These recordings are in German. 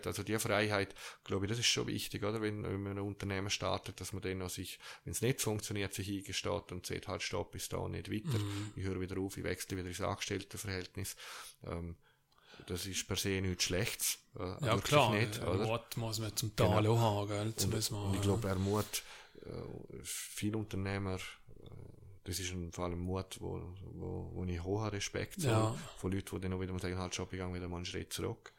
Also die Freiheit, glaube ich, das ist schon wichtig, oder? Wenn man ein Unternehmen startet, dass man dann auch sich, wenn es nicht funktioniert, sich eingesteht und sagt, halt stopp, bis da nicht weiter. Ich höre wieder auf, ich wechsle wieder ins Angestelltenverhältnis. Das ist per se nichts Schlechtes. Ja klar, nicht, oder? Mut muss man zum Teil auch haben, gell? Und ich glaube, Mut, viele Unternehmer, das ist vor allem Mut, wo ich hohen Respekt habe, von Leuten, die dann auch wieder sagen, halt stopp, ich gehe wieder mal einen Schritt zurück.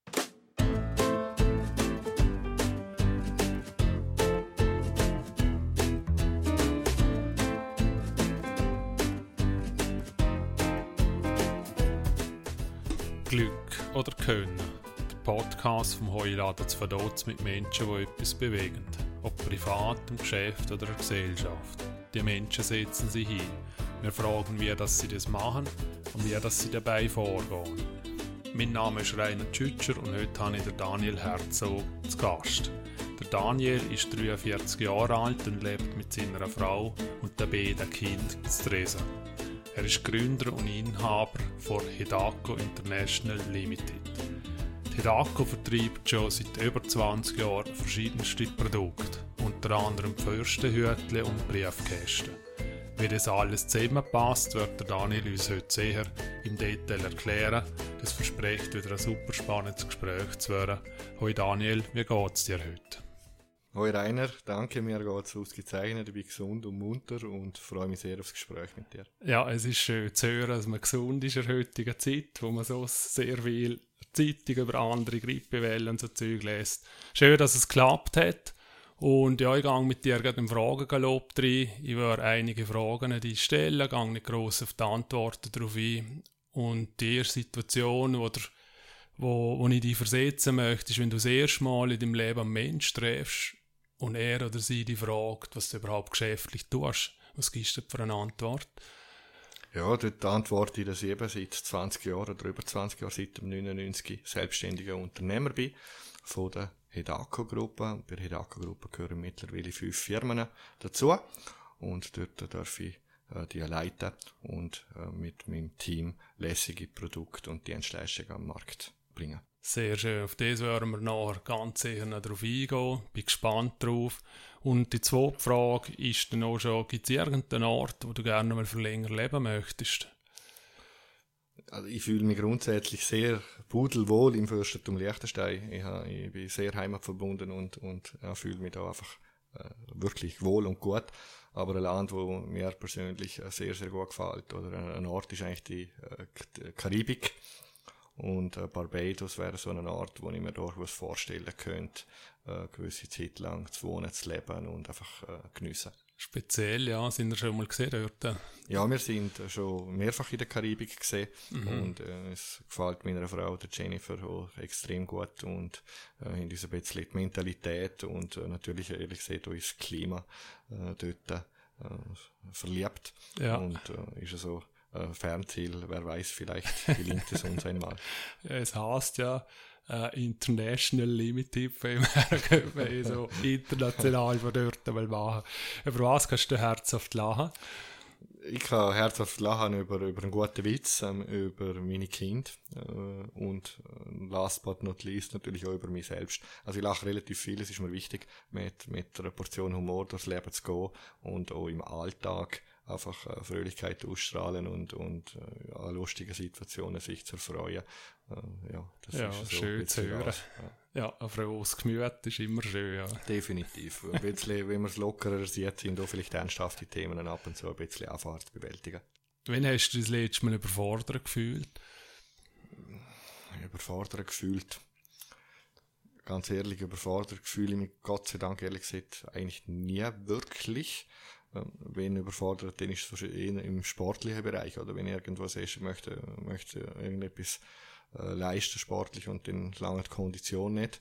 Glück oder Können. Der Podcast vom Heuladen zu Vaduz mit Menschen, die etwas bewegen. Ob privat, im Geschäft oder in der Gesellschaft. Die Menschen setzen sich hin. Wir fragen, wie dass sie das machen und wie dass sie dabei vorgehen. Mein Name ist Rainer Tschütscher und heute habe ich den Daniel Herzog zu Gast. Der Daniel ist 43 Jahre alt und lebt mit seiner Frau und den beiden Kindern in Stresa. Er ist Gründer und Inhaber von Hedaco International Limited. Die Hedaco vertreibt schon seit über 20 Jahren verschiedenste Produkte, unter anderem Fürstenhütchen und Briefkästen. Wie das alles zusammenpasst, wird der Daniel uns heute sehr im Detail erklären. Das verspricht wieder ein super spannendes Gespräch zu werden. Hoi Daniel, wie geht's dir heute? Hoi Rainer, danke, mir geht's ausgezeichnet, ich bin gesund und munter und freue mich sehr aufs Gespräch mit dir. Ja, es ist schön zu hören, dass man gesund ist in der heutigen Zeit, wo man so sehr viel Zeitung über andere Grippewellen und so Zeug liest. Schön, dass es geklappt hat. Und ja, ich gehe mit dir gerade im Fragengalopp rein. Ich werde einige Fragen die stellen, gehe nicht gross auf die Antworten darauf ein. Und die erste Situation, wo ich dich versetzen möchte, ist, wenn du das erste Mal in deinem Leben einen Menschen triffst und er oder sie dich fragt, was du überhaupt geschäftlich tust. Was gibst du für eine Antwort? Ja, dort antworte ich, dass ich eben seit 20 Jahren oder über 20 Jahren, seit dem 99 selbstständiger Unternehmer bin von der Hedaco-Gruppe. Bei der Hedaco-Gruppe gehören mittlerweile 5 Firmen dazu und dort darf ich die leiten und mit meinem Team lässige Produkte und Dienstleistungen am Markt bringen. Sehr schön, auf das werden wir nachher ganz sicher noch drauf eingehen. Bin gespannt drauf. Und die zweite Frage ist dann auch schon, gibt es irgendeinen Ort, wo du gerne mal für länger leben möchtest? Also ich fühle mich grundsätzlich sehr pudelwohl im Fürstentum Liechtenstein. Ich bin sehr heimatverbunden und fühle mich da einfach wirklich wohl und gut. Aber ein Land, wo mir persönlich sehr, sehr gut gefällt, oder ein Ort ist eigentlich die Karibik. Und Barbados wäre so eine Art, wo ich mir durchaus vorstellen könnte, eine gewisse Zeit lang zu wohnen, zu leben und einfach geniessen. Speziell, ja, sind wir schon mal gesehen dort? Ja, wir sind schon mehrfach in der Karibik gesehen und es gefällt meiner Frau, der Jennifer, auch extrem gut und in dieser bisschen die Mentalität und natürlich, ehrlich gesagt, auch das Klima dort verliebt. Ja. Und ist so Fernziel, wer weiß, vielleicht gelingt es uns einmal. Es heisst ja International Limited, wenn wir so international von dort mal machen. Über was kannst du herzhaft lachen? Ich kann herzhaft lachen über einen guten Witz, über meine Kinder und last but not least natürlich auch über mich selbst. Also ich lache relativ viel, es ist mir wichtig, mit einer Portion Humor durchs Leben zu gehen und auch im Alltag einfach Fröhlichkeit ausstrahlen und an lustigen Situationen sich zu erfreuen. Das ist so schön zu hören. Ja, ein frohes Gemüt ist immer schön. Ja. Definitiv. Ein bisschen, wenn wir es lockerer sieht, sind auch vielleicht ernsthafte Themen ab und zu ein bisschen einfacher zu bewältigen. Wann hast du das letzte Mal überfordert gefühlt? Überfordert gefühlt? Ganz ehrlich, überfordert fühle ich mich Gott sei Dank ehrlich gesagt eigentlich nie wirklich. Wenn überfordert, dann ist es eher im sportlichen Bereich, oder wenn ich irgendwas möchte irgendetwas leisten sportlich und dann lange die Kondition nicht.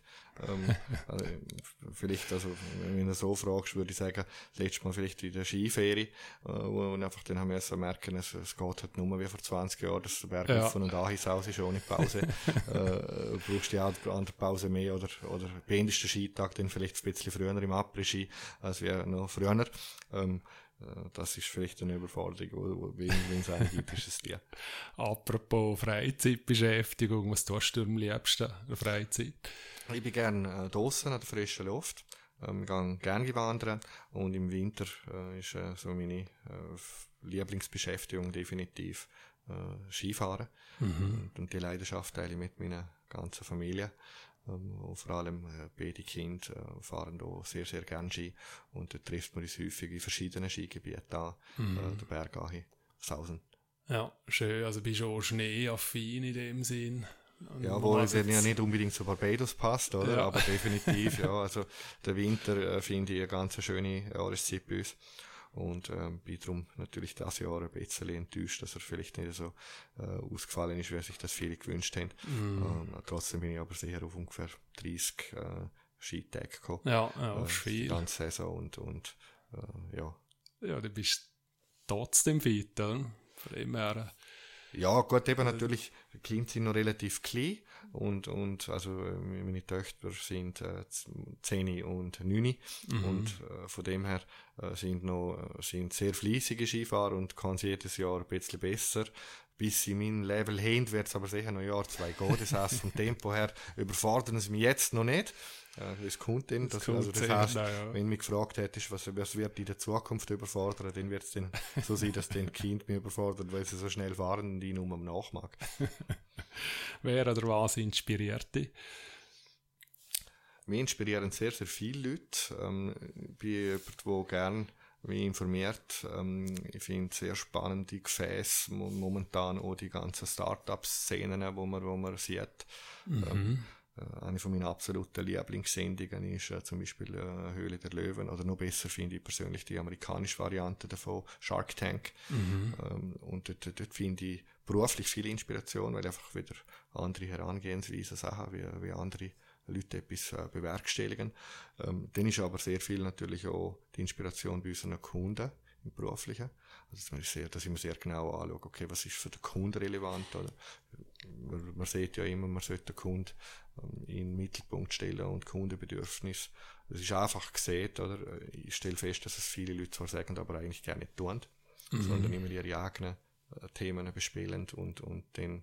Vielleicht, also, wenn du so fragst, würde ich sagen, letztes Mal vielleicht in der Skiferie, und einfach dann haben wir so merken, es geht halt nur wie vor 20 Jahren, das Berg auf und Ahis aus ist ohne Pause. Brauchst du ja andere Pause mehr oder beendest den Skitag dann vielleicht ein bisschen früher im Après-Ski, als wir noch früher. das ist vielleicht eine Überforderung, wenn es eine gibt, ist es die. Apropos Freizeitbeschäftigung, was tust du am liebsten in der Freizeit? Ich bin gerne draussen an der frischen Luft. Ich gehe gerne wandern und im Winter ist so meine Lieblingsbeschäftigung definitiv Skifahren. Und die Leidenschaft teile ich mit meiner ganzen Familie. Vor allem beide Kinder fahren da sehr, sehr gerne Ski und da trifft man uns häufig in verschiedenen Skigebieten an, der Bergache, Sausen. Ja, schön, also bist du auch schneeaffin in dem Sinn. Ja, wo es ja nicht unbedingt zu Barbados passt, oder? Ja. Aber definitiv, ja. Also, der Winter finde ich eine ganz schöne Jahreszeit bei uns. Und bin darum natürlich dieses Jahr ein bisschen enttäuscht, dass er vielleicht nicht so ausgefallen ist, wie sich das viele gewünscht haben. Trotzdem bin ich aber sicher auf ungefähr 30 Skitage gekommen. Ja, viel. Die ganze Saison und ja. Ja, du bist trotzdem fit, oder? Von dem her. Ja, gut, eben natürlich, die Kinder sind noch relativ klein und also meine Töchter sind 10 und 9 und von dem her sind sehr fleissige Skifahrer und kann sie jedes Jahr ein bisschen besser. Bis sie mein Level haben, wird es aber sicher noch ein Jahr, 2 gehen. Das heisst, vom Tempo her überfordern sie mich jetzt noch nicht. Das kommt dann. Das heisst, wenn du mich gefragt hättest, was wird in der Zukunft überfordern, dann wird es dann so sein, dass dann Kind mich überfordert, weil sie so schnell fahren und ich nur am Nachmag. Wer oder was inspiriert dich? Mich inspirieren sehr, sehr viele Leute. Ich bin jemand, der gerne mich informiert. Ich finde sehr spannende Gefäße, momentan auch die ganzen Start-up-Szenen, wo man sieht. Eine von meinen absoluten Lieblingssendungen ist zum Beispiel Höhle der Löwen, oder noch besser finde ich persönlich die amerikanische Variante davon, Shark Tank. Und dort finde ich beruflich viel Inspiration, weil einfach wieder andere Herangehensweisen haben, wie andere Leute etwas bewerkstelligen. Dann ist aber sehr viel natürlich auch die Inspiration bei unseren Kunden im Beruflichen. Also dass ich mir sehr genau anschaue, okay, was ist für den Kunden relevant, oder? Man sieht ja immer, man sollte den Kunden in den Mittelpunkt stellen und Kundenbedürfnis. Das ist einfach gesehen, oder? Ich stelle fest, dass es viele Leute zwar sagen, aber eigentlich gerne nicht tun, sondern immer ihre eigenen Themen bespielen und dann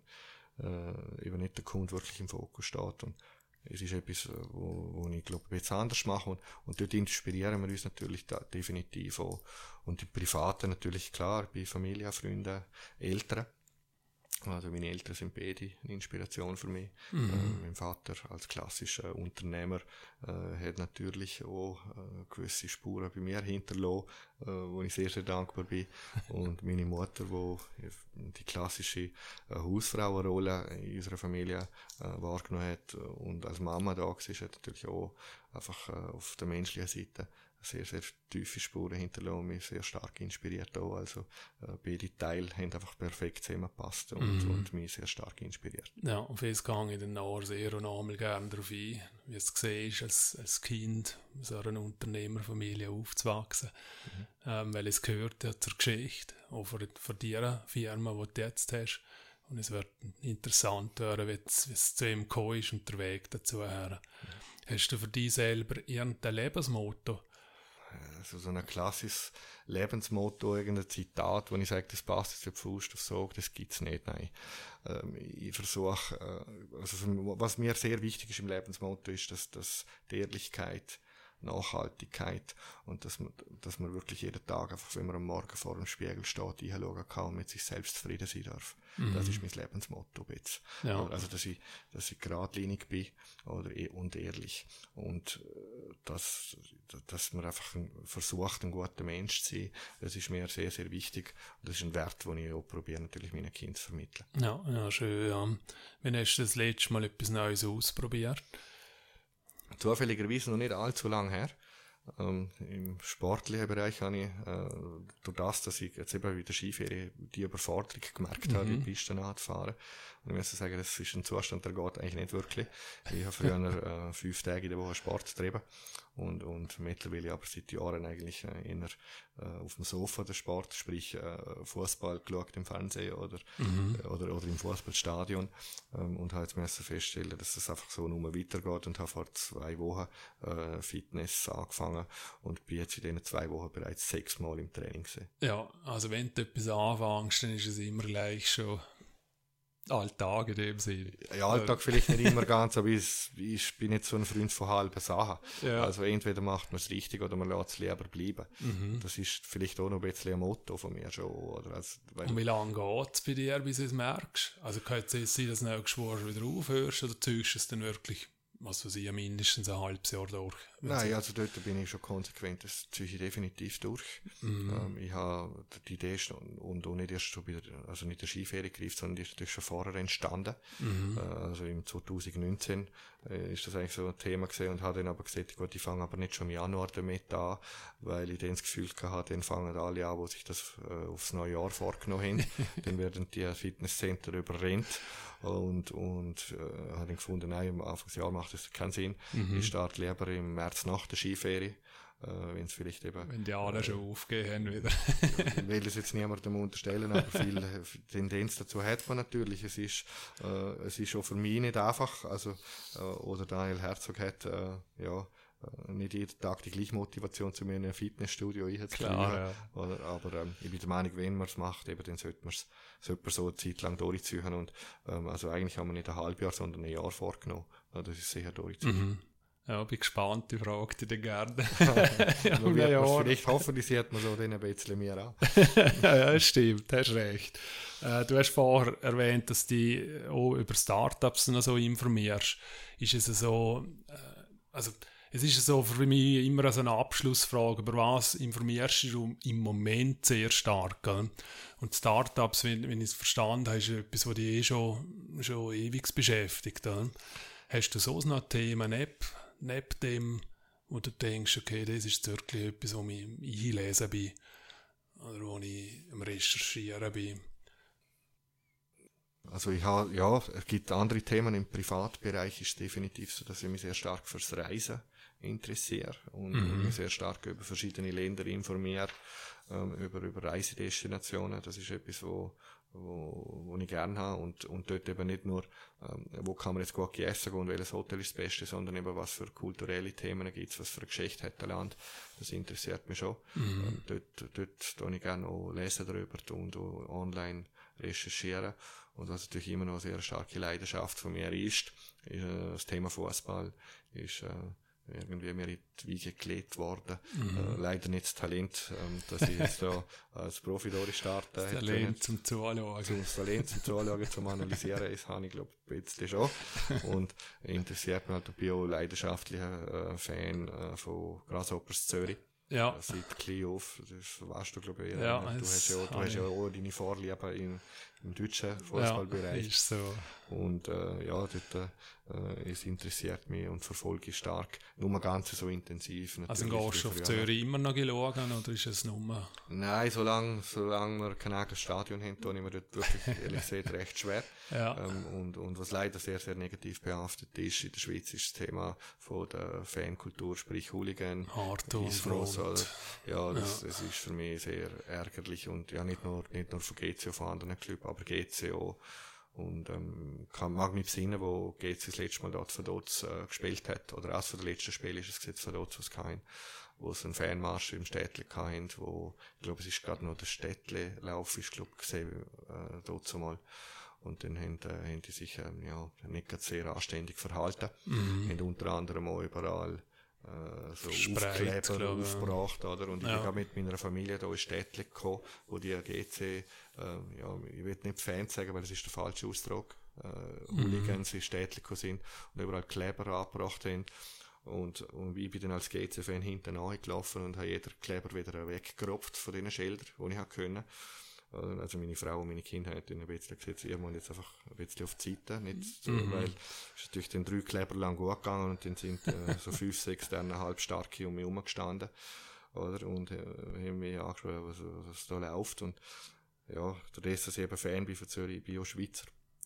eben nicht der Kunde wirklich im Fokus steht. Und es ist etwas, wo ich glaube, ein bisschen anders mache und dort inspirieren wir uns natürlich definitiv auch. Und die Privaten natürlich, klar, bei Familie, Freunden, Eltern. Also meine Eltern sind beide eine Inspiration für mich. Mein Vater als klassischer Unternehmer hat natürlich auch gewisse Spuren bei mir hinterlassen, wo ich sehr, sehr dankbar bin. Und meine Mutter, die die klassische Hausfrauenrolle in unserer Familie wahrgenommen hat und als Mama da war, hat natürlich auch einfach auf der menschlichen Seite sehr, sehr tiefe Spuren hinterlassen und mich sehr stark inspiriert auch. Also beide Teile haben einfach perfekt zusammengepasst und mich sehr stark inspiriert. Ja, auf das gehe ich dann nachher sehr und einmal gerne darauf ein, wie es gesehen ist, als Kind in so einer Unternehmerfamilie aufzuwachsen. Weil es gehört ja zur Geschichte, auch von dieser Firma, die du jetzt hast. Und es wird interessant hören, wie es zu ihm gekommen ist und der Weg dazu her. Hast du für dich selber irgendein Lebensmotto? Also so ein klassisches Lebensmotto, irgendein Zitat, wo ich sage, das passt jetzt auf Faust aufs Auge, das gibt's nicht, nein. Ich versuche, was mir sehr wichtig ist im Lebensmotto, ist, dass die Ehrlichkeit, Nachhaltigkeit und dass man wirklich jeden Tag, einfach wenn man am Morgen vor dem Spiegel steht, hinschauen kann und mit sich selbst zufrieden sein darf. Das ist mein Lebensmotto jetzt. Ja. Also, dass ich geradlinig bin, und ehrlich. Und, dass man einfach versucht, ein guter Mensch zu sein, das ist mir sehr, sehr wichtig. Und das ist ein Wert, den ich auch probiere, natürlich meinen Kindern zu vermitteln. Ja, schön, ja. Wann hast du das letzte Mal etwas Neues ausprobiert? Zufälligerweise noch nicht allzu lange her. Im sportlichen Bereich habe ich, durch das, dass ich jetzt eben bei der Skiferie die Überforderung gemerkt habe, die Pisten anzufahren Und ich muss sagen, das ist ein Zustand, der geht eigentlich nicht wirklich. Ich habe früher 5 Tage in der Woche Sport getrieben und mittlerweile aber seit Jahren eigentlich eher auf dem Sofa der Sport, sprich Fußball geschaut im Fernsehen oder im Fußballstadion, und habe jetzt müssen feststellen, dass es einfach so nur weitergeht, und habe vor 2 Wochen Fitness angefangen und bin jetzt in diesen 2 Wochen bereits 6 Mal im Training gewesen. Ja, also wenn du etwas anfängst, dann ist es immer gleich schon Alltag in dem Sinne. Ja, Alltag vielleicht nicht immer ganz, aber ich bin nicht so ein Freund von halben Sachen. Ja. Also entweder macht man es richtig oder man lässt es lieber bleiben. Das ist vielleicht auch noch ein bisschen ein Motto von mir schon. Oder? Also, Und wie lange geht es bei dir, bis du es merkst? Also kann es jetzt sein, dass du nächstes Jahr wieder aufhörst, oder ziehst du es dann wirklich, was weiß ich, mindestens ein halbes Jahr durch? Nein, also dort bin ich schon konsequent, das ziehe ich definitiv durch. Ich habe die Idee und auch nicht erst schon also nicht der Skiferie gegriffen, sondern die ist natürlich schon vorher entstanden. Also im 2019 ist das eigentlich so ein Thema gewesen, und habe dann aber gesagt, gut, ich fange aber nicht schon im Januar damit an, weil ich dann das Gefühl hatte, dann fangen alle an, die sich das aufs neue Jahr vorgenommen haben. Dann werden die Fitnesscenter überrennt. Und habe dann gefunden, nein, am Anfangsjahr macht das keinen Sinn. Ich starte lieber im März nach der Skiferie, wenn es vielleicht eben... Wenn die alle schon aufgehen wieder. Ich will das jetzt niemandem unterstellen, aber viel Tendenz dazu hat man natürlich. Es ist auch für mich nicht einfach, also, oder Daniel Herzog hat, nicht jeden Tag die gleiche Motivation, zu mir in ein Fitnessstudio einzubringen. Ja. Aber ich bin der Meinung, wenn man es macht, eben, dann sollte man so eine Zeit lang durchziehen. Und also eigentlich haben wir nicht ein halbes Jahr, sondern ein Jahr vorgenommen. Das ist sicher durchziehen. Ja, bin gespannt, die frage ich dich gerne. Vielleicht hoffentlich sieht man so den ein bisschen mehr an. Ja, stimmt, hast recht. Du hast vorher erwähnt, dass du auch über Startups noch so informierst. Ist es so, es ist so für mich immer so eine Abschlussfrage, über was informierst du im Moment sehr stark? Gell? Und Startups, wenn ich es verstanden habe, ist etwas, was dich schon ewig beschäftigt. Gell? Hast du so noch Themen neben dem, wo du denkst, okay, das ist wirklich etwas, wo ich einlesen bin oder wo ich am Recherchieren bin? Also es gibt andere Themen im Privatbereich, ist definitiv so, dass ich mich sehr stark fürs Reisen interessiere und mich sehr stark über verschiedene Länder informiere, über Reisedestinationen. Das ist etwas, wo ich gerne habe, und dort eben nicht nur, wo kann man jetzt gut essen gehen und welches Hotel ist das Beste, sondern eben was für kulturelle Themen gibt es, was für eine Geschichte hat ein Land. Das interessiert mich schon. Dort tue ich gerne auch lesen darüber und auch online recherchieren. Und was natürlich immer noch eine sehr starke Leidenschaft von mir ist das Thema Fußball, ist irgendwie mir in die Wiege gelegt worden. Leider nicht das Talent, dass ich jetzt da als Profi durchstarte. Das Talent zum Zuschauen. Das Talent zum Zuschauen, zum Analysieren, das habe ich, glaube ich, ein bisschen schon. Und interessiert mich halt, ich bin auch leidenschaftlicher Fan von Grasshoppers Zürich. Ja. Seit klein auf, das weißt du, glaube ich. Ja, du hast ja auch deine Vorliebe im deutschen Fußballbereich. Ja, ist so. Und dort es interessiert mich und verfolge ich stark. Nur ganz so intensiv. Also gehst du auf Zürich immer noch schauen, oder ist es nur? Nein, solange wir kein eigenes Stadion haben, tue ich mir dort wirklich, ehrlich gesagt, recht schwer. Ja. Und was leider sehr, sehr negativ behaftet ist, in der Schweiz ist das Thema von der Fankultur, sprich Hooligan, Front. Das ist für mich sehr ärgerlich, und ja, nicht nur von GC, von anderen Clubs, aber GC auch. Und mag mich besinnen, wo GC das letzte Mal dort von dort gespielt hat, oder eines von den letzten Spielen ist es gesetzt von dort, wo es einen Fanmarsch im Städtle hatten, wo, ich glaube, es ist gerade noch der Städtle-Lauf, ist, glaube ich, gesehen, dort zumal. Und dann haben die sich, nicht gerade sehr anständig verhalten. Haben unter anderem auch überall so Aufkleber aufgebracht, oder? Und ich bin gerade mit meiner Familie da in Städtle gekommen, wo die GC, ich will nicht Fans sagen, weil das ist der falsche Ausdruck, Hooligans in Städtle gekommen sind und überall Kleber angebracht haben. Und ich bin dann als GC-Fan hinten angelaufen und habe jeder Kleber wieder weggeropft von diesen Schildern, die ich können. Also meine Frau und meine Kinder haben dann ein bisschen gesagt, ihr müsst jetzt einfach ein bisschen auf die Seite, nicht so, weil es ist natürlich dann 3 Kleber lang gut gegangen, und dann sind so 5, 6 dann halb starke um mich herumgestanden, oder? Und haben mich angeschaut, was da läuft. Und ja, dadurch, dass ich eben Fan bin von Zürich, ich bin auch Schweizer.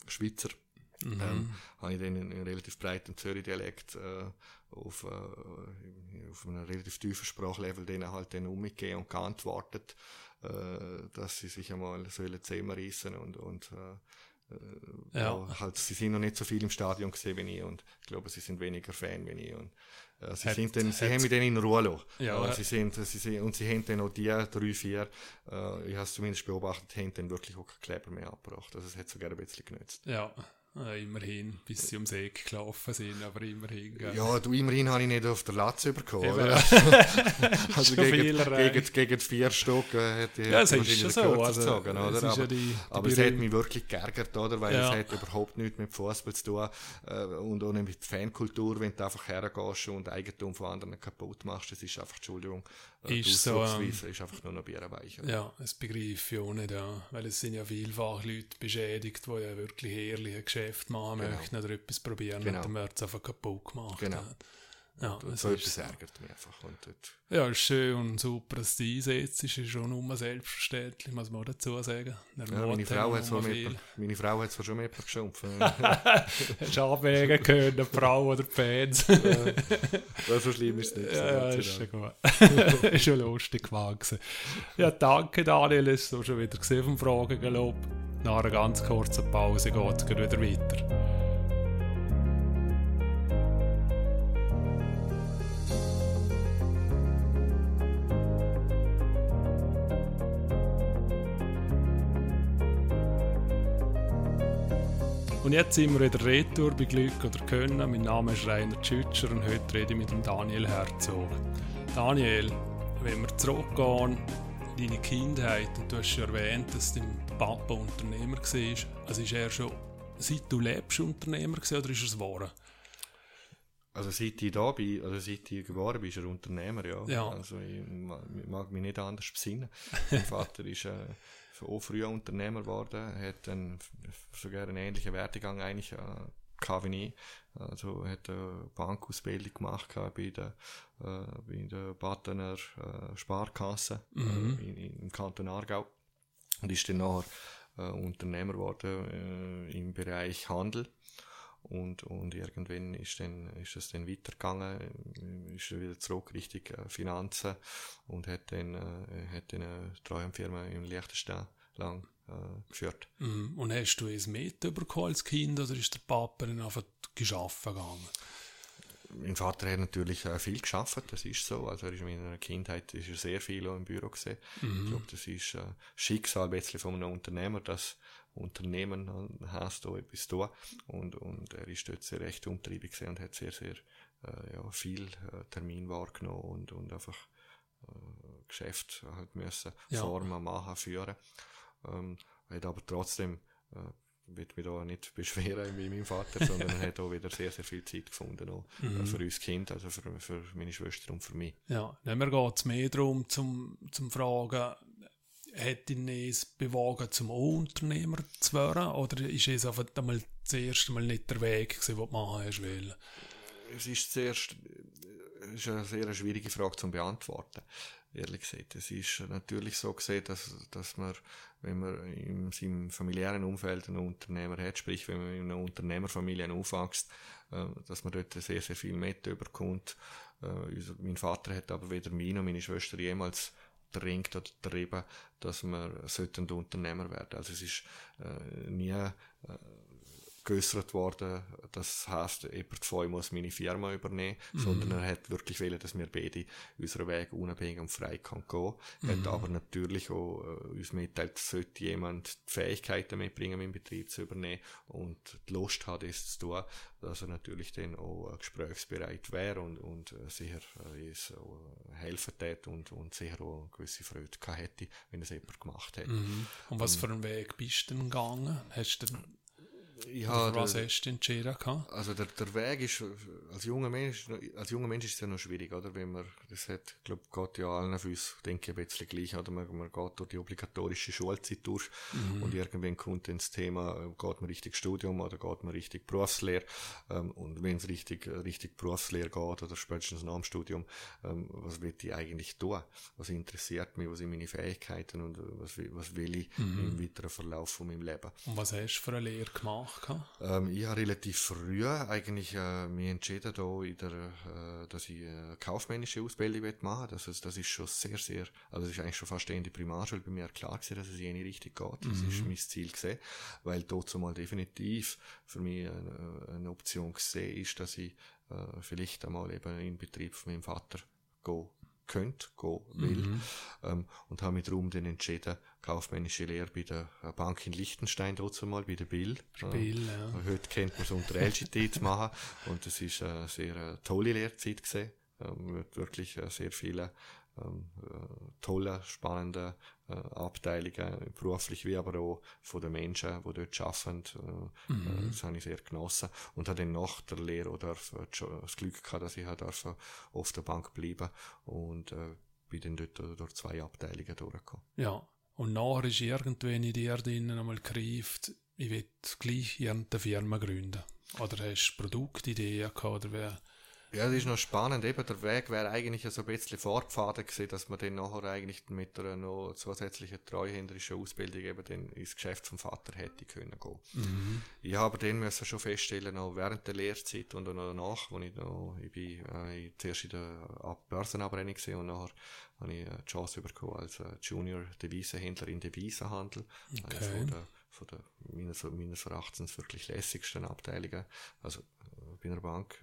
Schweizer. Habe ich dann einen relativ breiten Zürich-Dialekt auf einem relativ tiefen Sprachlevel denen halt dann umgegeben und geantwortet, dass sie sich einmal sollen zusammenreissen und halt, sie sind noch nicht so viel im Stadion gesehen wie ich und ich glaube, sie sind weniger Fan wie ich und sie haben mich dann in Ruhe gelassen. Ja, sie haben dann auch die 3, 4, ich habe es zumindest beobachtet, haben dann wirklich auch keinen Kleber mehr abgebracht. Also es hat sogar ein bisschen genützt. Ja. Immerhin, bis sie ums Eck gelaufen sind, aber immerhin. Gell? Ja, immerhin habe ich nicht auf der Latze bekommen. Also gegen 4 Stück hätte ich das wahrscheinlich ist schon so. gezogen, oder? Aber es hat mich wirklich geärgert, oder? Weil es hat überhaupt nichts mit Fußball zu tun und auch nicht mit Fankultur, wenn du einfach hergehst und Eigentum von anderen kaputt machst. Das ist einfach, Entschuldigung, die Ausdrucksweise ist einfach nur noch bierenweich. Ja, das begreife ich auch nicht, weil es sind ja vielfach Leute beschädigt, die ja wirklich ehrliche Geschäfte machen möchten oder etwas probieren und dann wird es einfach kaputt gemacht. Genau. Ja, so etwas ärgert mich einfach. Ja, ist schön und super, dass du einsetzt. Ist schon nur selbstverständlich, muss man auch dazu sagen. Meine Frau hat zwar schon mit geschumpft. Hast du abwägen können, die Frau oder die Fans? So schlimm ist es nicht. Ja, ist schon gut. Ist schon lustig gewesen. Ja, danke Daniel, es ist schon wieder gesehen vom Fragengelob. Nach einer ganz kurzen Pause geht es wieder weiter. Und jetzt sind wir wieder retour bei Glück oder Können. Mein Name ist Rainer Tschütscher und heute rede ich mit dem Daniel Herzog. Daniel, wenn wir zurückgehen in deine Kindheit, und du hast schon erwähnt, dass dein Papa Unternehmer war, also ist er schon, seit du lebst, Unternehmer gewesen, oder ist er es geworden? Also seit ich da bin, also seit ich geboren bin, ist er Unternehmer, ja. Also ich mag mich nicht anders besinnen. Mein Vater ist auch früher Unternehmer geworden, hat dann sogar einen ähnlichen Werdegang eigentlich gehabt wie ich. Also hat eine Bankausbildung gemacht bei der Battener Sparkasse im Kanton Aargau und ist dann nachher Unternehmer geworden im Bereich Handel. Und irgendwann ist es dann weitergegangen, ist er wieder zurück Richtung Finanzen und hat dann eine Treuhandfirma in Liechtenstein lang geführt. Und hast du es mitbekommen als Kind oder ist der Papa dann einfach arbeiten gegangen? Mein Vater hat natürlich viel gearbeitet, das ist so. Also in meiner Kindheit ist er sehr viel im Büro gesehen. Ich glaube, das ist Schicksal ein bisschen von einem Unternehmer, das Unternehmen hast da etwas da und er ist dort sehr recht umtriebig gesehen und hat sehr, sehr viel Termin wahrgenommen und einfach Geschäft halt müssen formen, machen, führen. Hat aber trotzdem wird mich da nicht beschweren wie mein Vater, sondern er hat auch wieder sehr, sehr viel Zeit gefunden auch, für uns Kind, also für meine Schwester und für mich. Ja, mir geht es mehr darum, zum Fragen, hat ihn es bewogen, zum Unternehmer zu werden, oder ist es einfach einmal das erste Mal nicht der Weg gewesen, den du machen hast wollen? Es ist eine sehr schwierige Frage zu beantworten, ehrlich gesagt. Es ist natürlich so gesehen, dass man, wenn man in seinem familiären Umfeld einen Unternehmer hat, sprich, wenn man in einer Unternehmerfamilie aufwächst, dass man dort sehr, sehr viel mit überkommt. Mein Vater hat aber weder mich noch meine Schwester jemals drängt oder treiben, dass wir ein Unternehmer werden. Also es ist nie geäussert worden, das heisst, jemand von euch muss meine Firma übernehmen, sondern er hat wirklich wollen, dass wir beide unseren Weg unabhängig und frei gehen können. Er hat aber natürlich auch uns mitteilt, sollte jemand die Fähigkeiten mitbringen, meinen Betrieb zu übernehmen und die Lust hat, das zu tun, dass er natürlich dann auch gesprächsbereit wäre und sicher uns helfen täte und sicher auch eine gewisse Freude gehabt hätte, wenn es jemand gemacht hätte. Und was für einen Weg bist du denn gegangen? Hast du was hast du entschieden? Also der Weg ist, als junger Mensch ist es ja noch schwierig, oder? Wenn man, das hat, geht ja allen von uns, denke ich, ein bisschen gleich, oder? Man geht durch die obligatorische Schulzeit durch und irgendwann kommt dann das Thema, geht man richtig Studium oder geht man richtig Berufslehre? Und wenn es richtig Berufslehre geht oder spätestens nach dem Studium, was will ich eigentlich tun? Was interessiert mich? Was sind meine Fähigkeiten und was will ich im weiteren Verlauf von meinem Leben? Und was hast du für eine Lehre gemacht? gemacht? Ich habe relativ früh eigentlich mich entschieden, dass ich kaufmännische Ausbildung machen will. Das ist schon sehr, sehr, also das ist eigentlich schon fast in die Primarschule bei mir klar gewesen, dass es in die Richtung geht. Das ist mein Ziel gewesen, weil dort zumal definitiv für mich eine Option gesehen ist, dass ich vielleicht einmal eben in den Betrieb von meinem Vater gehen will. Und habe mich darum dann entschieden, kaufmännische Lehre bei der Bank in Liechtenstein, dort mal bei der Bill. Ja. Heute kennt man es unter LGT zu machen. Und das ist eine sehr tolle Lehrzeit gewesen. Mit wirklich sehr viele tolle, spannende Abteilungen, beruflich wie aber auch von den Menschen, die dort arbeiten. Das habe ich sehr genossen. Und habe dann nach der Lehre auch das Glück gehabt, dass ich auf der Bank bleiben und bin dann dort durch 2 Abteilungen durchgekommen. Ja, und nachher ist irgendwann in dir drinnen einmal gereift, ich will gleich irgendeine Firma gründen. Oder hast du Produktideen gehabt, oder wer? Ja, das ist noch spannend. Eben, der Weg wäre eigentlich so ein bisschen vorgepfadet gewesen, dass man dann nachher eigentlich mit einer noch zusätzlichen treuhänderischen Ausbildung eben dann ins Geschäft vom Vater hätte können gehen. Ich habe dann müssen schon feststellen, noch während der Lehrzeit und auch danach, wo ich bin zuerst in der Börsenabrechnung gesehen und nachher habe ich die Chance bekommen als Junior Devisenhändler in Devisenhandel. Okay. Von der meines Erachtens wirklich lässigsten Abteilungen, also bei einer Bank,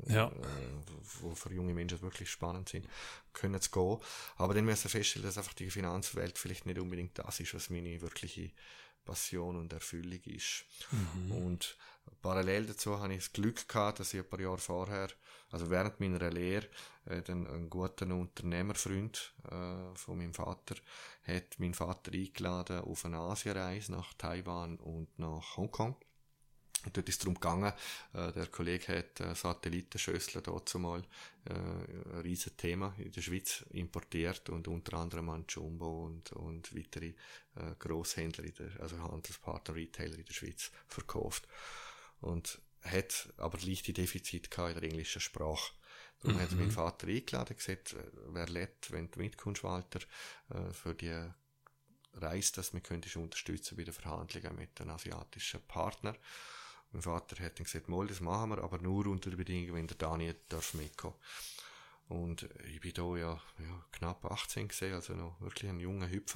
wo für junge Menschen wirklich spannend sind, können zu gehen. Aber dann müssen wir feststellen, dass einfach die Finanzwelt vielleicht nicht unbedingt das ist, was meine wirkliche Passion und Erfüllung ist. Und parallel dazu habe ich das Glück gehabt, dass ich ein paar Jahre vorher, also während meiner Lehre, dann einen guten Unternehmerfreund von meinem Vater, hat mein Vater eingeladen auf eine Asienreise nach Taiwan und nach Hongkong. Und dort ist es darum gegangen, der Kollege hat Satellitenschüsseln dazu mal ein riesen Thema in der Schweiz importiert und unter anderem an Jumbo und weitere Grosshändler, also Handelspartner, Retailer in der Schweiz verkauft. Und hat aber leichte Defizit gehabt in der englischen Sprache. Darum hat mein Vater eingeladen, gesagt, wer lädt, wenn du mitkommst, Walter, für die Reise, dass wir könntest unterstützen bei den Verhandlungen mit den asiatischen Partnern. Mein Vater hat dann gesagt, mal, das machen wir, aber nur unter der Bedingung, wenn der Daniel mitkommen darf. Und ich bin da ja knapp 18 gesehen, also noch wirklich ein junger Hüpfer.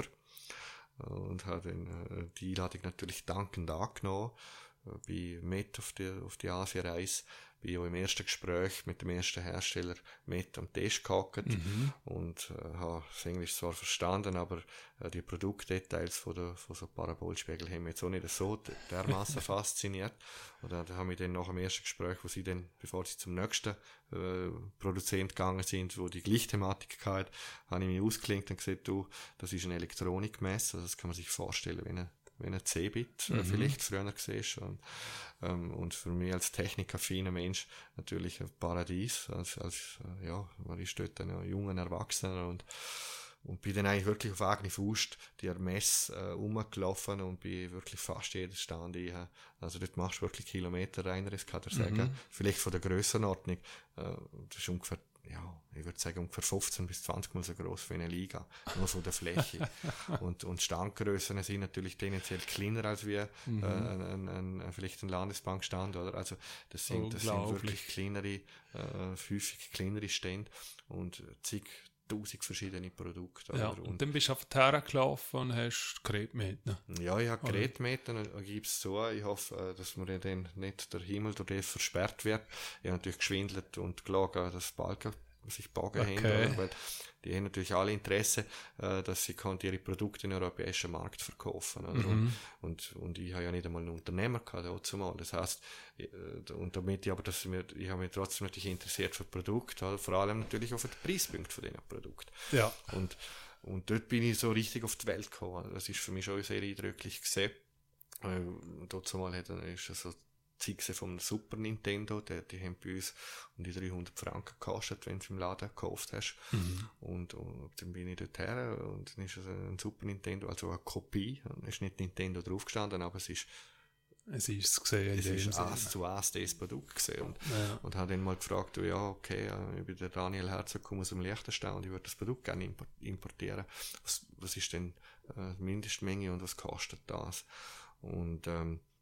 Und habe dann die Einladung natürlich dankend angenommen. Bin mit auf die Asienreise, bin auch im ersten Gespräch mit dem ersten Hersteller mit am Tisch gehockt und habe das Englisch zwar verstanden, aber die Produktdetails von so Parabolspiegeln haben mich jetzt auch nicht so dermaßen fasziniert. Und da haben wir dann nach dem ersten Gespräch, wo sie dann, bevor sie zum nächsten Produzent gegangen sind, wo die gleiche Thematik hatte, habe ich mich ausgeklinkt und gesagt, du, das ist ein Elektronikmesser, das kann man sich vorstellen, wenn ein C-Bit vielleicht früher gesehen und für mich als technikaffiner Mensch natürlich ein Paradies, weil ich dort ein junger Erwachsener und bin dann eigentlich wirklich auf eigene Faust die Messe rumgelaufen und bin wirklich fast jeden Stand also dort machst du wirklich Kilometer rein, das kann ich sagen, vielleicht von der Grössenordnung, das ist ungefähr, ich würde sagen, ungefähr 15 bis 20 Mal so gross wie eine Liga, nur von der Fläche. und Standgrössen sind natürlich tendenziell kleiner als wie vielleicht ein Landesbankstand, oder? Also das sind wirklich kleinere, häufig kleinere Stände und zig-tausend verschiedene Produkte. Ja, und dann bist du auf die Terra gelaufen und hast Geräte mitgenommen. Ja, ich habe Geräte mitgenommen und gebe es zu. Ich hoffe, dass mir dann nicht der Himmel durch das versperrt wird. Ich habe natürlich geschwindelt und geschaut, dass Balken sich bogen haben, weil die haben natürlich alle Interesse, dass sie ihre Produkte in den europäischen Markt verkaufen. Oder? Und ich habe ja nicht einmal einen Unternehmer gehabt, zumal. Das heisst, und damit ich habe mich trotzdem natürlich interessiert für Produkte, oder? Vor allem natürlich auch für den Preispunkt von diesen Produkten. Ja. Und dort bin ich so richtig auf die Welt gekommen. Das ist für mich schon sehr eindrücklich gesehen. Dort zumal ist so Zeug vom Super Nintendo, die haben bei uns um die 300 Franken gekostet, wenn du es im Laden gekauft hast. Und dann bin ich dort her und dann ist es ein Super Nintendo, also eine Kopie. Es ist nicht Nintendo draufgestanden, aber es ist gesehen. Es ist eins zu eins das Produkt gesehen. Und habe dann mal gefragt, ich bin der Daniel Herzog, komme aus dem Liechtenstein und ich würde das Produkt gerne importieren. Was ist denn die Mindestmenge und was kostet das? Und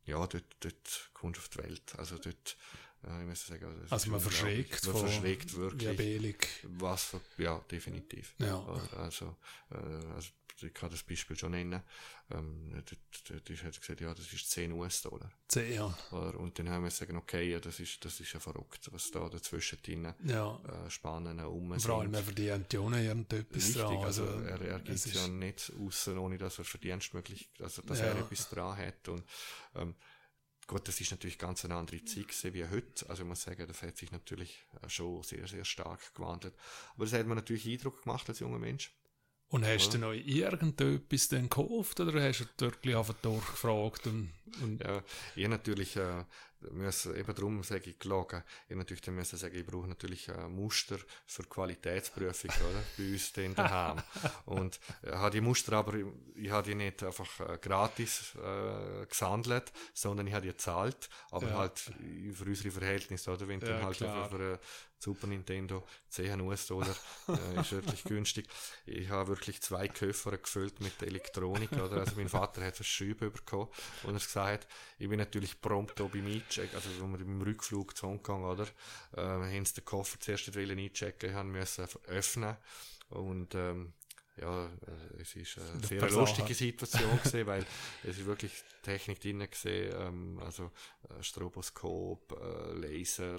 dort kommst du auf die Welt. Also dort, ich muss sagen, also man verschreckt wirklich. Billig. Definitiv. Ja. Also ich kann das Beispiel schon nennen. Dort hat gesagt, das ist $10. 10, ja. Und dann haben wir gesagt, okay, ja, das ist ja verrückt, was da dazwischen drin Spannen sind. Vor allem, er verdient ja auch nicht irgendetwas dran. Richtig, also er gibt es ja nicht raus, ohne dass er dass er etwas dran hat. Und gut, das ist natürlich ganz eine andere Zeit gewesen wie heute. Also ich muss sagen, das hat sich natürlich schon sehr, sehr stark gewandelt. Aber das hat mir natürlich Eindruck gemacht als junger Mensch. Und hast du noch irgendetwas denn gekauft oder hast du wirklich einfach durchgefragt? Ja, ich natürlich müssen, eben darum sage ich gelogen, ich natürlich dann müssen sagen, ich brauche natürlich ein Muster für Qualitätsprüfung, oder? Bei uns dann daheim. Und habe die Muster aber, ich habe die nicht einfach gratis gesammelt, sondern ich habe die gezahlt, aber halt für unsere Verhältnisse, oder? Wenn dann halt für Super Nintendo $10 ist wirklich günstig. Ich habe wirklich 2 Koffer gefüllt mit Elektronik, oder? Also mein Vater hat ein Schreiben bekommen, wo er gesagt hat, ich bin natürlich prompt da beim Eincheck, also wenn wir im Rückflug zu Hongkong, oder? Haben sie den Koffer zuerst einchecken, ich musste öffnen und es ist eine sehr lustige Situation gewesen, weil es ist wirklich Technik drin gewesen, also Stroboskop, Laser,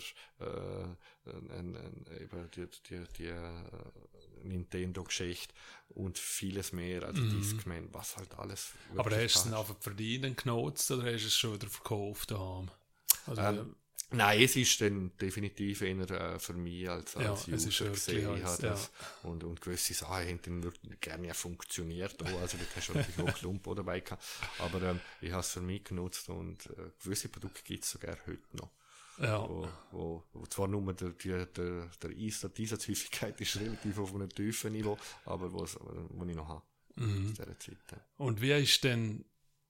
eben die Nintendo-Geschichte und vieles mehr, also Discman, was halt alles. Aber hast du es dann einfach verdienen genutzt oder hast du es schon wieder verkauft haben? Also, nein, es ist dann definitiv eher für mich als User gesehen. Und gewisse Sachen haben dann wirklich gerne funktioniert. Also da hast du natürlich auch Klump dabei gehabt. Aber ich habe es für mich genutzt und gewisse Produkte gibt es sogar heute noch. Ja. Wo zwar nur die Einsatzhäufigkeit ist relativ auf einem tiefen Niveau, aber wo ich noch habe. Aus dieser Zeit. Und wie ist denn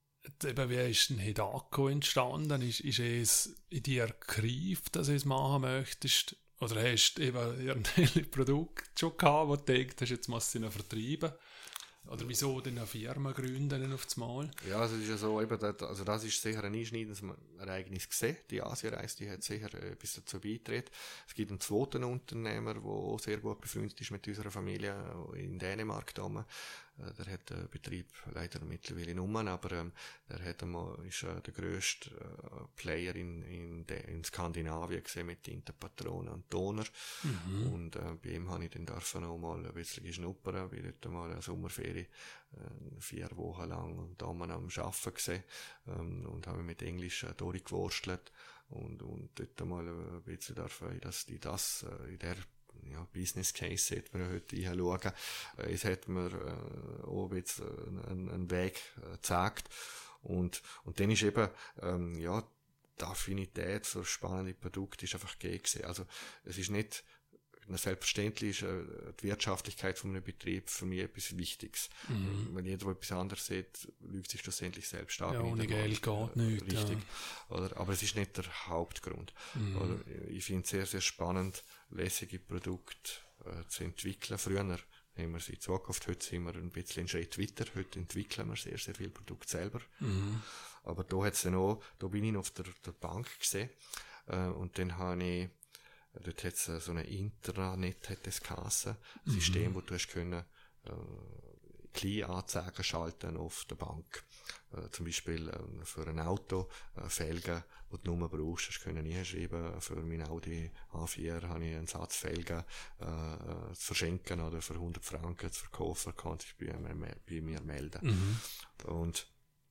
Hidako entstanden? Ist es in dir gegriffen, dass du es machen möchtest? Oder hast du eben irgendwelche Produkte schon gehabt, wo du denkst, jetzt muss ich noch vertreiben? Oder wieso denn eine Firma gründen auf das Mal? Ja, also es ist ja so, eben, also das ist sicher ein einschneidendes Ereignis gesehen. Die Asienreise, die hat sicher etwas dazu beigetragen. Es gibt einen zweiten Unternehmer, der sehr gut befreundet ist mit unserer Familie in Dänemark damals. Der hat den Betrieb leider mittlerweile nicht mehr, aber ist der grösste Player in Skandinavien gesehen mit Tintenpatronen und Toner. Und bei ihm habe ich dann noch mal ein bisschen schnuppern, bin dort mal eine Sommerferie 4 Wochen lang und da am Arbeiten gesehen und habe mit Englisch durchgewurstelt und dort mal ein bisschen in der Business Case sollte man heute hinschauen. Es hat mir auch jetzt einen Weg gezeigt. Und dann ist eben, die Affinität für spannende Produkte ist einfach gegeben. Also, es ist nicht, selbstverständlich ist die Wirtschaftlichkeit von einem Betrieb für mich etwas Wichtiges. Wenn jeder etwas anderes sieht, lügt sich schlussendlich selbst an. Ja, ohne Geld geht nichts. Richtig. Ja. Aber es ist nicht der Hauptgrund. Oder ich finde es sehr, sehr spannend, lässige Produkte zu entwickeln. Früher haben wir sie in Zukunft, heute sind wir ein bisschen einen Schritt weiter. Heute entwickeln wir sehr, sehr viele Produkte selber. Aber da bin ich noch auf der Bank gesehen. Und dann habe ich dort hat es so ein Intranet, hat es geheißen, ein System, wo du hast können, Kleinanzeigen schalten auf der Bank. Zum Beispiel für ein Auto, Felgen, die du nur brauchst, hast du können einschreiben. Für mein Audi A4 habe ich einen Satz Felgen zu verschenken oder für 100 Franken zu verkaufen, kann sich bei mir melden. Und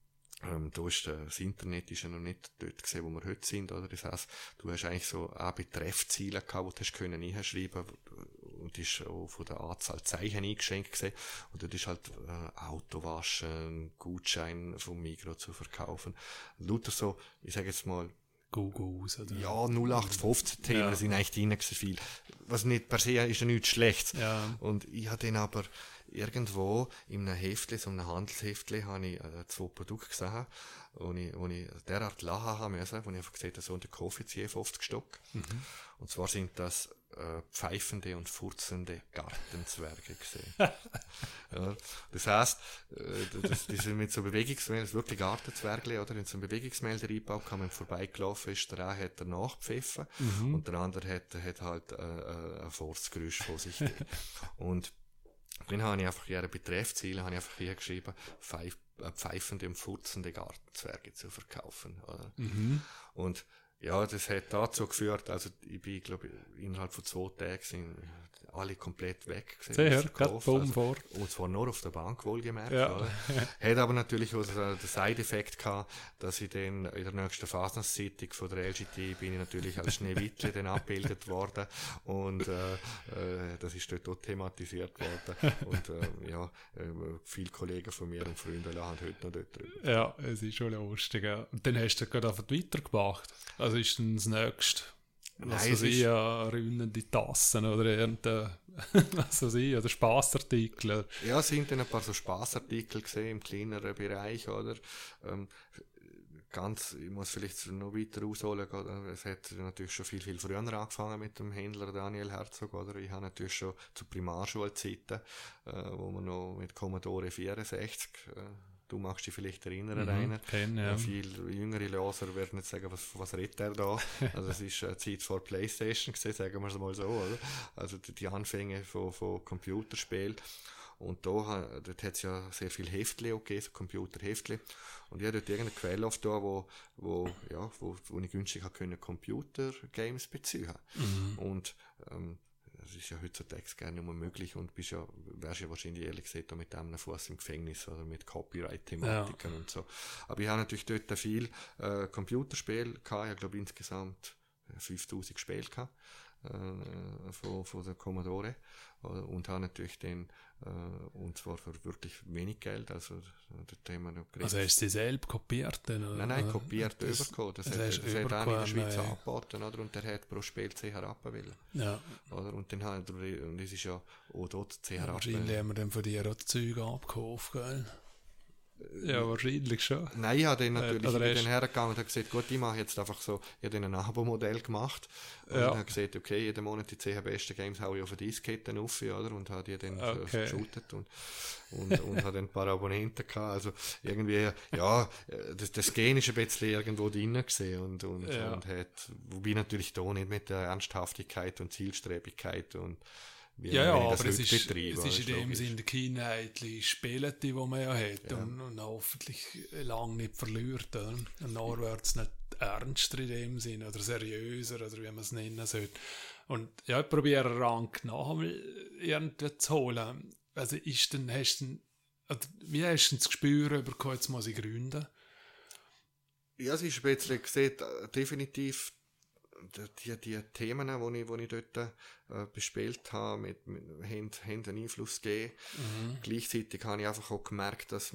das Internet ist ja noch nicht dort gesehen, wo wir heute sind, oder? Das heisst, du hast eigentlich so auch Betreffziele gehabt, die du hast können einschreiben und ist auch von der Anzahl Zeichen eingeschränkt gesehen. Und dort ist halt Autowaschen, Gutschein vom Migros zu verkaufen. Lauter so, ich sage jetzt mal, Go-Go's, oder? Ja, 0815 Themen sind eigentlich drin gewesen, viel. Was nicht per se ist ja nichts Schlechtes. Ja. Und ich habe dann aber irgendwo in einem Heftli, so einem Handelsheftli, habe ich 2 Produkte gesehen, wo ich derart lachen haben müssen, wo ich einfach gesehen habe, so der Coffee CF 50 Stück. Und zwar sind das pfeifende und furzende Gartenzwerge gesehen. Ja, das heisst, die sind mit so Bewegungsmelder, wirklich Gartenzwergle, oder? In so einem Bewegungsmelder eingebaut, kann man vorbeigelaufen ist, der eine hat er nachgepfiffen und der andere hat halt ein Furzgeräusch von sich gegeben. Und dann habe ich einfach ihre Betreffziele, habe ich einfach hier geschrieben, pfeifende und furzende Gartenzwerge zu verkaufen, oder? Und ja, das hat dazu geführt, also ich bin, glaube ich, innerhalb von 2 Tagen sind alle komplett weg gewesen. Sehr, gerade Baum vor. Und zwar nur auf der Bank, wohlgemerkt. Ja. Oder? Hat aber natürlich auch den Side-Effekt gehabt, dass ich dann in der nächsten Fasnachtssitzung von der LGT bin ich natürlich als Schneewittli dann abgebildet worden und das ist dort auch thematisiert worden und viele Kollegen von mir und Freunde lachen heute noch dort drüber. Ja, es ist schon lustig. Ja. Und dann hast du gerade einfach weitergemacht. Also ist dann das Nächste, was weiß ich, rünnende Tassen oder irgendein, was weiß ich, oder Spassartikel. Ja, es sind dann ein paar so Spassartikel gesehen im kleineren Bereich, oder? Ich muss vielleicht noch weiter ausholen, oder? Es hat natürlich schon viel früher angefangen mit dem Händler Daniel Herzog, oder? Ich habe natürlich schon zu Primarschulzeiten, wo man noch mit Commodore 64, du magst dich vielleicht erinnern, Rainer. Ja. Viele jüngere Leser werden jetzt sagen, was redet er da? Also es ist eine Zeit vor PlayStation gewesen, sagen wir es mal so, oder? Also die Anfänge von Computerspielen. Und dort hat es ja sehr viel Heftli gegeben, so Computerheftli. Und ich habe dort irgendeine Quelle aufgetan, wo ich günstig Computergames beziehen konnte. Und das ist ja heutzutage gerne nicht mehr möglich und wärst ja wahrscheinlich ehrlich gesagt auch mit einem Fuß im Gefängnis oder mit Copyright-Thematiken und so. Aber ich habe natürlich dort viel Computerspiele gehabt. Ich glaube insgesamt 5000 Spiele gehabt, von der Commodore. Und habe natürlich den, und zwar für wirklich wenig Geld, also das Thema noch geredet. Also hast du sie selbst kopiert? Oder? Nein, kopiert, übergekommen. Das hat einer in der Schweiz angeboten, oder? Und der hat pro Spiel 10 Rappen wollen. Ja. Oder? Und dann und das ist ja auch dort 10 Rappen. Wahrscheinlich haben wir dann von dir auch Zeug abgekauft, gell? Ja, wahrscheinlich schon. Nein, ich habe dann natürlich dann hergegangen und habe gesagt, gut, ich mache jetzt einfach so, ich habe dann ein Abo-Modell gemacht und habe gesagt, okay, jeden Monat die 10 besten Games haue ich auf eine Diskette auf, oder? Und habe die dann geshootet und habe dann ein paar Abonnenten gehabt. Also irgendwie, ja, das Gen ist ein bisschen irgendwo drin gewesen und hat, wobei natürlich da nicht mit der Ernsthaftigkeit und Zielstrebigkeit und aber es ist in dem Sinne der kindheitliche Spiele, die man ja hat und hoffentlich lange nicht verliert. Oder? Und dann wird es nicht ernster in dem Sinne oder seriöser oder wie man es nennen sollte. Und ja, ich probiere einen Rang nachher irgendwie zu holen. Also wie hast du das Gespür bekommen, jetzt muss ich gründen? Ja, es ist ein bisschen gesehen, definitiv die Themen, die ich dort bespielt habe, haben einen Einfluss gegeben. Gleichzeitig habe ich einfach auch gemerkt, dass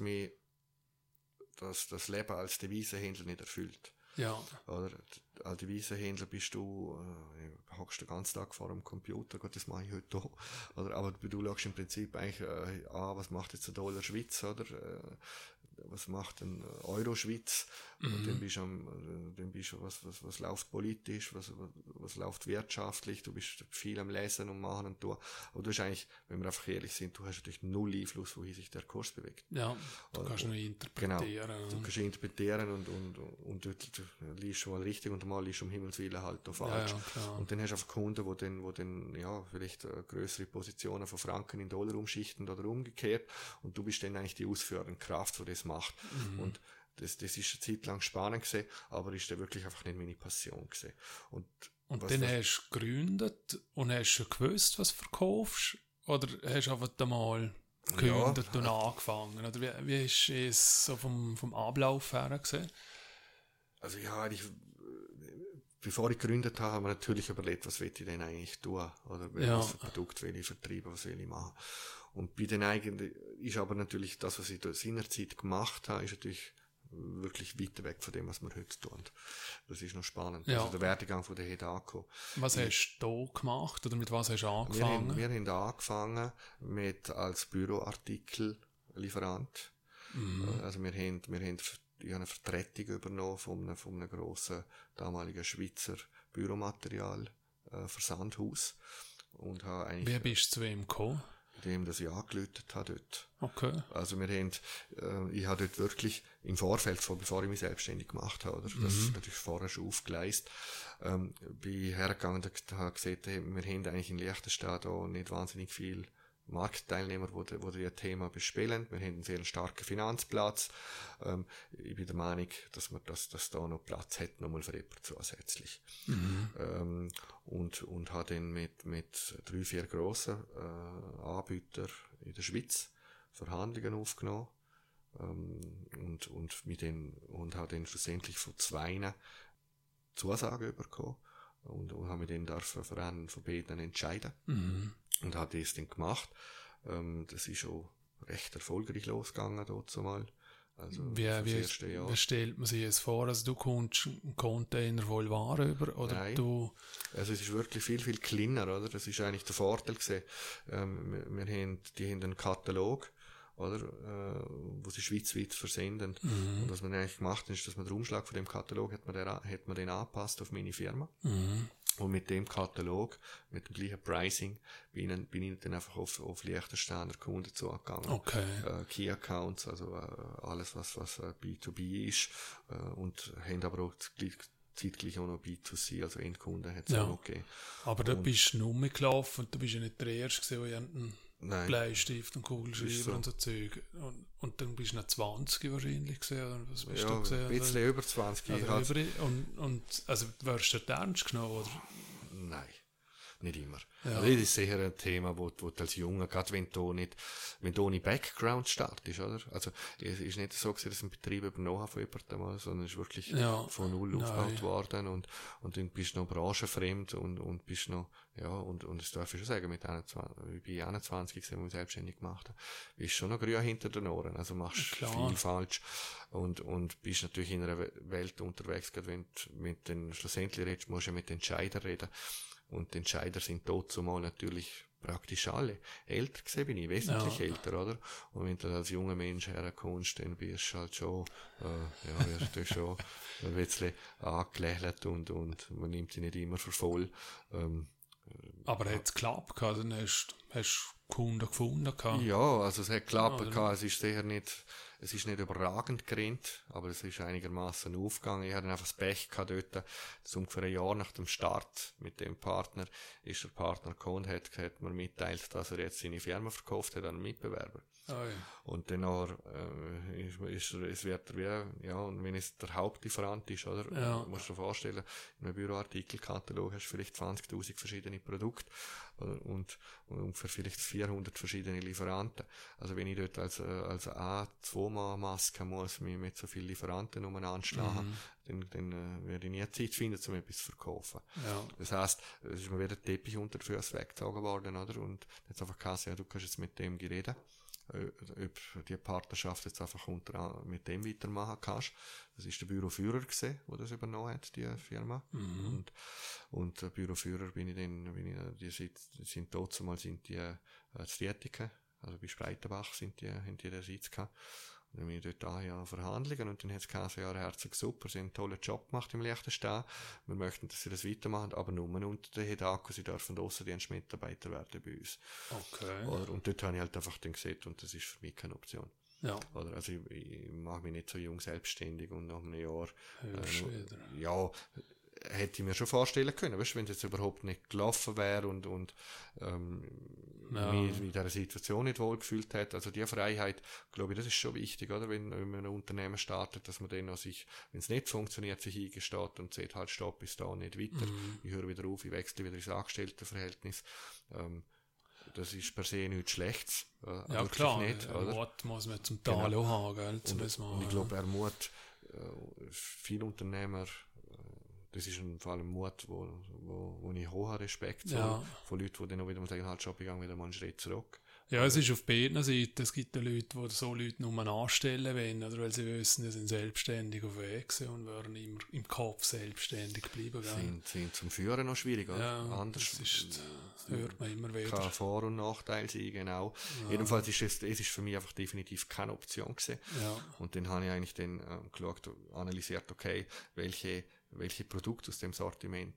das Leben als Devisenhändler nicht erfüllt. Ja. Oder als Devisenhändler bist du, hockst den ganzen Tag vor dem Computer, gut, das mache ich heute auch. Aber du schaust im Prinzip eigentlich was macht jetzt der Dollar Schweiz, oder? Was macht ein Euro-Schweiz? Und dann bist du, was läuft politisch, was läuft wirtschaftlich, du bist viel am Lesen und machen und tun. Aber du hast eigentlich, wenn wir einfach ehrlich sind, du hast natürlich null Einfluss, wohin sich der Kurs bewegt. Ja, du kannst nur interpretieren. Genau, du kannst interpretieren und du liest schon mal richtig und mal liest um Himmels Willen halt auch falsch. Ja, und dann hast du einfach Kunden, wo dann vielleicht größere Positionen von Franken in Dollar umschichten oder umgekehrt und du bist dann eigentlich die ausführende Kraft, die das macht. Und das ist eine Zeit lang spannend gewesen, aber ist dann wirklich einfach nicht meine Passion gewesen. Und dann hast du gegründet und hast schon gewusst, was du verkaufst? Oder hast du einfach einmal gegründet und angefangen? Oder wie ist es so vom Ablauf her gesehen? Also bevor ich gegründet habe, habe ich natürlich überlegt, was will ich denn eigentlich tun? Oder was für Produkt will ich vertreiben, was will ich machen? Und bei den eigenen ist aber natürlich das, was ich seinerzeit gemacht habe, ist natürlich wirklich weit weg von dem, was wir heute tun. Das ist noch spannend. Ja. Also der Werdegang von der Hedako. Was hast du da gemacht oder mit was hast du angefangen? Wir haben angefangen als Büroartikellieferant. Also ich habe eine Vertretung übernommen von einem grossen damaligen Schweizer Büromaterial Versandhaus. Und habe eigentlich... Wie bist du zu ihm gekommen? Indem, dass ich angelötet habe dort. Okay. Also ich habe dort wirklich im Vorfeld, bevor ich mich selbstständig gemacht habe, oder? Das ist natürlich vorher schon aufgeleistet, bin hergegangen und habe gesehen, wir haben eigentlich in Liechtenstein da nicht wahnsinnig viel Marktteilnehmer, die das Thema bespielen. Wir haben einen sehr starken Finanzplatz. Ich bin der Meinung, dass da noch Platz hat, nochmal für jemanden zusätzlich. Und habe dann mit 3-4 grossen Anbietern in der Schweiz Verhandlungen aufgenommen. Und habe dann schlussendlich von 2 Zusagen bekommen. Und habe mich dann für einen von beiden entscheiden. Und habe das dann gemacht. Das ist schon recht erfolgreich losgegangen dort zumal. Also wie stellt man sich es vor? Also du kommst einen Container voll Ware über? Oder Nein. Du... Also es ist wirklich viel, viel kleiner, oder? Das ist eigentlich der Vorteil gewesen. Die haben einen Katalog, oder? Wo sie schweizweit versenden. Und was man eigentlich gemacht hat, ist, dass man den Umschlag von dem Katalog hat man den angepasst auf meine Firma. Und mit dem Katalog, mit dem gleichen Pricing, bin ich dann einfach auf Liechtensteiner Kunden zugegangen. Okay. Key Accounts, also alles, was B2B ist, und haben aber auch zeitgleich auch noch B2C, also Endkunden hat es auch noch gegeben. Aber da bist du nur mitgelaufen und du bist ja nicht der Erste gewesen, Nein. Bleistift und Kugelschreiber So. und so Zeug. Und dann bist du noch 20 wahrscheinlich gesehen, oder was bist Ja, du gesehen? ein bisschen über 20. Also wirst du dort ernst genommen, oder? Nein, nicht immer. Ja. Also das ist sicher ein Thema, wo du als Junge, gerade wenn du ohne Background startest, oder? Also es ist nicht so, dass ich einen Betrieb übernommen habe von jemandem, sondern es ist wirklich von null aufgebaut worden und dann bist du noch branchenfremd und bist noch, ja, und das darf ich schon sagen, ich bin 21 gewesen, als ich selbstständig gemacht habe, bist schon noch grün hinter den Ohren, also machst viel falsch und bist natürlich in einer Welt unterwegs, gerade wenn du mit den schlussendlich redest, musst du ja mit den Entscheidern reden. Und die Entscheider sind dort zumal natürlich praktisch alle. Älter gesehen bin ich, wesentlich älter, oder? Und wenn du als junger Mensch herkommst, dann bist du halt schon, wirst du schon ein bisschen angelächelt und man nimmt dich nicht immer für voll. Aber hat es geklappt? Dann hast du Kunden gefunden? Ja, also es hat geklappt. Es ist sicher nicht, es ist nicht überragend gerannt, aber es ist einigermaßen aufgegangen. Ich hatte einfach das Pech gehabt dort, dass ungefähr ein Jahr nach dem Start mit dem Partner ist der Partner gekommen und hat mir mitteilt, dass er jetzt seine Firma verkauft hat an einen Mitbewerber. Oh ja. Und dann wird er wie, ja, und wenn es der Hauptlieferant ist, oder? Ja. Musst du dir vorstellen, in einem Büroartikelkatalog hast du vielleicht 20.000 verschiedene Produkte und ungefähr vielleicht 400 verschiedene Lieferanten. Also wenn ich dort als A2-Maske muss mich mit so vielen Lieferanten anschlagen, dann werde ich nie Zeit finden, um etwas zu verkaufen. Ja. Das heisst, es ist mir wieder der Teppich unter den Füßen weggezogen worden, oder? Und jetzt einfach gesagt, ja, du kannst jetzt mit dem reden, ob die Partnerschaft jetzt einfach mit dem weitermachen kannst. Das ist der Büroführer gewesen, der das übernommen hat, die Firma. Und der Büroführer sind dort zumal sind die Städtiken, also bei Spreitenbach haben die den Sitz gehabt. Und dann bin ich dort an Verhandlungen und dann hat es gesagt, ja, herzlich super, sie haben einen tollen Job gemacht im Liechtenstein. Wir möchten, dass sie das weitermachen, aber nur unter den Hedaku, sie dürfen Aussendienstmitarbeiter werden bei uns. Okay. Und dort habe ich halt einfach dann gesehen und das ist für mich keine Option. Ja. Oder, also ich mache mich nicht so jung selbstständig und nach einem Jahr, hätte ich mir schon vorstellen können, weißt, wenn es jetzt überhaupt nicht gelaufen wäre und mich in dieser Situation nicht wohlgefühlt hat. Also die Freiheit, glaube ich, das ist schon wichtig, oder? Wenn man ein Unternehmen startet, dass man dann auch sich, wenn es nicht funktioniert, sich eingesteht und sagt, halt, stopp, bis da nicht weiter. Ich höre wieder auf, ich wechsle wieder ins Angestelltenverhältnis. Das ist per se nichts Schlechtes. Ja, klar. Nicht, oder? Mut muss man zum Teil auch haben, gell? Und ich glaube, viele Unternehmer, das ist vor allem Mut, wo ich hohen Respekt von Leuten, die dann auch wieder mal sagen, halt, schon begangen wieder mal einen Schritt zurück. Ja, es ist auf beiden Seiten. Es gibt ja Leute, die so Leute nur anstellen wollen, oder weil sie wissen, sie sind selbstständig auf Weg und werden immer im Kopf selbstständig bleiben. Sind zum Führen noch schwierig, oder? Ja, anders das hört man immer wieder. Kann Vor- und Nachteil sein, genau. Ja. Jedenfalls ist es für mich einfach definitiv keine Option gewesen. Ja. Und dann habe ich eigentlich dann analysiert, okay, welche Produkte aus dem Sortiment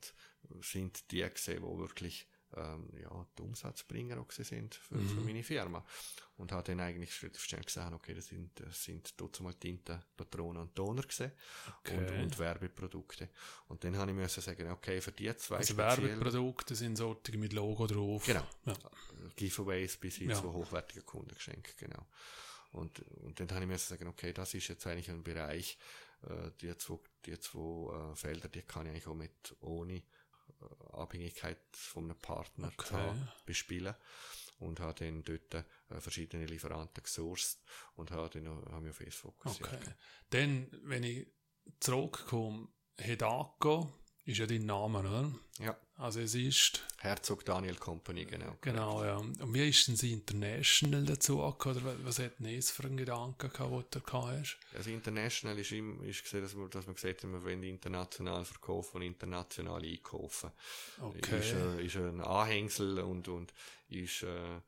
sind die gesehen, die wirklich die Umsatzbringer auch sind für meine Firma. Und habe dann eigentlich Schritt auf Schritt gesagt, okay, das sind dort mal Tinten, Patronen und Toner gesehen und Werbeprodukte. Und dann habe ich müssen sagen, okay, für die zwei also Werbeprodukte sind solche mit Logo drauf. Genau. Ja. Giveaways bis hin zu hochwertigen Kundengeschenken, genau. Und dann habe ich müssen sagen, okay, das ist jetzt eigentlich ein Bereich, die zwei Felder, die kann ich eigentlich auch mit ohne Abhängigkeit von einem Partner bespielen. Und habe dann dort verschiedene Lieferanten gesourced und habe mich auf es fokussiert. Okay. Dann, wenn ich zurückkomme, Hedaco ist ja dein Name, oder? Ja. Also es ist... Herzog Daniel Company, genau. Genau, ja. Und wie ist denn das International dazu angekommen? Oder was hat denn es für einen Gedanken gehabt, den du gehabt hast? Das International ist gesehen, dass man gesagt hat, wir wollen international verkaufen und international einkaufen. Okay. Ist ein Anhängsel und ist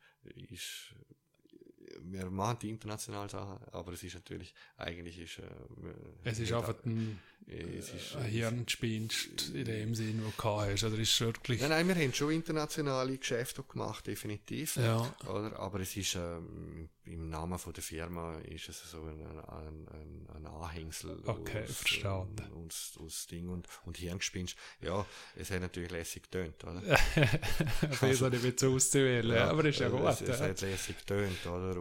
wir machen die internationalen Sachen, aber es ist natürlich, es ist einfach ein Hirnspinst in dem Sinn, wo du gehabt hast, oder ist wirklich... Nein, wir haben schon internationale Geschäfte gemacht, definitiv, ja. Oder? Aber es ist, im Namen von der Firma ist es so ein Anhängsel. Okay, verstanden. Aus Ding und Hirngespinst. Ja, es hat natürlich lässig getönt, oder? Das ist nicht mehr zu auszuwählen, ja, aber ist ja gut. Es hat lässig getönt, oder?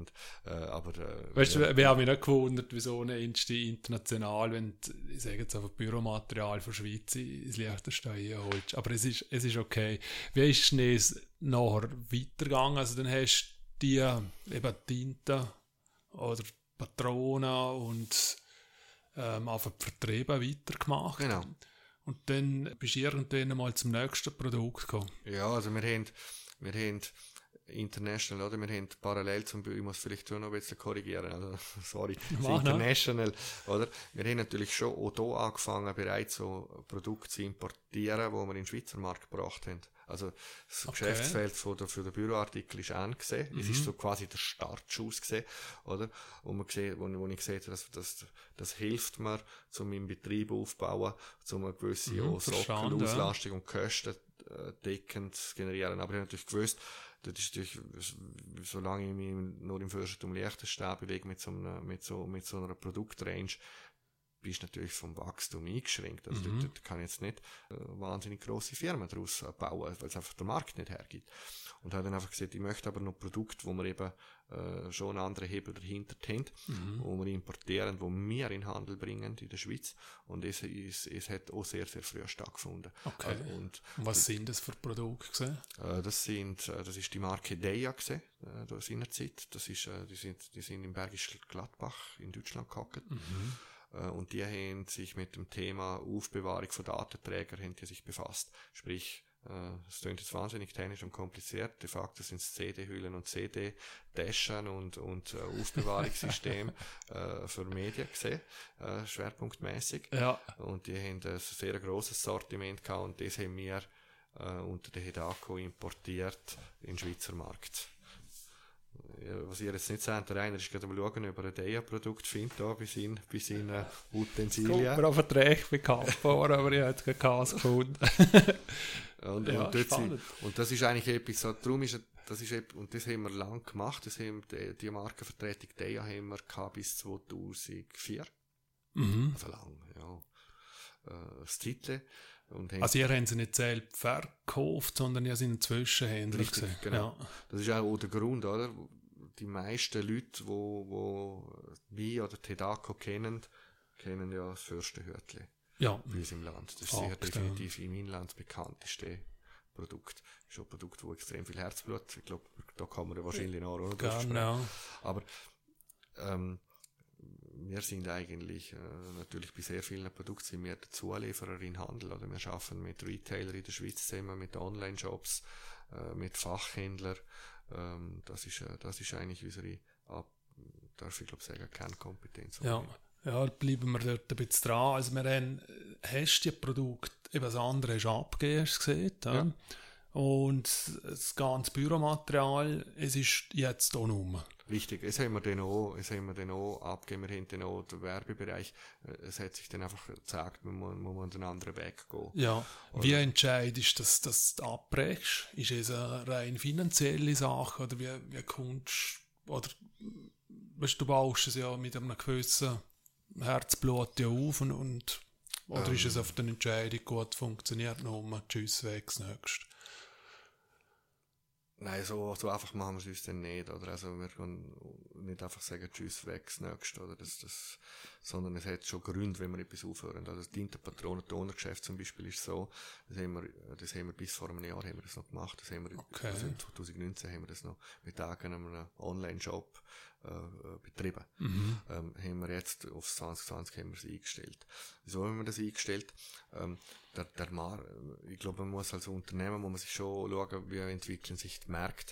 Aber weißt du, wir haben mich nicht gewundert, wieso eine international, wenn ich sage jetzt einfach Büromaterial von der Schweiz ins Liechtenstein holst. Aber es ist okay. Wie ist es nachher weitergegangen? Also dann hast du die eben Tinten oder Patronen und einfach Vertriebe weitergemacht. Genau. Und dann bist du irgendwann mal zum nächsten Produkt gekommen. Ja, also wir haben International, oder? Wir haben parallel ich muss vielleicht schon noch ein bisschen korrigieren, also, sorry, International, oder? Wir haben natürlich schon auch hier angefangen, bereits so Produkte zu importieren, die wir in den Schweizer Markt gebracht haben. Also, das Geschäftsfeld für den Büroartikel ist angesehen. Es ist so quasi der Startschuss gesehen, oder? Wo ich gesehen habe, das hilft mir, um meinen Betrieb aufzubauen, um eine gewisse Sockelauslastung und Kosten deckend zu generieren. Aber ich habe natürlich gewusst, das ist natürlich, solange ich mich nur im Fürstentum Liechtenstein bewege mit so einer Produktrange, bist du natürlich vom Wachstum eingeschränkt. Also dort kann ich jetzt nicht wahnsinnig grosse Firmen daraus bauen, weil es einfach der Markt nicht hergibt. Und habe dann einfach gesagt, ich möchte aber noch Produkte, wo wir eben schon andere Hebel dahinter haben, wo wir importieren, wo wir in den Handel bringen in der Schweiz. Und es hat auch sehr, sehr früh stattgefunden. Okay. Und was sind das für Produkte? Das ist die Marke Deja gesehen, da seinerzeit. Die sind im Bergischen Gladbach in Deutschland gehackt. Und die haben sich mit dem Thema Aufbewahrung von Datenträgern haben die sich befasst. Sprich, es klingt jetzt wahnsinnig technisch und kompliziert. De facto sind es CD-Hüllen und CD-Taschen und Aufbewahrungssystem für Medien gesehen, schwerpunktmäßig. Ja. Und die haben ein sehr grosses Sortiment gehabt und das haben wir unter der Hedaco importiert in den Schweizer Markt. Was ihr jetzt nicht seht, der Rainer ist gerade mal schauen, ob er ein Deja-Produkt findet, da bei seinen Utensilien. Guck mir auf den Dreck bekannt vor, aber ich habe keinen Kass gefunden. und das ist eigentlich etwas, so, darum ist und das haben wir lang gemacht, die Markenvertretung Deja haben wir gehabt bis 2004. Also lang, ja. Das Titel. Also ihr habt sie nicht selbst verkauft, sondern ihr seid ein Zwischenhändler gesehen. Genau. Ja. Das ist auch der Grund, oder? Die meisten Leute, die mich oder die Hedaco kennen ja das Fürstenhütli. Ja. Bei uns im Land. Das ist sicher definitiv im Inland das bekannteste Produkt. Das ist ein Produkt, das extrem viel Herzblut. Ich glaube, da kann man wahrscheinlich noch drüber sprechen. Ja. Aber wir sind eigentlich natürlich bei sehr vielen Produkten sind wir der Zulieferer in Handel. Oder wir arbeiten mit Retailern in der Schweiz zusammen, mit Online-Shops, mit Fachhändlern. Das ist eigentlich unsere, darf ich glaube sagen, Kernkompetenz. Ja, bleiben wir dort ein bisschen dran. Also hast du die Produkte, eben das andere ist abgegeben, hast du gesehen. Ja. Und das ganze Büromaterial, es ist jetzt auch rum. Richtig, es haben wir dann auch abgegeben, wir haben dann auch den Werbebereich, es hat sich dann einfach gezeigt, man muss einen anderen Weg gehen. Ja, wie entscheidest du, dass du abbrechst? Ist es eine rein finanzielle Sache oder wie kommst oder weißt, du baust es ja mit einem gewissen Herzblut ja auf und oder ist es auf der Entscheidung gut funktioniert, noch tschüss, weg, das nächste? Nein, so einfach machen wir es uns dann nicht, oder? Also, wir können nicht einfach sagen, tschüss, weg, das nächste, oder? Sondern es hat schon Gründe, wenn wir etwas aufhören. Also, das Tintenpatronen-Tonergeschäft zum Beispiel ist so, das haben wir bis vor einem Jahr haben wir das noch gemacht, also in 2019 haben wir das noch mit einem Online-Shop, betrieben. Haben wir jetzt auf 2020 haben wir es eingestellt. Wieso haben wir das eingestellt? Ich glaube, man muss als Unternehmen, muss man sich schon schauen, wie entwickeln sich die Märkte,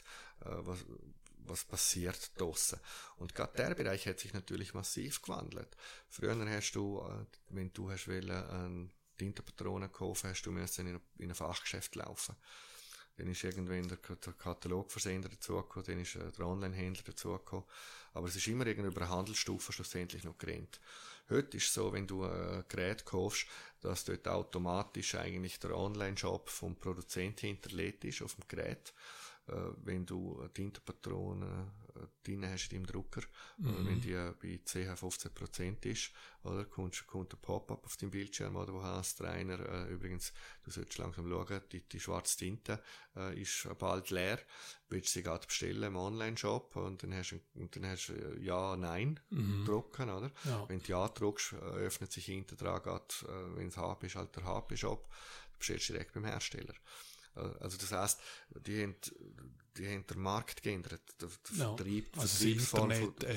was passiert draussen. Und gerade der Bereich hat sich natürlich massiv gewandelt. Früher hast du, wenn du hast eine Tintenpatronen kaufen, hast du müssen in ein Fachgeschäft laufen. Dann ist irgendwann der Katalogversender dazugekommen, dann ist der Online-Händler dazugekommen. Aber es ist immer über eine Handelsstufe schlussendlich noch gerannt. Heute ist es so, wenn du ein Gerät kaufst, dass dort automatisch eigentlich der Online-Shop vom Produzenten hinterlegt ist auf dem Gerät. Wenn du Tintenpatronen drin hast in deinem Drucker, wenn die bei 10-15% ist, oder, kommt ein Pop-up auf deinem Bildschirm, oder, wo heißt der einer, übrigens, du solltest langsam schauen, die schwarze Tinte ist bald leer, willst du sie gerade bestellen im Online-Shop, und dann hast du Ja, Nein drucken, oder? Ja. Wenn du Ja druckst, öffnet sich hinten dran gerade, wenn es HP ist, halt der HP-Shop, du bestellst direkt beim Hersteller. Also das heisst, die haben den Markt geändert. Der Vertriebsform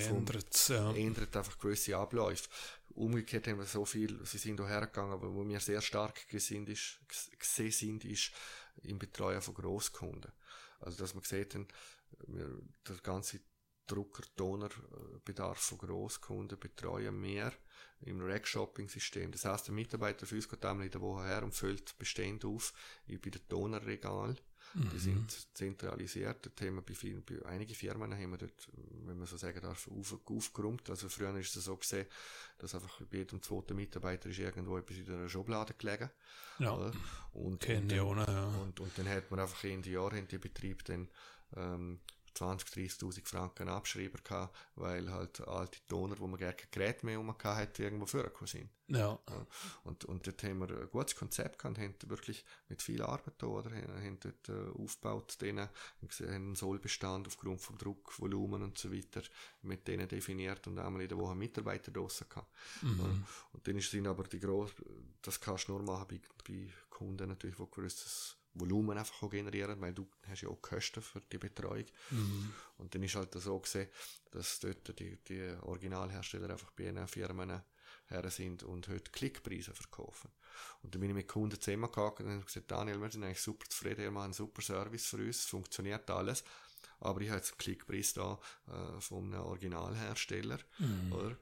ändert einfach gewisse Abläufe. Umgekehrt haben wir so viel, sie sind auch hergegangen, aber wo wir sehr stark gesehen sind, ist im Betreuen von Grosskunden. Also dass man sieht, der ganze Drucker-Toner-Bedarf von Grosskunden betreuen wir im Rack-Shopping-System. Das heisst, der Mitarbeiter für uns geht einmal in der Woche her und füllt Bestände auf bei den Tonerregal. Die sind zentralisiert. Dort haben wir bei einigen Firmen haben wir dort, wenn man so sagen darf, aufgeräumt. Also früher ist es so gesehen, dass einfach bei jedem zweiten Mitarbeiter ist irgendwo etwas in einer Schublade gelegen. Ja. Oder? Und dann hat man einfach in die Jahre in die Betrieb dann 20.000-30.000 Franken Abschreiber gehabt, weil halt alte Toner, wo man gar kein Gerät mehr hat, irgendwo vorgekommen sind. Ja. Und dort haben wir ein gutes Konzept gehabt, haben wirklich mit viel Arbeit da, oder? Haben dort aufgebaut, haben einen Sollbestand aufgrund vom Druckvolumen und so weiter mit denen definiert und einmal in der Woche Mitarbeiter draussen gehabt. Und dann sind aber das kannst du nur machen bei Kunden natürlich, die gewisses Volumen einfach auch generieren, weil du hast ja auch Kosten für die Betreuung. Und dann ist halt so gesehen, dass dort die Originalhersteller einfach bei ihren Firmen her sind und heute Klickpreise verkaufen. Und dann bin ich mit Kunden zusammengegangen und habe gesagt, Daniel, wir sind eigentlich super zufrieden, ihr macht einen super Service für uns, es funktioniert alles, aber ich habe jetzt einen Klickpreis da von einem Originalhersteller, oder,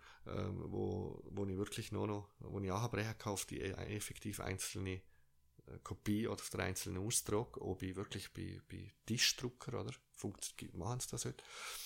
wo ich wirklich wo ich anbrechen kann auf die effektiv einzelne Kopie oder auf den einzelnen Ausdruck, auch wirklich bei Tischdrucker, oder? Machen sie das heute?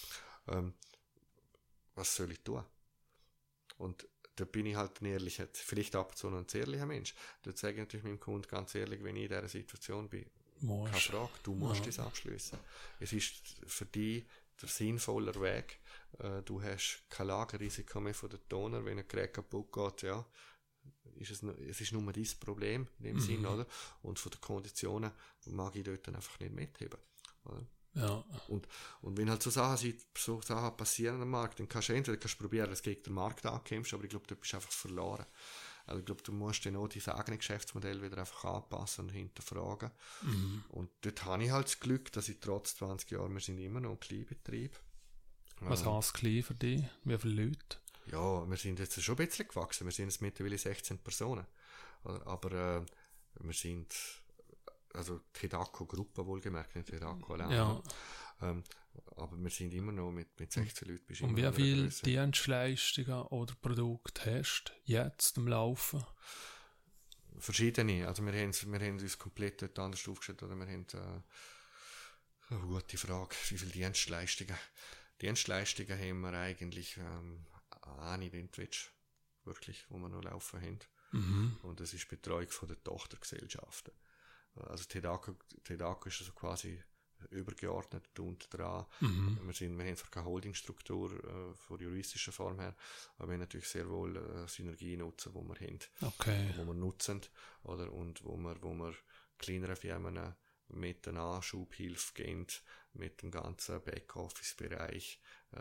Was soll ich tun? Und da bin ich halt vielleicht ab und zu noch ein ehrlicher Mensch. Da sage ich natürlich meinem Kunden ganz ehrlich, wenn ich in dieser Situation bin, keine Frage, du musst das abschliessen. Es ist für dich der sinnvoller Weg. Du hast kein Lagerrisiko mehr von den Toner, wenn ein Gerät kaputt geht, ja. Es ist nur dein Problem in dem Sinn, oder? Und von den Konditionen mag ich dort dann einfach nicht mitheben, oder? Ja. Und wenn halt so Sachen passieren am Markt, dann kannst du probieren, dass du gegen den Markt ankämpfst, aber ich glaube, du bist einfach verloren. Also ich glaube, du musst dann auch dein eigenes Geschäftsmodell wieder einfach anpassen und hinterfragen. Und dort habe ich halt das Glück, dass ich trotz 20 Jahren, wir sind immer noch ein Kleinbetrieb. Was heißt klein für dich? Wie viele Leute? Ja, wir sind jetzt schon ein bisschen gewachsen. Wir sind jetzt mittlerweile 16 Personen. Aber wir sind, also die Hidaco-Gruppe wohlgemerkt, nicht Hidaco allein. Ja. Aber wir sind immer noch mit 16 Leuten. Und wie viele Dienstleistungen oder Produkte hast du jetzt am Laufen? Verschiedene. Also wir haben uns komplett dort anders aufgestellt. Oder wir haben, gute Frage, wie viele Dienstleistungen? Dienstleistungen haben wir eigentlich eine Eventwitch, wirklich, wo wir noch laufen haben. Und das ist die Betreuung von der Tochtergesellschaften. Also TEDACO ist also quasi übergeordnet unter dran. Wir haben zwar keine Holdingstruktur von juristischer Form her, aber wir haben natürlich sehr wohl Synergien nutzen, wo wir haben, wo wir nutzen, oder, und wo wir kleinere Firmen mit der Nachschubhilfe gehen, mit dem ganzen Backoffice-Bereich,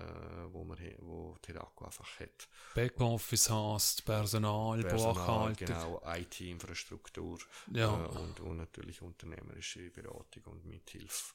wo TEDACO einfach hat. Backoffice heisst Personal, Buchhaltung. Genau, IT-Infrastruktur und natürlich unternehmerische Beratung und Mithilfe.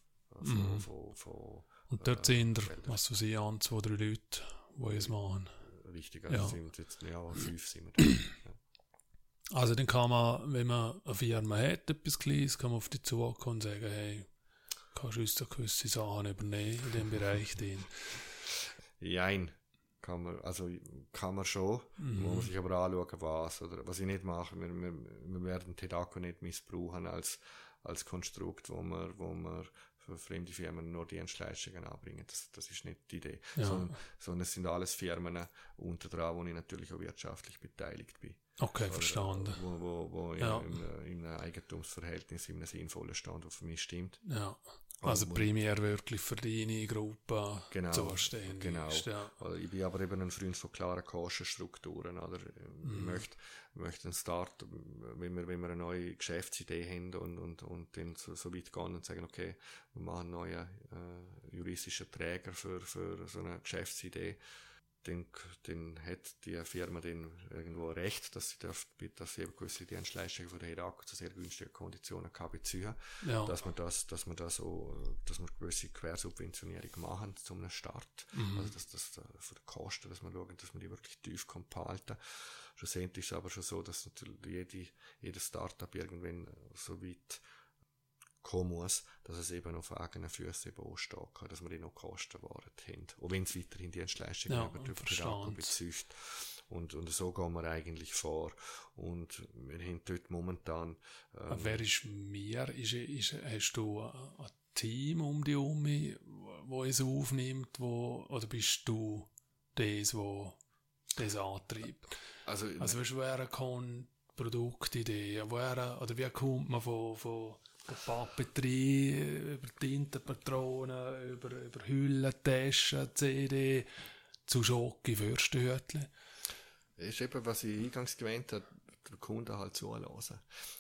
Und dort sind was weiß ich, 1, 2, 3 Leute, die es machen. Richtig, also sind jetzt 5 sind wir da. Ja. Also dann kann man, wenn man eine Firma hat, etwas Kleines, kann man auf die zukommen und sagen, hey, kannst du uns da gewisse Sachen übernehmen in diesem Bereich drin? Nein, kann man schon, muss man sich aber anschauen, was ich nicht mache. Wir werden TEDACO nicht missbrauchen als Konstrukt, wo wir für fremde Firmen nur Dienstleistungen anbringen. Das ist nicht die Idee. Sondern es sind alles Firmen unter dran, wo ich natürlich auch wirtschaftlich beteiligt bin. Okay, verstanden. Wo in einem Eigentumsverhältnis in einem sinnvollen Stand, der für mich stimmt. Ja. Also primär wirklich für deine Gruppe zuständig. Genau. Ja. Ich bin aber eben ein Freund von klaren Kostenstrukturen. Oder? Ich möchte einen Start, wenn wir eine neue Geschäftsidee haben und dann so weit gehen und sagen, okay, wir machen einen neuen juristischen Träger für so eine Geschäftsidee, dann hat die Firma dann irgendwo recht, dass sie eben gewisse Dienstleistungen von der TEDACO zu sehr günstigen Konditionen beziehen, dass wir gewisse Quersubventionierung machen zu einem Start. Also dass von den Kosten, dass wir schauen, dass wir die wirklich tief behalten. Schlussendlich ist es aber schon so, dass natürlich jeder Startup irgendwann so weit kommen muss, dass es eben auf eigenen Füßen eben stehen kann, dass wir die noch Kostenwaren haben. Auch wenn es weiterhin Dienstleistungen über TEDACO bezieht. Und so gehen wir eigentlich vor. Und wir haben dort momentan... wer ist mir? Hast du ein Team um dich herum, das es aufnimmt, oder bist du das antreibt? Also wer kann Produktideen, oder wie kommt man von Papeterie, über Tintenpatronen, über Hüllen, Taschen, CD, zu Schoki, Würstehütchen. Das ist eben, was ich eingangs gewähnt habe, den Kunden halt zulassen.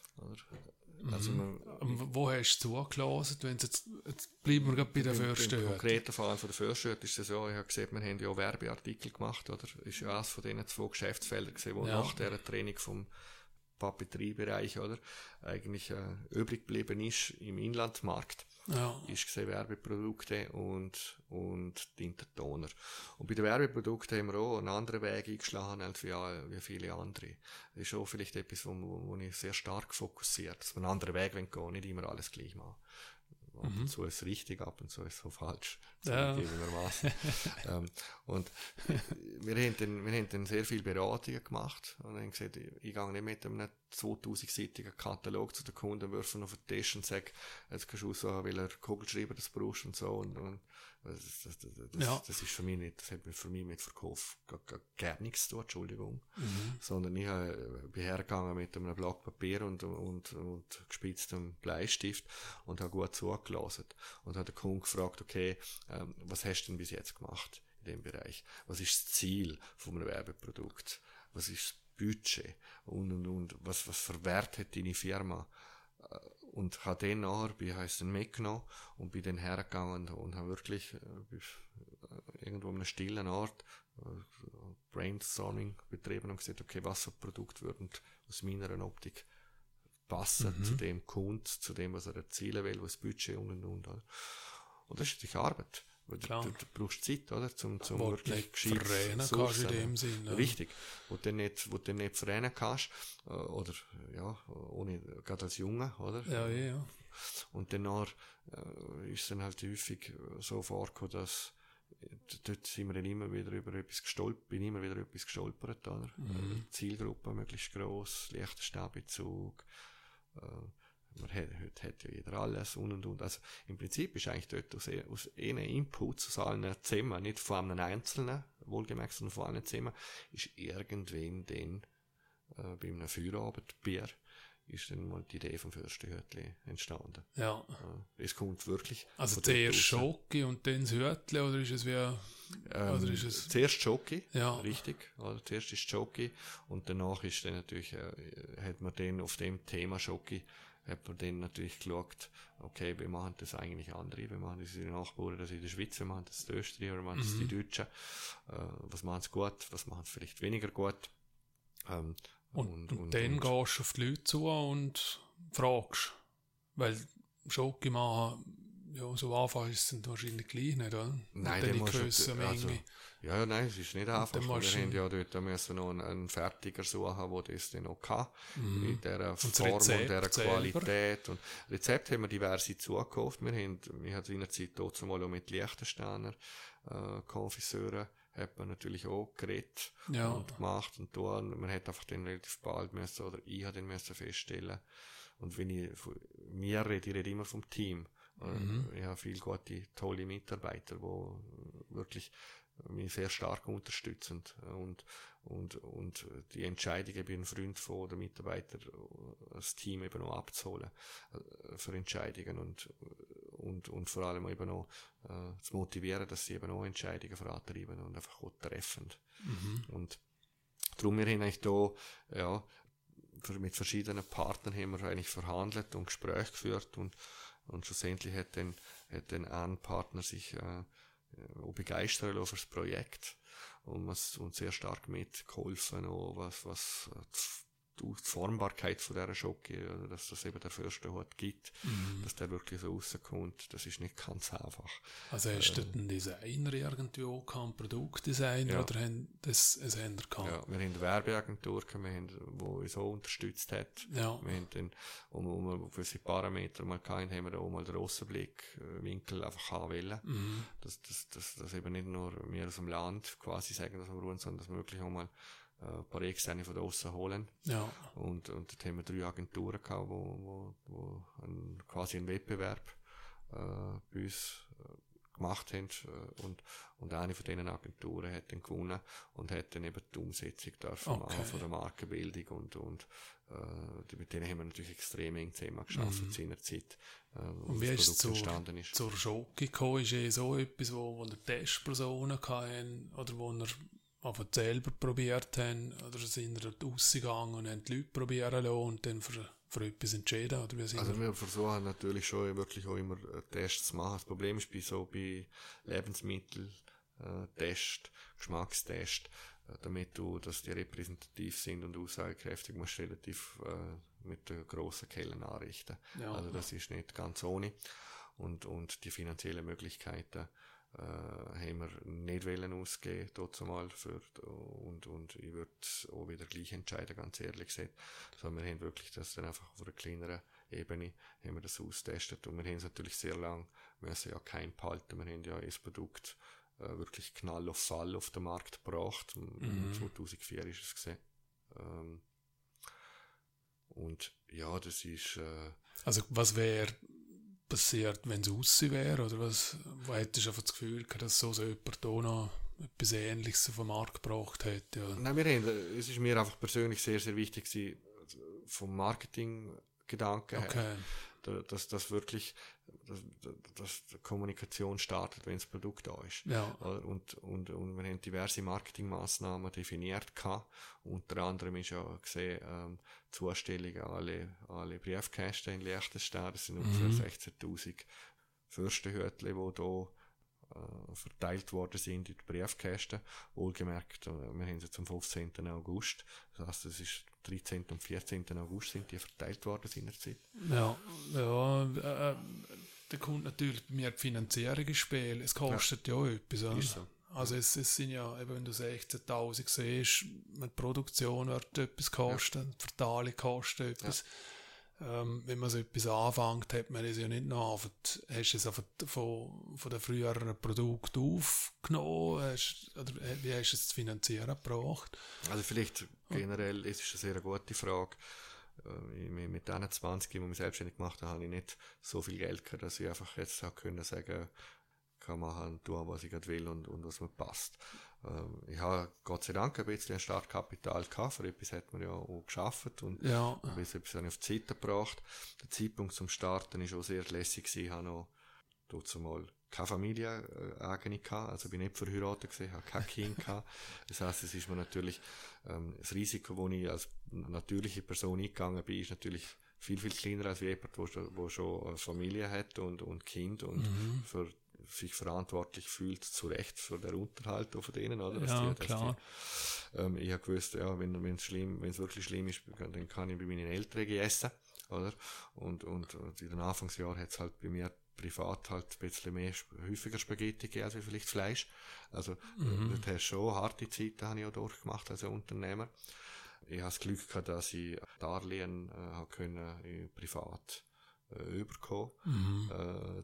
Also wo hast du zugelassen? Jetzt bleiben wir gerade bei der Würstehütte. Im konkreten Fall von der Würstehütte ist es so, ich habe gesehen, wir haben ja Werbeartikel gemacht, oder? Ist ja eines von diesen 2 Geschäftsfeldern gesehen, wo nach dieser Training vom Papeteriebereich, oder? Eigentlich übrig geblieben ist im Inlandsmarkt. Ist gesehen Werbeprodukte und Tintentoner. Und bei den Werbeprodukten haben wir auch einen anderen Weg eingeschlagen als wie viele andere. Das ist auch vielleicht etwas, wo ich sehr stark fokussiert, dass wir einen anderen Weg gehen, nicht immer alles gleich machen. Ab und zu ist es richtig, ab und zu ist es so falsch. Und wir haben dann sehr viele Beratungen gemacht und haben gesagt, ich gehe nicht mit einem 2000-seitigen Katalog zu den Kunden, werfen auf den Tisch und sage, jetzt kannst du aussuchen, welcher Kugelschreiber das brauchst und so. Und das ist für mich nicht, das hat für mich mit Verkauf gar nichts zu tun, Entschuldigung. Sondern ich bin hergegangen mit einem Block Papier und gespitztem Bleistift und habe gut zugelassen. Und habe den Kunden gefragt, okay, was hast du denn bis jetzt gemacht in dem Bereich? Was ist das Ziel von einem Werbeprodukt? Was ist das Budget? Und was für Wert hat deine Firma? Und habe dann nachher mitgenommen und bin dann hergegangen und habe wirklich irgendwo an einem stillen Ort Brainstorming betrieben und gesagt, okay, was für Produkte würden aus meiner Optik passen zu dem Kunden, zu dem, was er erzielen will, was Budget und. Und das ist die Arbeit. Du brauchst Zeit, oder? Zum wirklich gescheit verrennen kannst in dem Sinn. Richtig. Wo du nicht verrennen kannst, oder, ohne, gerade als Junge, oder? Ja. Und danach, ist es dann halt häufig so vorgekommen, dass, dort sind wir dann immer wieder über etwas gestolpert, oder? Zielgruppe möglichst gross, leichter Stabezug, heute hat ja jeder alles und. Also im Prinzip ist eigentlich dort aus einem Inputs, aus allen zusammen, nicht von einem Einzelnen, wohlgemerkt, sondern von allen zusammen, ist irgendwann dann bei einem Feierabendbier ist dann mal die Idee vom Fürstenhütli entstanden. Ja. Es kommt wirklich. Also zuerst Schoki und dann das Hütli, oder ist es wie... oder ist es zuerst Schoki, ja. Richtig. Oder zuerst ist Schoki und danach ist dann natürlich, hat man dann auf dem Thema Schoki, hat man dann natürlich geschaut, okay, wir machen das eigentlich andere, wir machen das in den Nachbarn, das in der Schweiz, wir machen das in Österreich, wir machen das die Deutschen, was machen sie gut, was machen sie vielleicht weniger gut. Und dann gehst du auf die Leute zu und fragst. Weil Schoki machen, ja, so einfach ist es wahrscheinlich gleich nicht, oder? Nein, dann musst nein, es ist nicht einfach. Wir haben ja dort müssen noch einen Fertiger suchen, der das dann auch kann. In dieser Form und dieser Qualität. Und Rezept haben wir diverse zugekauft. Wir haben seinerzeit dort mal auch mit Liechtensteiner Konfiseuren hat man natürlich auch geredet und gemacht und tun. Man hat einfach dann relativ bald müssen, oder ich habe dann müssen feststellen. Und wenn ich rede immer vom Team. Ich habe viele gute, tolle Mitarbeiter, die wirklich mich sehr stark unterstützen und die Entscheidungen bei einem Freund von der Mitarbeiter, das Team eben auch abzuholen für Entscheidungen und vor allem eben auch zu motivieren, dass sie eben auch Entscheidungen vorantreiben und einfach auch treffen. Und darum, wir haben eigentlich da, mit verschiedenen Partnern haben wir eigentlich verhandelt und Gespräche geführt und schlussendlich hat dann ein Partner sich auch begeistern lassen für das Projekt und sehr stark mitgeholfen, auch was die Formbarkeit von dieser Schoki, dass das eben der Fürstenhut gibt, dass der wirklich so rauskommt, das ist nicht ganz einfach. Also hast du einen Designer irgendwo gehabt, einen Produktdesigner, oder haben das ein Händler gehabt? Ja, wir haben eine Werbeagentur gehabt, die uns auch unterstützt hat. Ja. Wir haben dann, um wir gewisse Parameter mal gehabt, haben wir auch mal den Aussenblickwinkel einfach haben wollen. Dass eben nicht nur wir aus dem Land quasi sagen, dass wir ruhen, sondern dass wir wirklich auch mal ein paar Externe von außen holen. Ja. Und dort haben wir 3 Agenturen gehabt, wo quasi einen Wettbewerb bei uns gemacht haben. Und eine von diesen Agenturen hat dann gewonnen und hat dann eben die Umsetzung machen von der Markenbildung und mit denen haben wir natürlich extrem eng zusammen geschafft seinerzeit. Und wie ist es zur Schoki gekommen? Ist so etwas, wo ihr Testpersonen hatten oder wo ihr einfach selber probiert haben, oder sind wir dort rausgegangen und haben die Leute probieren lassen und dann für etwas entschieden? Oder wie sind wir versuchen natürlich schon wirklich auch immer Tests zu machen. Das Problem ist bei Lebensmitteln, Test, Geschmackstest, dass die repräsentativ sind und aussagekräftig, musst du relativ mit den grossen Kellen anrichten. Ja. Also das ist nicht ganz ohne. Und die finanziellen Möglichkeiten haben wir nicht ausgeben dazu mal und ich würde auch wieder gleich entscheiden, ganz ehrlich gesagt. Sondern wir haben wirklich das dann einfach auf einer kleineren Ebene haben wir das austestet und wir haben es natürlich sehr lang müssen ja kein behalten. Wir haben ja das Produkt wirklich knall auf Fall auf den Markt gebracht. 2004 ist es gesehen. Und ja, das ist also was wäre passiert, wenn es aussehen wäre? Oder wo hättest du einfach das Gefühl gehabt, dass so jemand da noch etwas Ähnliches auf den Markt gebracht hätte? Ja. Nein, es ist mir einfach persönlich sehr, sehr wichtig gewesen, vom Marketinggedanken her, dass das wirklich, dass die Kommunikation startet, wenn das Produkt da ist. Ja. Und wir haben diverse Marketingmaßnahmen definiert gehabt. Unter anderem ist ja gesehen, Zustellungen alle Briefkästen in Liechtenstein, das sind ungefähr 16.000 Fürstenhütli, die da verteilt worden sind in die Briefkästen. Wohlgemerkt, wir haben sie zum 15. August. Das heisst, es ist 13. und 14. August sind die verteilt worden in der Zeit. Ja, da kommt natürlich bei mir die Finanzierung ins Spiel. Es kostet ja auch etwas. Ist so. Also es sind ja, eben wenn du 16.000 siehst, die Produktion wird etwas kosten, die Verteilung kostet etwas. Ja. Wenn man so etwas anfängt, hat man es ja nicht noch hast du es einfach von den früheren Produkten aufgenommen, oder wie hast du es zu finanzieren gebracht? Also vielleicht generell, es ist eine sehr gute Frage. mit 21, wo ich mich selbstständig gemacht habe, habe ich nicht so viel Geld gehabt, dass ich einfach jetzt können sagen, kann machen, tun, was ich gerade will und was mir passt. Ich habe Gott sei Dank ein bisschen ein Startkapital gehabt, für etwas hat man ja auch geschafft und bis etwas habe ich auf die Zeit gebracht. Der Zeitpunkt zum Starten ist auch sehr lässig gewesen. Ich habe noch zumal keine Familie eigene gehabt, also bin nicht verheiratet gewesen, habe kein Kind gehabt. Das heisst, es ist mir natürlich, das Risiko, das ich als natürliche Person eingegangen bin, ist natürlich viel, viel kleiner als jemand, der schon eine Familie hat und Kind und für sich verantwortlich fühlt, zu Recht für den Unterhalt von denen, oder? Klar. Ich habe gewusst, ja, wenn es wirklich schlimm ist, dann kann ich bei meinen Eltern essen, oder? Und in den Anfangsjahren hat es halt bei mir privat halt ein bisschen häufiger Spaghetti gegeben, als vielleicht Fleisch. Also, das hast schon harte Zeiten, habe ich auch durchgemacht als Unternehmer. Ich habe das Glück gehabt, dass ich Darlehen privat überkommen,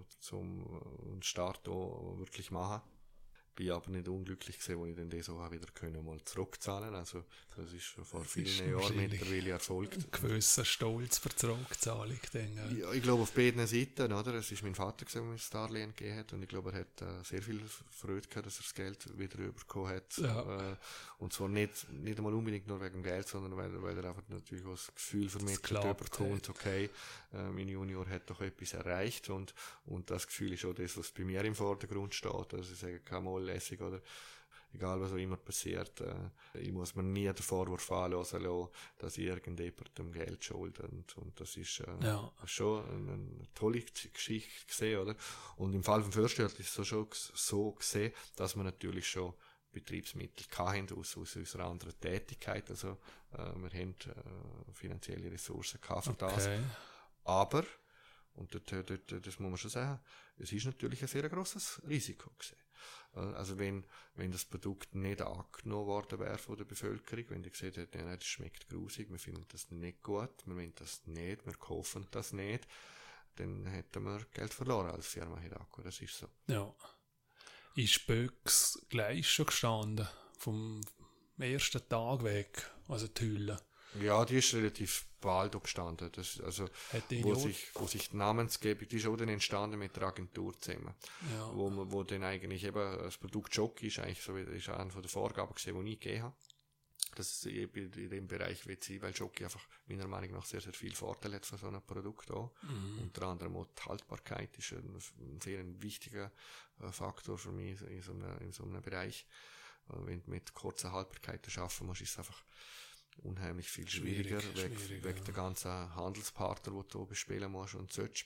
zum Start auch wirklich machen. Bin aber nicht unglücklich gewesen, wo ich dann das auch wieder können mal zurückzahlen. Also, das ist schon vor vielen Jahren mittlerweile erfolgt. Ein gewisser Stolz für die Zurückzahlung, denke ich. Ja, ich glaube auf beiden Seiten, oder? Es ist mein Vater gewesen, der mir das Darlehen gegeben hat, und ich glaube, er hat sehr viel Freude gehabt, dass er das Geld wieder überkommen hat. Ja. Und zwar nicht einmal unbedingt nur wegen dem Geld, sondern weil er einfach natürlich auch das Gefühl vermittelt überkommt, okay, mein Junior hat doch etwas erreicht, und das Gefühl ist auch das, was bei mir im Vordergrund steht. Also ich sage, kein Mal lässig, oder egal was auch immer passiert, ich muss mir nie den Vorwurf anlassen lassen, dass ich irgendjemandem Geld schulde, und das ist schon eine tolle Geschichte gesehen, oder? Und im Fall vom Fürsten ist es schon so gesehen, dass wir natürlich schon Betriebsmittel hatten aus unserer anderen Tätigkeit, also wir haben finanzielle Ressourcen gehabt für das, aber, und das muss man schon sagen, es ist natürlich ein sehr grosses Risiko gewesen. Also wenn das Produkt nicht angenommen worden wäre von der Bevölkerung, wenn die gesagt hätten, das schmeckt grusig, wir finden das nicht gut, wir wollen das nicht, wir kaufen das nicht, dann hätten wir Geld verloren als Firma Hidako, das ist so. Ja. Ist Böcks gleich schon gestanden, vom ersten Tag weg, also die Hülle? Ja, die ist relativ bald auch gestanden. Das, also, wo sich die Namensgebung, die ist auch dann entstanden mit der Agentur zusammen. Ja. Wo dann eigentlich eben das Produkt Jockey ist eigentlich so, ist eine von der Vorgaben gewesen, die ich gegeben habe. Das ist eben in dem Bereich WC, weil Jockey einfach meiner Meinung nach sehr, sehr viel Vorteil hat von so einem Produkt auch. Unter anderem auch die Haltbarkeit ist ein sehr wichtiger Faktor für mich in so einem Bereich. Wenn du mit kurzer Haltbarkeit arbeiten musst, ist es einfach unheimlich viel schwieriger wegen der ganzen Handelspartner, die du bespielen musst und sollst.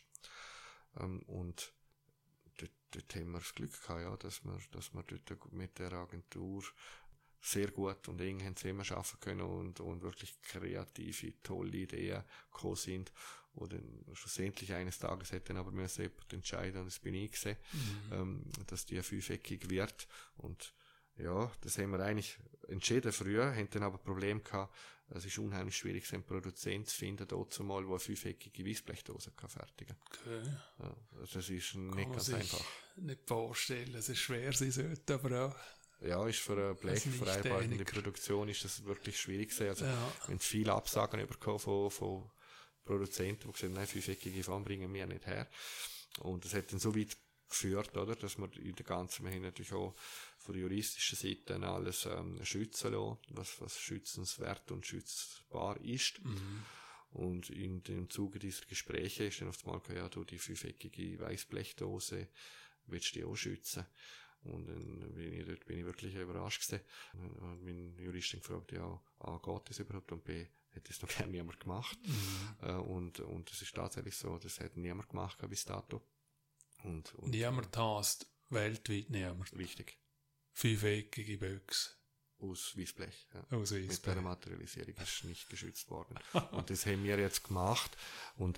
Und dort haben wir das Glück gehabt, ja, dass wir dort mit der Agentur sehr gut und eng haben zusammenarbeiten können und wirklich kreative, tolle Ideen gekommen sind. Und dann schlussendlich eines Tages hätte dann aber müssen jemand entscheiden, und das bin ich gewesen, dass die fünfeckig wird. Und ja, das haben wir eigentlich entschieden früher, haben dann aber Problem gehabt, es ist unheimlich schwierig, einen Produzenten zu finden, dort zumal, wo eine fünfeckige Weissblechdose fertigen kann. Okay. Ja, das ist nicht ganz einfach. Nicht vorstellen, es ist schwer sein sollte, aber auch. Ja, ist für eine blechverarbeitende Produktion ist das wirklich schwierig gewesen. Also, wenn es viele Absagen bekommen von Produzenten, die gesagt, nein, fünfeckige Form bringen wir nicht her. Und das hat dann so weit geführt, oder, dass wir in der ganzen, wir haben natürlich auch von der juristischen Seite alles schützen lassen, was schützenswert und schützbar ist. Und in dem Zuge dieser Gespräche ist dann auf einmal gesagt, ja, du, die fünfeckige Weissblechdose, willst du die auch schützen? Und dann bin ich wirklich überrascht gewesen. Und mein Jurist gefragt, ja, A, geht das überhaupt, und B, hat das noch gar niemand gemacht. Und es ist tatsächlich so, das hat niemand gemacht bis dato. Und niemand heißt weltweit niemand. Richtig. Fünfeckige Böcks. Aus Weissblech. Ja. Aus Weissblech. Mit der Materialisierung ist nicht geschützt worden. Und das haben wir jetzt gemacht. Und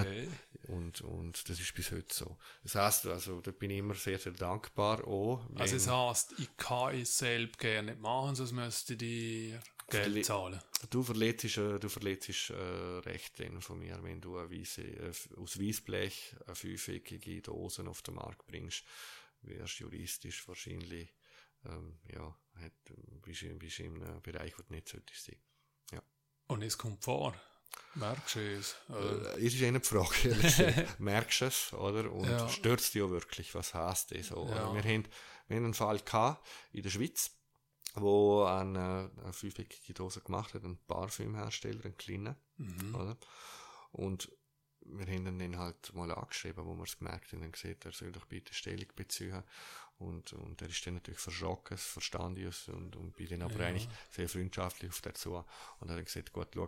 das ist bis heute so. Das heisst, also, da bin ich immer sehr, sehr dankbar auch. Also, es heisst, ich kann es selbst gerne nicht machen, sonst müsste ich Geld zahlen. Du verletzt Rechte von mir, wenn du aus Weissblech eine fünfeckige Dosen auf den Markt bringst, wärst juristisch wahrscheinlich, bist in einem Bereich, wo du nicht solltest sein. Ja. Und es kommt vor, Merkst du es? Ist eine Frage, ehrlich gesagt. Merkst du es, oder? Und stört es dich auch wirklich? Was heisst das so? Ja. Wir haben einen Fall gehabt in der Schweiz, wo eine 5-eckige Dose gemacht hat, ein Parfümhersteller, ein kleiner, oder? Und wir haben ihn halt mal angeschrieben, wo wir es gemerkt haben, und gesehen, er soll doch bitte Stellung beziehen. Und er ist dann natürlich verschrocken, das verstand ich, und bin dann aber eigentlich sehr freundschaftlich auf der zu. Und er hat gesagt, gut, schau,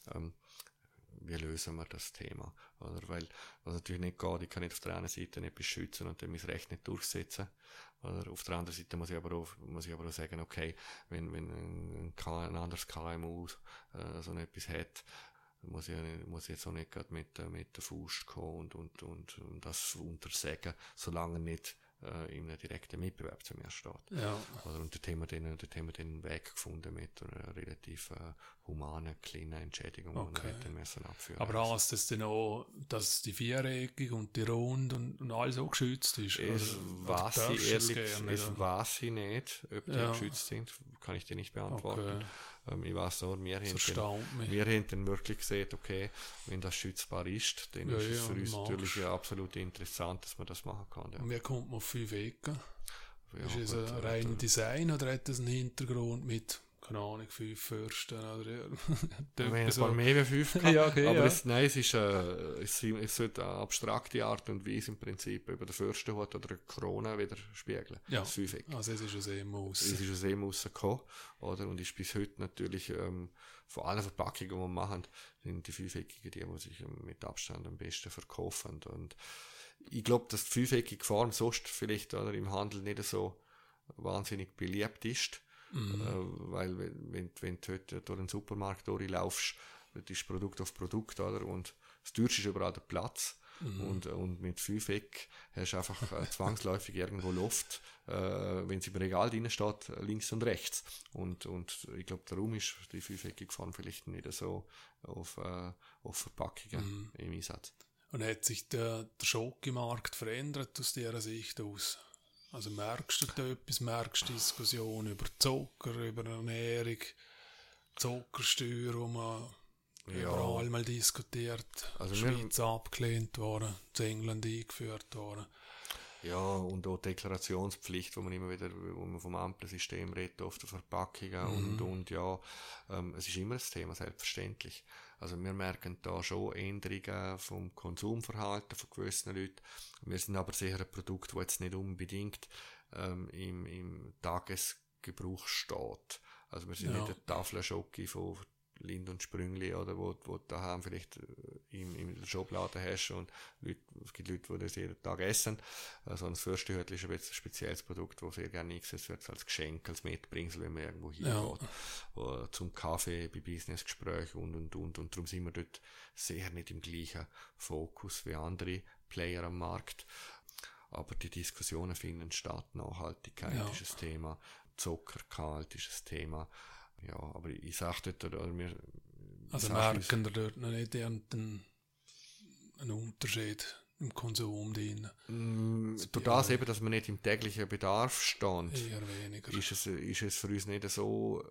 wie lösen wir das Thema? Oder? Weil, was natürlich nicht geht, ich kann nicht auf der einen Seite etwas schützen und dann mein Recht nicht durchsetzen. Oder? Auf der anderen Seite muss ich aber auch sagen, okay, wenn ein anderes KMU so etwas hat, muss ich jetzt auch nicht gerade mit der Faust kommen und das untersagen, solange er nicht in einem direkten Mitbewerb zu mir steht. Ja. Oder, und da haben wir den einen Weg gefunden mit einer relativ humanen, kleinen Entschädigung, die wir dann müssen abführen. Aber heißt das denn auch, dass die viereckig und die rund und alles auch geschützt ist? Es weiß ich nicht, ob die geschützt sind, kann ich dir nicht beantworten. Okay. Ich weiß nur, wir haben dann wirklich gesehen, okay, wenn das schützbar ist, dann ist es für uns natürlich absolut interessant, dass man das machen kann. Ja. Und wie kommt man auf 5 Ecken? Ist es ein rein Design oder hat das einen Hintergrund mit, keine Ahnung, 5 Fürsten? Oder wir haben ein paar mehr wie 5 gehabt, aber es sollte eine abstrakte Art und Weise im Prinzip über den Fürstenhut oder eine Krone wieder spiegeln. Ja, das 5-Eck. Also es ist aus dem raus. Es ist aus dem rausgekommen, oder? Und ist bis heute natürlich von allen Verpackungen, die wir machen, sind die 5-eckigen die sich mit Abstand am besten verkaufen. Und ich glaube, dass die 5-eckige Form sonst vielleicht oder im Handel nicht so wahnsinnig beliebt ist. Weil wenn du heute durch den Supermarkt durchlaufst, ist Produkt auf Produkt, oder? Und das teuerste ist überall der Platz. Und mit 5-Eck hast du einfach zwangsläufig irgendwo Luft, wenn sie im Regal drin steht, links und rechts. Und ich glaube, darum ist die 5-eckige Form vielleicht nicht so auf Verpackungen im Einsatz. Und hat sich der Schokomarkt verändert aus dieser Sicht aus? Also merkst du da etwas, merkst du Diskussionen über Zucker, über Ernährung, Zuckersteuer, wo man überall mal diskutiert, also Schweiz abgelehnt worden, zu England eingeführt worden. Ja, und auch die Deklarationspflicht, wo man vom Ampelsystem redet, auf der Verpackungen und es ist immer ein Thema, selbstverständlich. Also wir merken da schon Änderungen vom Konsumverhalten von gewissen Leuten. Wir sind aber sicher ein Produkt, das jetzt nicht unbedingt im Tagesgebrauch steht. Also wir sind nicht eine Tafel Schoki von Lind und Sprüngli, oder wo du daheim vielleicht in der Schublade hast und es gibt Leute, die das jeden Tag essen. Also ein Fürstenhütli ist ein spezielles Produkt, das sehr gerne eingesetzt wird als Geschenk, als Mitbringsel, wenn man irgendwo hingeht. Zum Kaffee, bei Businessgesprächen und. Und darum sind wir dort sehr nicht im gleichen Fokus wie andere Player am Markt. Aber die Diskussionen finden statt. Nachhaltigkeit ist ein Thema, Zuckergehalt ist ein Thema. Ja, aber ich sage dort, oder wir... Also merken wir dort noch nicht einen Unterschied im Konsum drin? Durch das eben, dass wir nicht im täglichen Bedarf stehen, eher weniger. Ist es für uns nicht so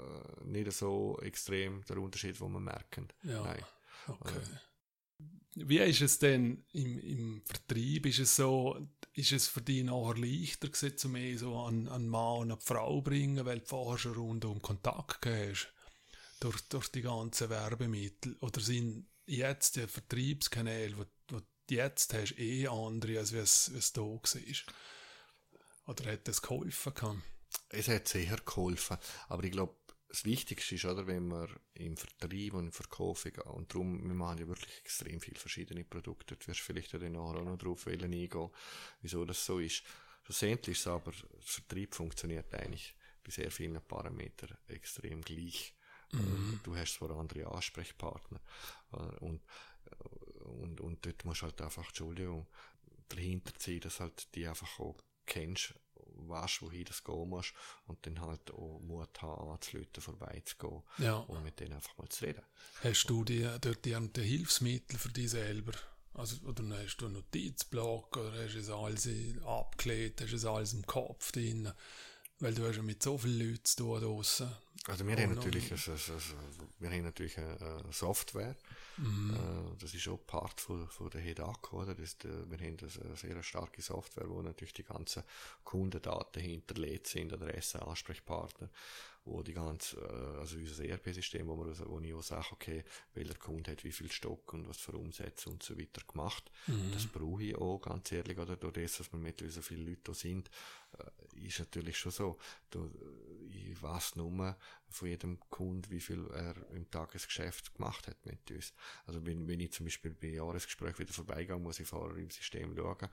extrem der Unterschied, den wir merken. Ja, nein. Okay. Wie ist es denn im Vertrieb? Ist es für dich nachher leichter gewesen, zu mehr so an Mann und an Frau bringen, weil du vorher schon rundum Kontakt hast durch die ganzen Werbemittel? Oder sind jetzt die Vertriebskanäle, die du jetzt hast, andere, als wie es da war? Oder hat das geholfen? Es hat sicher geholfen, aber ich glaube, das Wichtigste ist, oder, wenn wir im Vertrieb und im Verkauf gehen, und darum, wir machen ja wirklich extrem viele verschiedene Produkte, du wirst vielleicht dann nachher auch noch drauf eingehen, wieso das so ist. Schlussendlich ist es aber, der Vertrieb funktioniert eigentlich bei sehr vielen Parametern extrem gleich. Du hast zwar andere Ansprechpartner, und dort musst du halt einfach, dahinter ziehen, dass halt die einfach auch kennst, weißt, wohin das gehen musst, und dann halt auch Mut haben, an die Leute vorbeizugehen und mit denen einfach mal zu reden. Hast du dort die Hilfsmittel für dich selber? Also, oder hast du einen Notizblock, oder hast du es alles abgelegt, hast du es alles im Kopf drin? Weil du hast ja mit so vielen Leuten zu tun draussen. Also wir haben natürlich eine Software. Das ist auch Part von der HEDAC, oder? Wir haben eine sehr starke Software, wo natürlich die ganzen Kundendaten hinterlegt sind, Adresse, Ansprechpartner, wo die ganze, also unser ERP-System, wo ich auch sage, okay, welcher Kunde hat wie viel Stock und was für Umsätze und so weiter gemacht. Das brauche ich auch, ganz ehrlich, oder? Durch das, dass wir mittlerweile so viele Leute da sind, ist natürlich schon so. Ich weiss nur von jedem Kunden, wie viel er im Tagesgeschäft gemacht hat mit uns. Also wenn ich zum Beispiel bei Jahresgespräch wieder vorbeigehe, muss ich vorher im System schauen,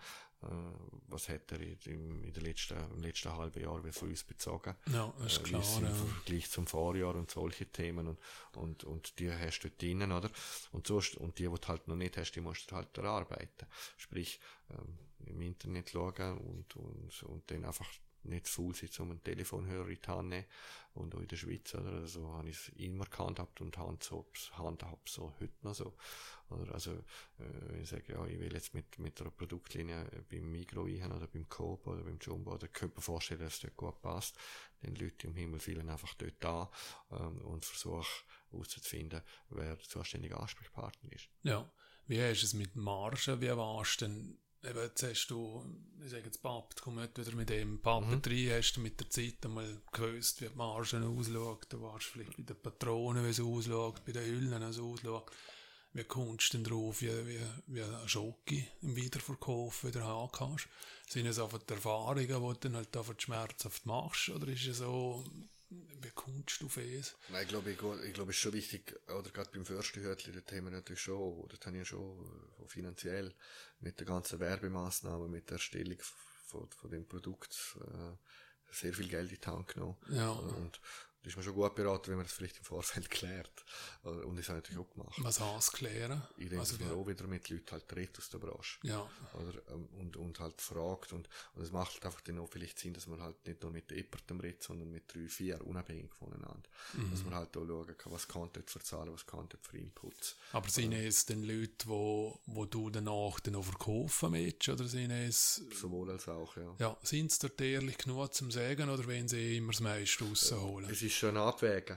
was hat er im letzten halben Jahr von uns bezogen. Ja, das ist klar. Im Vergleich zum Vorjahr und solche Themen und die hast du dort drinnen, oder? Und die du halt noch nicht hast, die musst du halt erarbeiten. Sprich, im Internet schauen und dann einfach nicht faul sein, um einen Telefonhörer in die Hand nehmen. Und auch in der Schweiz, oder? Also, habe ich es immer gehandhabt und handhab so heute noch so. Oder? Also, wenn ich sage, ja, ich will jetzt mit einer Produktlinie beim Migros einhaben oder beim Coop oder beim Jumbo, oder könnte mir vorstellen, dass es dort gut passt. Dann Leute im Himmel fielen einfach dort an, und versuche herauszufinden, wer der zuständige Ansprechpartner ist. Ja. Wie hast du es mit Margen? Wie warst du denn? Eben, jetzt hast du, ich sage jetzt Papp, komm nicht wieder mit dem Pappbetrieb, hast du mit der Zeit einmal gewusst, wie die Margen ausschaut, da warst du vielleicht bei den Patronen, wie es ausschaut, bei den Hüllen, wie es ausschaut. Wie kommst du denn drauf, wie ein Schoki im Wiederverkauf wieder haben kannst? Sind es einfach die Erfahrungen, die du dann halt einfach schmerzhaft machst, oder ist es so, wie kommst du auf es? Nein, ich glaube, es ist schon wichtig, oder gerade beim Försterhütli, das Thema natürlich schon, das habe ich schon finanziell mit der ganzen Werbemaßnahmen, mit der Erstellung von dem Produkt, sehr viel Geld in die Hand genommen. Ja. Und das ist mir schon gut beraten, wenn man das vielleicht im Vorfeld klärt. Und das habe ich natürlich auch gemacht. Was heißt klären? Ich denke, dass man auch wieder mit Leuten halt redet aus der Branche. Ja. Oder, und halt fragt. Und es macht halt einfach dann auch vielleicht Sinn, dass man halt nicht nur mit jemandem redet, sondern mit 3, 4, unabhängig voneinander. Dass man halt auch schauen kann, was kann dort für Zahlen, was kann dort für Inputs. Aber sind es denn Leute, wo du danach dann auch verkaufen willst, oder sind es... Sowohl als auch, ja. Ja, sind sie dort ehrlich genug zum Sagen, oder wollen sie immer das meiste rausholen? Es ist ein Abwägen.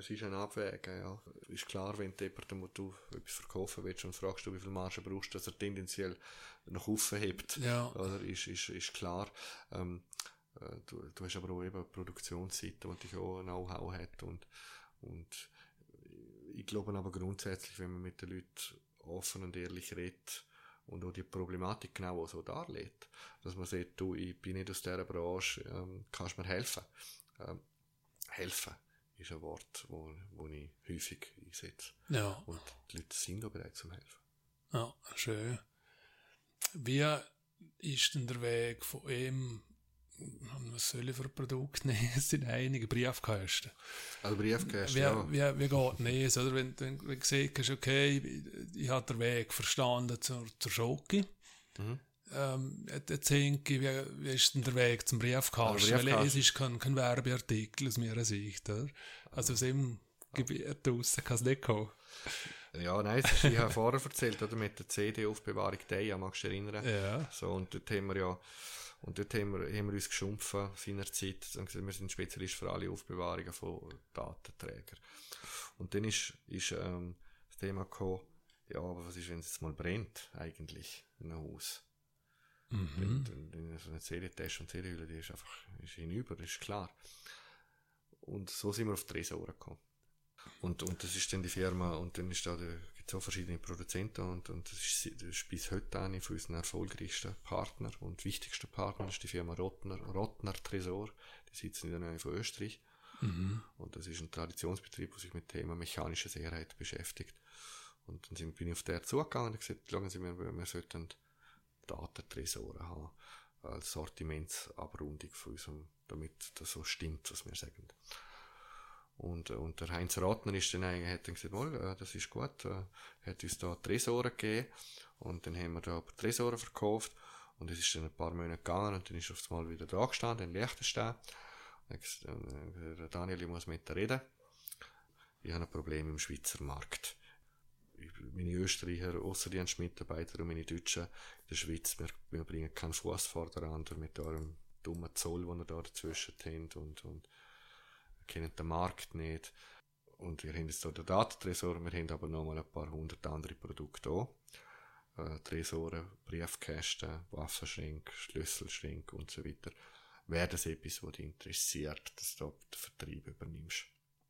Ja. Es ist klar, wenn jemandem, wo du etwas verkaufen willst und fragst du, wie viel Marge brauchst du, dass er tendenziell noch aufhebt, ja. Oder? Ist klar. Du hast aber auch eben eine Produktionsseite, die dich auch Know-how hat und ich glaube aber grundsätzlich, wenn man mit den Leuten offen und ehrlich redet und auch die Problematik genau so darlegt, dass man sagt, du, ich bin nicht aus dieser Branche, kannst mir helfen. Helfen ist ein Wort, wo ich häufig einsetze. Ja. Und die Leute sind auch bereit zum helfen. Ja, schön. Wie ist denn der Weg von ihm, was soll ich für ein Produkt nehmen? Es sind einige Briefkästen. Also Briefkästen, ja. Wie geht denn das? Oder wenn du gesagt hast, okay, ich habe den Weg verstanden zur Schoki. Jetzt denke ich, wie ist denn der Weg zum Briefkasten? Weil es ist kein Werbeartikel aus meiner Sicht, oder? Also aus dem Gebiet draussen kann es nicht kommen. Ja, nein, ich habe vorher erzählt, oder, mit der CD-Aufbewahrung DEA, magst du dich erinnern? Ja. So, und dort haben wir uns geschumpfen seinerzeit, wir sind Spezialist für alle Aufbewahrungen von Datenträgern. Und dann ist das Thema gekommen, ja, aber was ist, wenn es jetzt mal brennt, eigentlich, in einem Haus? So eine CD-Tasche und CD-Hülle, die ist hinüber, das ist klar. Und so sind wir auf die Tresoren gekommen. Und das ist dann die Firma, und dann gibt es auch verschiedene Produzenten, und das ist bis heute eine von unseren erfolgreichsten Partner und wichtigsten Partner, das ist die Firma Rottner Tresor, die sitzen in der Nähe von Österreich. Und das ist ein Traditionsbetrieb, der sich mit dem Thema mechanische Sicherheit beschäftigt. Und dann bin ich auf der zugegangen und gesagt, schauen Sie, wir sollten Datentresoren haben, als Sortimentsabrundung von unserem, damit das so stimmt, was wir sagen. Und der Heinz Rottner ist dann eigentlich, hat dann gesagt, das ist gut, hat uns da Tresoren gegeben, und dann haben wir da Tresoren verkauft, und es ist dann ein paar Monate gegangen, und dann ist auf einmal wieder da gestanden, in Liechtenstein. Daniel, ich muss mit dir reden. Ich habe ein Problem im Schweizer Markt. Meine Österreicher, Aussendienstmitarbeiter und meine Deutschen in der Schweiz, wir bringen keinen Fuß vor der anderen mit eurem dummen Zoll, den wir da dazwischen haben und kennen den Markt nicht. Und wir haben jetzt hier den Datentresor, wir haben aber noch mal ein paar hundert andere Produkte auch. Tresoren, Briefkästen, Waffenschränke, Schlüsselschränke und so weiter. Wäre das etwas, was dich interessiert, dass du den Vertrieb übernimmst?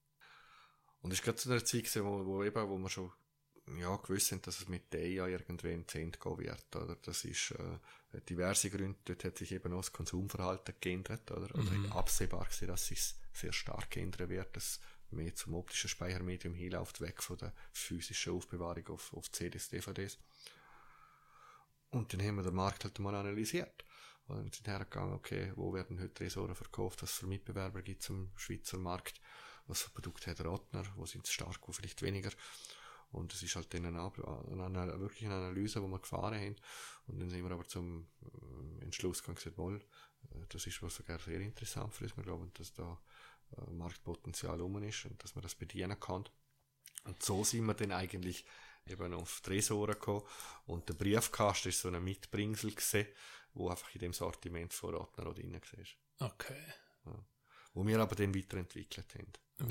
Und es ist gerade zu einer Zeit, wo wir schon gewiss sind, dass es mit der AI irgendwann zu Ende gehen wird. Oder? Das ist diverse Gründe. Dort hat sich eben auch das Konsumverhalten geändert. Oder absehbar gewesen, dass es sich sehr stark ändern wird, dass mehr zum optischen Speichermedium hinläuft, weg von der physischen Aufbewahrung auf CDs, DVDs. Und dann haben wir den Markt halt mal analysiert. Und sind hergegangen, okay, wo werden heute Tresoren verkauft, was für Mitbewerber gibt es im Schweizer Markt, was für Produkte hat Rottner, wo sind sie stark, wo vielleicht weniger. Und das ist halt dann wirklich eine Analyse, die wir gefahren haben. Und dann sind wir aber zum Entschluss gekommen, das ist sogar sehr interessant für uns. Wir glauben, dass da Marktpotenzial rum ist und dass man das bedienen kann. Und so sind wir dann eigentlich eben auf Tresoren gekommen. Und der Briefkasten ist so ein Mitbringsel gewesen, wo einfach in dem Sortiment von Rottner auch drin war. Okay. Ja. Wo wir aber dann weiterentwickelt haben.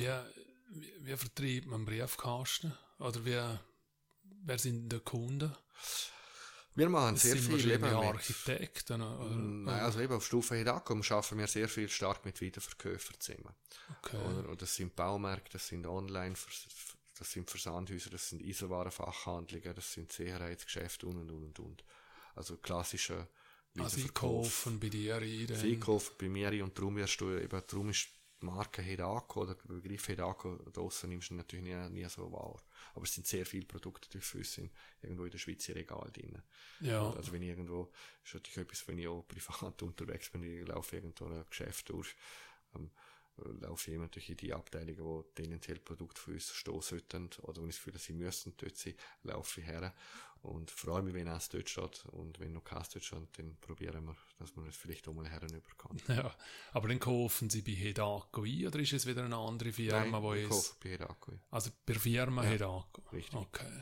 Wie vertreibt man Briefkasten? Oder wer sind die Kunden? Wir machen sehr viel eben Architekten? Nein, also eben auf Stufe Hedaco arbeiten wir sehr viel stark mit Wiederverkäufern zusammen. Okay. Oder das sind Baumärkte, das sind Online, das sind Versandhäuser, das sind Eisenwarenfachhandlungen, das sind Sicherheitsgeschäfte und. Also klassische Wiederverkauf. Also einkaufen bei dir rein? Sie einkaufen bei mir rein und darum ist die Marke Hedaco oder der Begriff Hedaco draussen nimmst du natürlich nie so wahr. Aber es sind sehr viele Produkte, die für uns sind irgendwo in der Schweiz im Regal drin. Ja. Also wenn ich irgendwo, ist natürlich etwas, wenn ich auch privat unterwegs bin, ich laufe irgendwo ein Geschäft durch, laufe ich natürlich in die Abteilungen, wo tendenziell Produkte für uns stehen sollten, oder wenn ich das Gefühl, sie müssen dort sein, laufe ich her und freue mich, wenn eins dort steht, und wenn noch keins dort steht, dann probieren wir, dass man es vielleicht auch mal herüber kann. Ja, aber dann kaufen Sie bei Hedaco ein, oder ist es wieder eine andere Firma? Nein, ich kaufe bei Hedaco ein. Also bei der Firma ja, Hedaco? Richtig. Okay.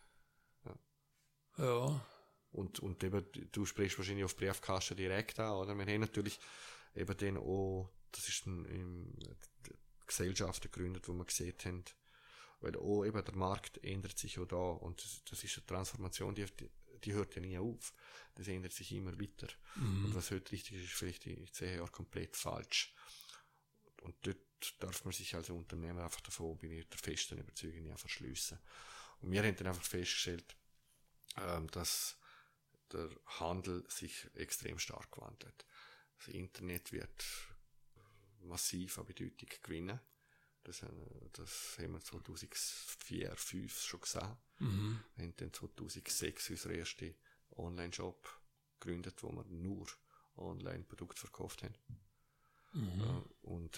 Ja. Und eben, du sprichst wahrscheinlich auf Briefkasten direkt an, oder? Wir haben natürlich eben den auch, das ist in Gesellschaften gegründet, wo wir gesehen haben, weil auch eben der Markt ändert sich auch da, und das ist eine Transformation, die hört ja nie auf. Das ändert sich immer weiter. Und was heute richtig ist, ist vielleicht in 10 Jahren komplett falsch. Und dort darf man sich als Unternehmer einfach davon, bin ich der festen Überzeugung, nicht verschliessen. Und wir haben dann einfach festgestellt, dass der Handel sich extrem stark gewandelt. Das Internet wird massiv an Bedeutung gewinnen. Das haben wir 2004, 2005 schon gesehen. Wir haben dann 2006 unseren ersten Online-Shop gegründet, wo wir nur Online-Produkte verkauft haben. Und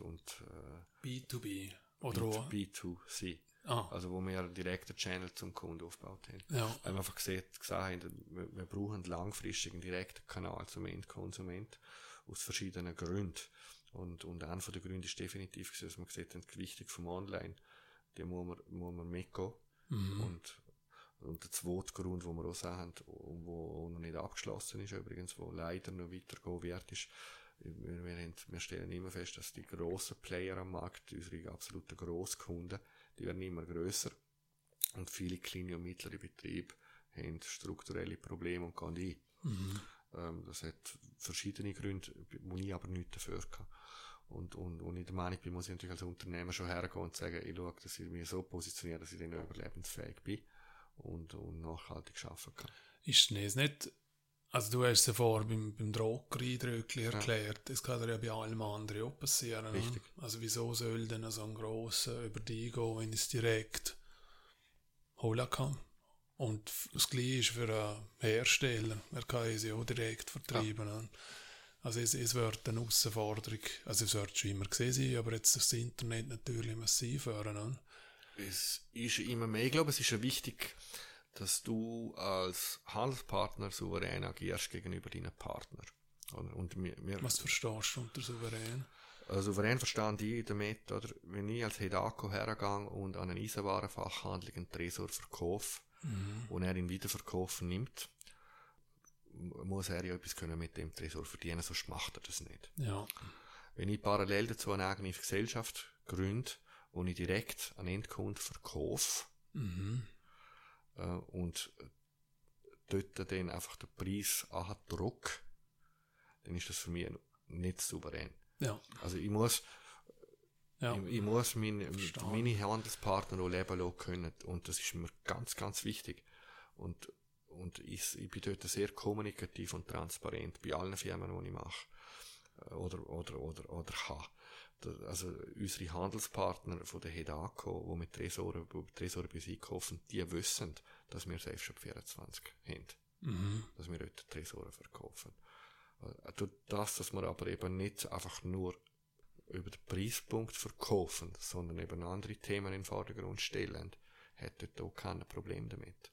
B2B oder B2C. Also wo wir einen direkten Channel zum Kunden aufgebaut haben. Ja. Weil wir einfach gesehen haben, wir brauchen langfristig einen direkten Kanal zum Endkonsument aus verschiedenen Gründen. Und einer von den Gründen ist definitiv, dass wir gesehen haben, die Gewichtung vom Online, die muss man mitgehen. Und der zweite Grund, den wir auch sehen, wo noch nicht abgeschlossen ist übrigens, wo leider noch weitergehen wird, ist, wir stellen immer fest, dass die grossen Player am Markt, unsere absoluten Grosskunden, die werden immer grösser. Und viele kleine und mittlere Betriebe haben strukturelle Probleme und gehen ein. Das hat verschiedene Gründe, wo ich aber nichts dafür kann. Und ich der Meinung bin, muss ich natürlich als Unternehmer schon hergehen und sagen, ich schaue, dass ich mich so positioniere, dass ich dann überlebensfähig bin und nachhaltig arbeiten kann. Ist es nicht, also du hast es ja vorher beim Drucker eindrücklich erklärt, das kann ja bei allem anderen auch passieren. Richtig. Also wieso soll denn so ein grosser über die gehen, wenn ich es direkt holen kann? Und das Gleiche ist für einen Hersteller, er kann es ja auch direkt vertreiben. Ja. Also es wird eine Herausforderung, also es wird schon immer gesehen sein, aber jetzt das Internet natürlich massiv hören. Es ist immer mehr, ich glaube, es ist ja wichtig, dass du als Handelspartner souverän agierst gegenüber deinen Partnern. Und was verstehst du unter souverän? Souverän verstehe ich damit, oder, wenn ich als Hedaco hergehe und an einen Eisenwarenfachhandel einen Tresor verkaufe, und er ihn Wiederverkauf nimmt, muss er ja etwas können mit dem Tresor verdienen, sonst macht er das nicht. Ja. Wenn ich parallel dazu eine eigene Gesellschaft gründe, wo ich direkt an Endkunden verkaufe, und dort dann einfach den Preis andrücke, dann ist das für mich nicht souverän. Ja. Also ich muss meine Handelspartner auch leben lassen können, und das ist mir ganz, ganz wichtig. Und ich bin dort sehr kommunikativ und transparent bei allen Firmen, die ich mache. Oder habe. Also unsere Handelspartner von der Hedako, die mit Tresoren bei uns einkaufen, die wissen, dass wir SafeShop 24 haben. Dass wir heute Tresoren verkaufen. Durch das, dass wir aber eben nicht einfach nur über den Preispunkt verkaufen, sondern eben andere Themen in den Vordergrund stellen, hat dort auch kein Problem damit.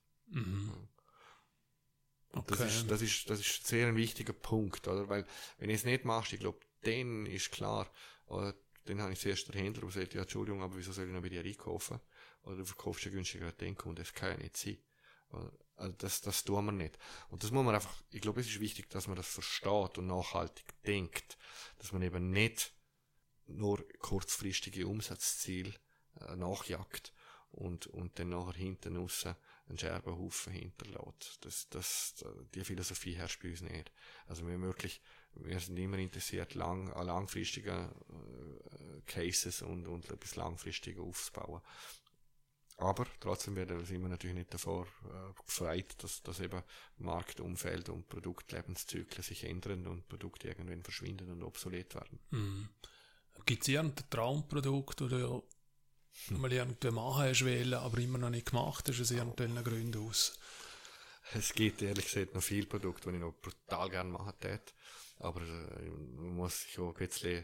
Okay. Das ist ein sehr wichtiger Punkt, oder? Weil, wenn ich es nicht mache, ich glaube, dann ist klar, oder, dann habe ich zuerst den Händler, der sagt, ja, Entschuldigung, aber wieso soll ich noch bei dir einkaufen? Oder du verkaufst ja günstiger als den Kunden, das kann ja nicht sein. Also das tun wir nicht. Und das muss man einfach, ich glaube, es ist wichtig, dass man das versteht und nachhaltig denkt, dass man eben nicht nur kurzfristige Umsatzziele nachjagt und dann nachher hinten raus einen Scherbenhaufen hinterlässt. Die Philosophie herrscht bei uns nicht. Also wir sind immer interessiert an langfristigen Cases und etwas langfristiger aufzubauen. Aber trotzdem sind wir natürlich nicht davor gefeit, dass eben Marktumfeld und Produktlebenszyklen sich ändern und Produkte irgendwann verschwinden und obsolet werden. Gibt es irgendein Traumprodukt, oder ja mal irgendwie machen hast wollen, aber immer noch nicht gemacht hast, aus irgendwelchen Gründen aus? Es gibt ehrlich gesagt noch viele Produkte, die ich noch brutal gerne machen würde. Aber man muss sich auch ein bisschen,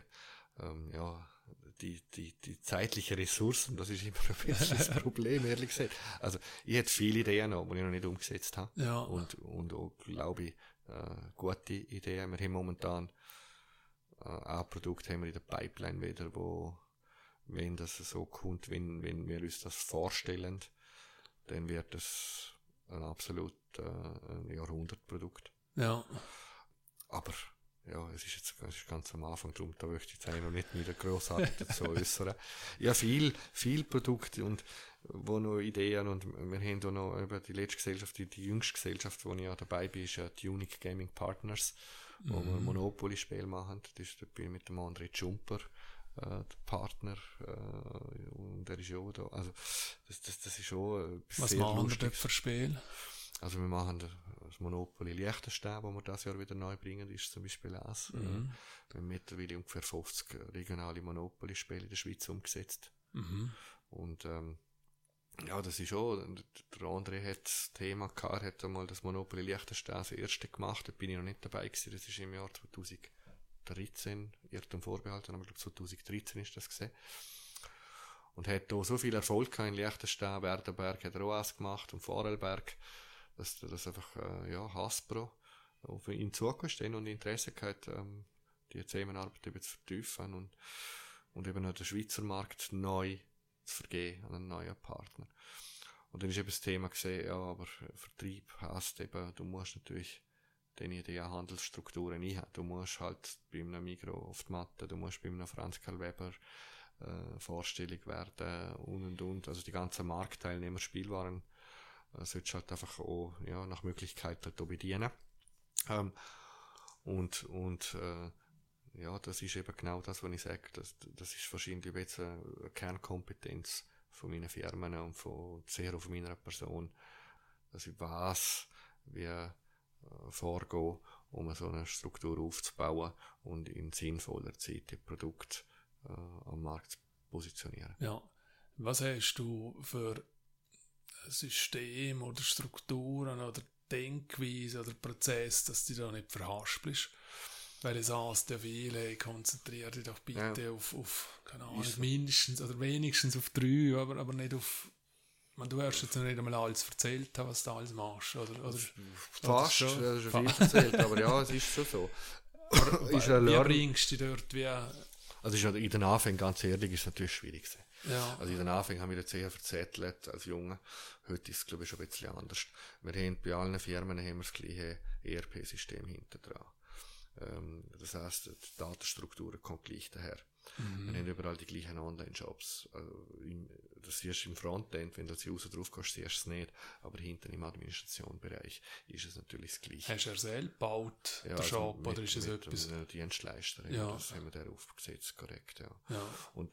die zeitlichen Ressourcen, das ist immer ein bisschen das Problem, ehrlich gesagt. Also, ich hätte viele Ideen noch, die ich noch nicht umgesetzt habe. Ja. Und auch, glaube ich, gute Ideen. Wir haben momentan ein Produkt haben wir in der Pipeline wieder, wo, wenn das so kommt, wenn wir uns das vorstellen, dann wird es ein absolut ein Jahrhundertprodukt. Ja. Aber ja, es ist ganz am Anfang, darum da möchte ich jetzt noch nicht wieder grossartig dazu äußern. Ja, viel Produkte und wo noch Ideen, und wir haben da noch über die letzte Gesellschaft, die jüngste Gesellschaft, wo ich ja dabei bin, ist ja die Unique Gaming Partners, wo wir Monopoly-Spiele machen. Da bin ich mit dem André Jumper, der Partner, und der ist ja auch da. Also, das ist schon was sehr machen lustig. wir dort für Spiel? Also wir machen das Monopoly Liechtenstein, wo wir das Jahr wieder neu bringen, ist zum Beispiel eins. Wir haben mittlerweile ungefähr 50 regionale Monopoly-Spiele in der Schweiz umgesetzt. Und ja, das ist schon, der André hat das Thema gehabt, hat einmal das Monopoly Liechtenstein das erste gemacht, da bin ich noch nicht dabei gewesen, das ist im Jahr 2013, Irrtum vorbehalten, aber ich glaube 2013 ist das gesehen. Und hat da so viel Erfolg gehabt in Liechtenstein, Werdenberg hat er auch eins gemacht und Vorarlberg, dass das einfach, Hasbro auf ihn zugestehen und Interesse gehabt, die Zusammenarbeit eben zu vertiefen und eben auch den Schweizer Markt neu zu vergeben an einen neuen Partner. Und dann ist eben das Thema gesehen, ja, aber Vertrieb heisst eben, du musst natürlich die Handelsstrukturen einhaben. Du musst halt bei einem Migros auf die Matte, du musst bei einem Franz Karl Weber vorstellig werden und. Also die ganzen Marktteilnehmer, Spielwaren, solltest halt einfach auch, nach Möglichkeit da bedienen. Das ist eben genau das, was ich sage. Das ist wahrscheinlich jetzt eine Kernkompetenz von meinen Firmen und sehr auf meiner Person, dass ich weiss, wie vorgehen, um so eine Struktur aufzubauen und in sinnvoller Zeit die Produkte am Markt zu positionieren. Ja. Was hast du für System oder Strukturen oder Denkweise oder Prozess, dass du da nicht verhaspelst? Weil es heißt ja viele, konzentriere dich doch bitte auf keine Ahnung, mindestens oder wenigstens auf 3, aber nicht auf. Du hast jetzt nicht einmal alles erzählt, was du alles machst, oder? Fast, das ist schon viel erzählt, aber ja, es ist schon so. Wie bringst du dort Also in den Anfängen, ganz ehrlich, ist es natürlich schwierig gewesen. Ja. Also in den Anfängen haben wir das sehr verzettelt als Junge. Heute ist es, glaube ich, schon ein bisschen anders. Wir haben bei allen Firmen haben wir das gleiche ERP-System hinter dran. Das heisst, die Datenstruktur kommt gleich daher. Wir haben überall die gleichen Online-Shops. Das siehst du im Frontend, wenn du als User drauf gehst, siehst du es nicht. Aber hinten im Administrationsbereich ist es natürlich das Gleiche. Hast du er selbst gebaut, der Shop, oder ist es etwas? Mit Dienstleister, das haben wir da aufgesetzt, korrekt, ja. Und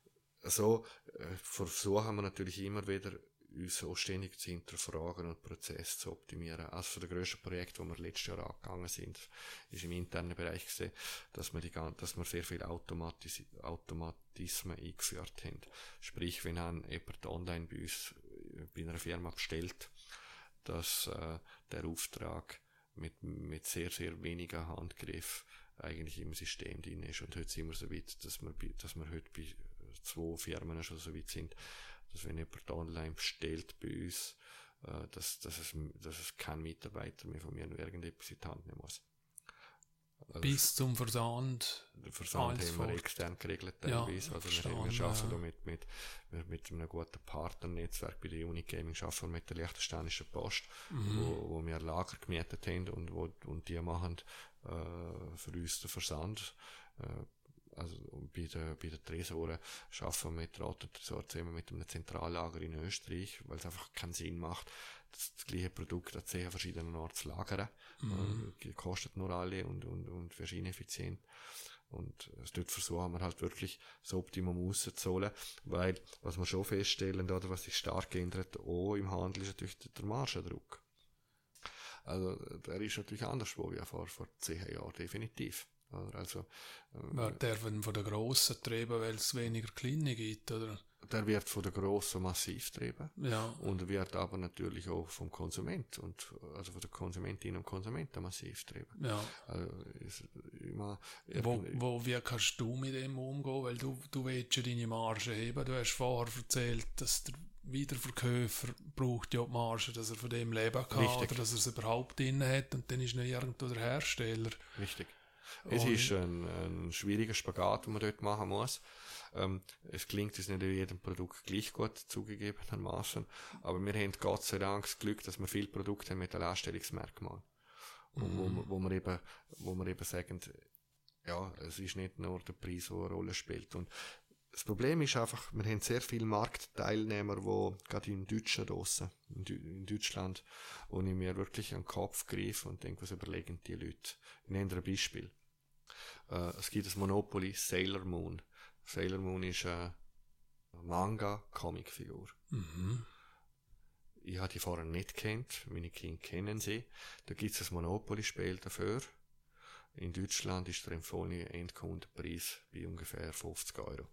so versuchen wir natürlich immer wieder, uns so ständig zu hinterfragen und Prozesse zu optimieren. Eines der grössten Projekte, die wir letztes Jahr angegangen sind, ist im internen Bereich gesehen, dass wir sehr viele Automatismen eingeführt haben. Sprich, wenn jemand online bei uns, bei einer Firma bestellt, dass der Auftrag mit sehr, sehr wenigen Handgriffen eigentlich im System drin ist. Und heute sind wir so weit, dass wir heute bei 2 Firmen schon so weit sind, dass wenn jemand online bestellt bei uns, dass es kein Mitarbeiter mehr von mir nur irgendetwas in die Hand nehmen muss. Also bis zum Versand. Den Versand haben wir extern geregelt teilweise. Ja, also wir arbeiten mit einem guten Partnernetzwerk bei der Unigaming, arbeiten wir mit der Liechtensteinischen Post, wo wir Lager gemietet haben und die machen für uns den Versand. Also bei den Tresoren arbeiten wir mit Rat und Tresor zusammen mit einem Zentrallager in Österreich, weil es einfach keinen Sinn macht, das gleiche Produkt an 10 verschiedenen Orten zu lagern. Kostet nur alle und ist ineffizient. Und dort versuchen wir halt wirklich das Optimum rauszuholen, weil, was wir schon feststellen, oder was sich stark geändert auch im Handel, ist natürlich der Margendruck. Also, der ist natürlich anders wie vor 10 Jahren, definitiv. Also, der von den Grossen getrieben, weil es weniger Kleine gibt, oder? Der wird von der Grossen massiv getrieben. Ja. Und wird aber natürlich auch vom Konsument also von der Konsumentinnen und Konsumenten massiv getrieben. Ja. Also, wie kannst du mit dem umgehen? Weil du willst ja deine Marge heben. Du hast vorher erzählt, dass der Wiederverkäufer braucht ja die Marge, dass er von dem leben kann. Richtig. Oder dass er es überhaupt drin hat. Und dann ist nicht irgendwo der Hersteller. Richtig. Es ist ein schwieriger Spagat, den man dort machen muss. Es klingt uns nicht in jedem Produkt gleich gut, zugegebenermaßen. Aber wir haben Gott sei Dank das Glück, dass wir viele Produkte haben mit einem Alleinstellungsmerkmal. Wo wir eben sagen, ja, es ist nicht nur der Preis, der eine Rolle spielt. Und das Problem ist einfach, wir haben sehr viele Marktteilnehmer, die gerade im Deutschen draussen, in Deutschland, wo ich mir wirklich an den Kopf greife und denke, was überlegen die Leute. Ich nenne ein Beispiel. Es gibt das Monopoly Sailor Moon. Sailor Moon ist eine Manga-Comic-Figur. Ich habe die vorher nicht gekannt, meine Kinder kennen sie. Da gibt es ein Monopoly-Spiel dafür. In Deutschland ist der empfohlene Endkundenpreis bei ungefähr 50 €.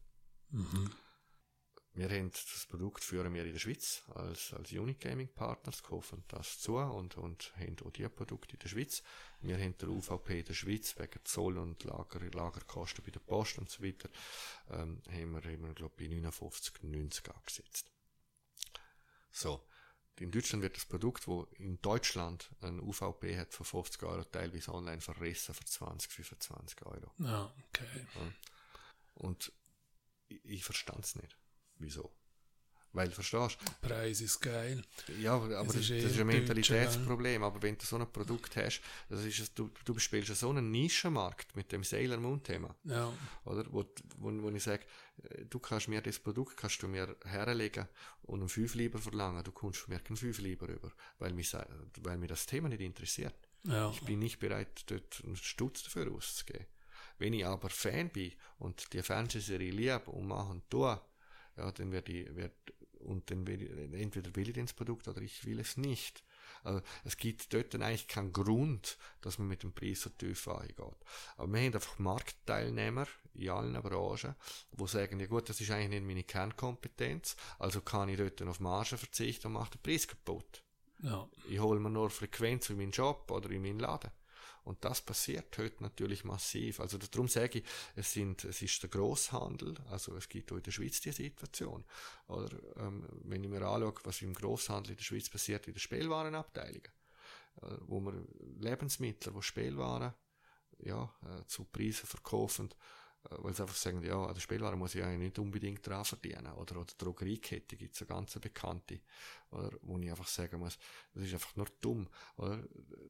Wir haben das Produkt führen wir in der Schweiz als Unigaming-Partners, kaufen das zu und haben auch die Produkte in der Schweiz. Wir haben der UVP in der Schweiz wegen Zoll und Lagerkosten bei der Post und so weiter, haben wir glaube ich, bei 59,90 angesetzt. So. In Deutschland wird das Produkt, wo in Deutschland ein UVP hat von 50 €, teilweise online verrissen für 20, 25 €. Ja, okay. Und ich verstand es nicht. Wieso? Weil, verstehst du? Der Preis ist geil. Ja, aber das ist ein Mentalitätsproblem. Aber wenn du so ein Produkt hast, du bespielst so einen Nischenmarkt mit dem Sailor Moon Thema. Ja. Oder? Wo ich sage, du kannst mir das Produkt, kannst du mir herlegen und einen 5 lieber verlangen. Du kommst von mir keinen 5 lieber rüber. Weil mich das Thema nicht interessiert. Ja. Ich bin nicht bereit, dort einen Stutz dafür auszugeben. Wenn ich aber Fan bin und die Fernsehserie liebe und mache und tue, ja, dann entweder will ich das Produkt oder ich will es nicht. Also, es gibt dort dann eigentlich keinen Grund, dass man mit dem Preis so tief angeht. Aber wir haben einfach Marktteilnehmer in allen Branchen, die sagen, ja gut, das ist eigentlich nicht meine Kernkompetenz, also kann ich dort auf Marge verzichten und mache den Preis kaputt. Ja. Ich hole mir nur Frequenz für meinen Job oder in meinen Laden. Und das passiert heute natürlich massiv. Also darum sage ich, es ist der Grosshandel, also es gibt auch in der Schweiz die Situation. Oder wenn ich mir anschaue, was im Grosshandel in der Schweiz passiert, in der Spielwarenabteilungen, wo man Lebensmittel, wo Spielwaren zu Preisen verkaufen, weil sie einfach sagen, ja, an der Spielware muss ich eigentlich nicht unbedingt dran verdienen. Oder Drogeriekette gibt es eine ganz bekannte, oder, wo ich einfach sagen muss, das ist einfach nur dumm, oder?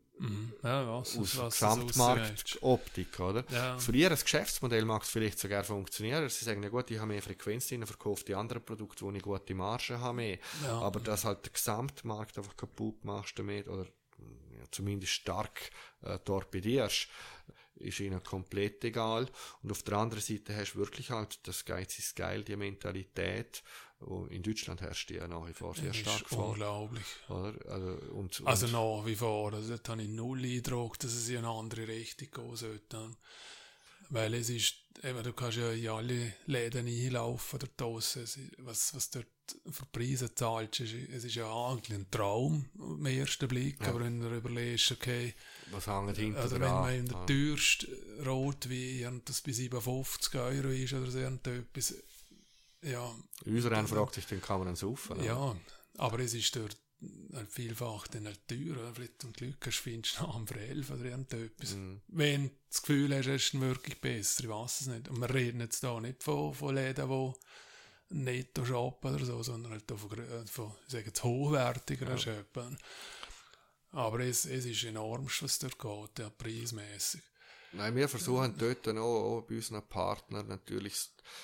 Aus Gesamtmarktoptik, oder? Ja. Für ihr Geschäftsmodell mag es vielleicht sogar funktionieren. Sie sagen, ja gut, ich habe mehr Frequenz drin, verkaufe die anderen Produkte, wo ich gute Margen habe, mehr. Ja. Aber dass halt der Gesamtmarkt einfach kaputt machst damit, oder zumindest stark torpedierst, ist ihnen komplett egal. Und auf der anderen Seite hast du wirklich halt das Geiz ist geil, die Mentalität. In Deutschland herrscht die ja nach wie vor sehr stark vor. Unglaublich. Oder? Also nach wie vor. Also da habe ich null Eindruck, dass es in eine andere Richtung gehen sollte. Weil es ist, eben, du kannst ja in alle Läden einlaufen oder draussen. Was dort für Preise zahlst, es ist ja eigentlich ein Traum am ersten Blick. Ja. Aber wenn du überlegst, okay, was hängt hinter oder wenn man in der teuerste Rotwein das bei 57 € ist oder so etwas, ja. Unser fragt sich, dann kann man saufen. Ja, aber es ist dort vielfach dann halt teuer. Vielleicht zum Glück findest du am für 11 oder irgendetwas. Wenn du das Gefühl hast, es ist wirklich besser, ich weiß es nicht. Und wir reden jetzt da nicht von Läden, die netto shoppen oder so, sondern halt von hochwertigeren Shoppen. Aber es ist enorm, was dort geht, ja, preismässig. Nein, wir versuchen dort auch bei unseren Partnern natürlich.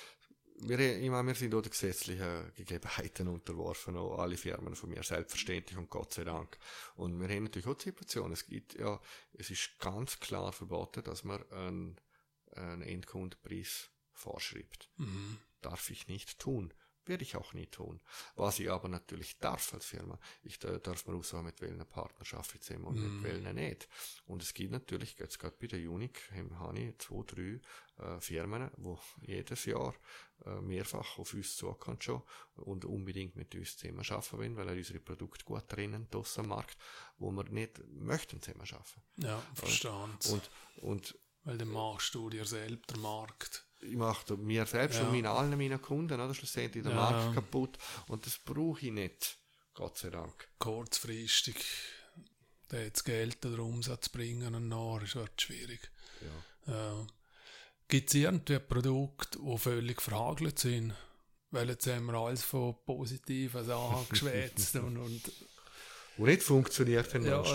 Wir sind auch den gesetzlichen Gegebenheiten unterworfen, auch alle Firmen von mir, selbstverständlich und Gott sei Dank. Und wir haben natürlich auch die Situation, es ist ganz klar verboten, dass man einen Endkundenpreis vorschreibt. Darf ich nicht tun. Werde ich auch nie tun. Was ich aber natürlich darf als Firma, ich darf mir aussuchen, mit welchen Partner arbeite ich zusammen und mit welchen nicht. Und es gibt natürlich, jetzt gerade bei der Unique, habe ich 2, 3 Firmen, die jedes Jahr mehrfach auf uns zukommen schon und unbedingt mit uns zusammen arbeiten wollen, weil unsere Produkte gut drinnen draussen am Markt, wo wir nicht möchten zusammen arbeiten. Ja, verstanden. Und weil dann machst du dir selbst den Markt. Ich mache mir selbst und allen meinen Kunden, oder, schlussendlich den Markt kaputt. Und das brauche ich nicht. Gott sei Dank. Kurzfristig das Geld oder Umsatz bringen und nachher ist es schwierig. Ja. Gibt es irgendwie Produkte, die völlig verhagelt sind? Weil jetzt haben wir alles von positiven Sachen geschwätzt und nicht funktioniert haben. Ja,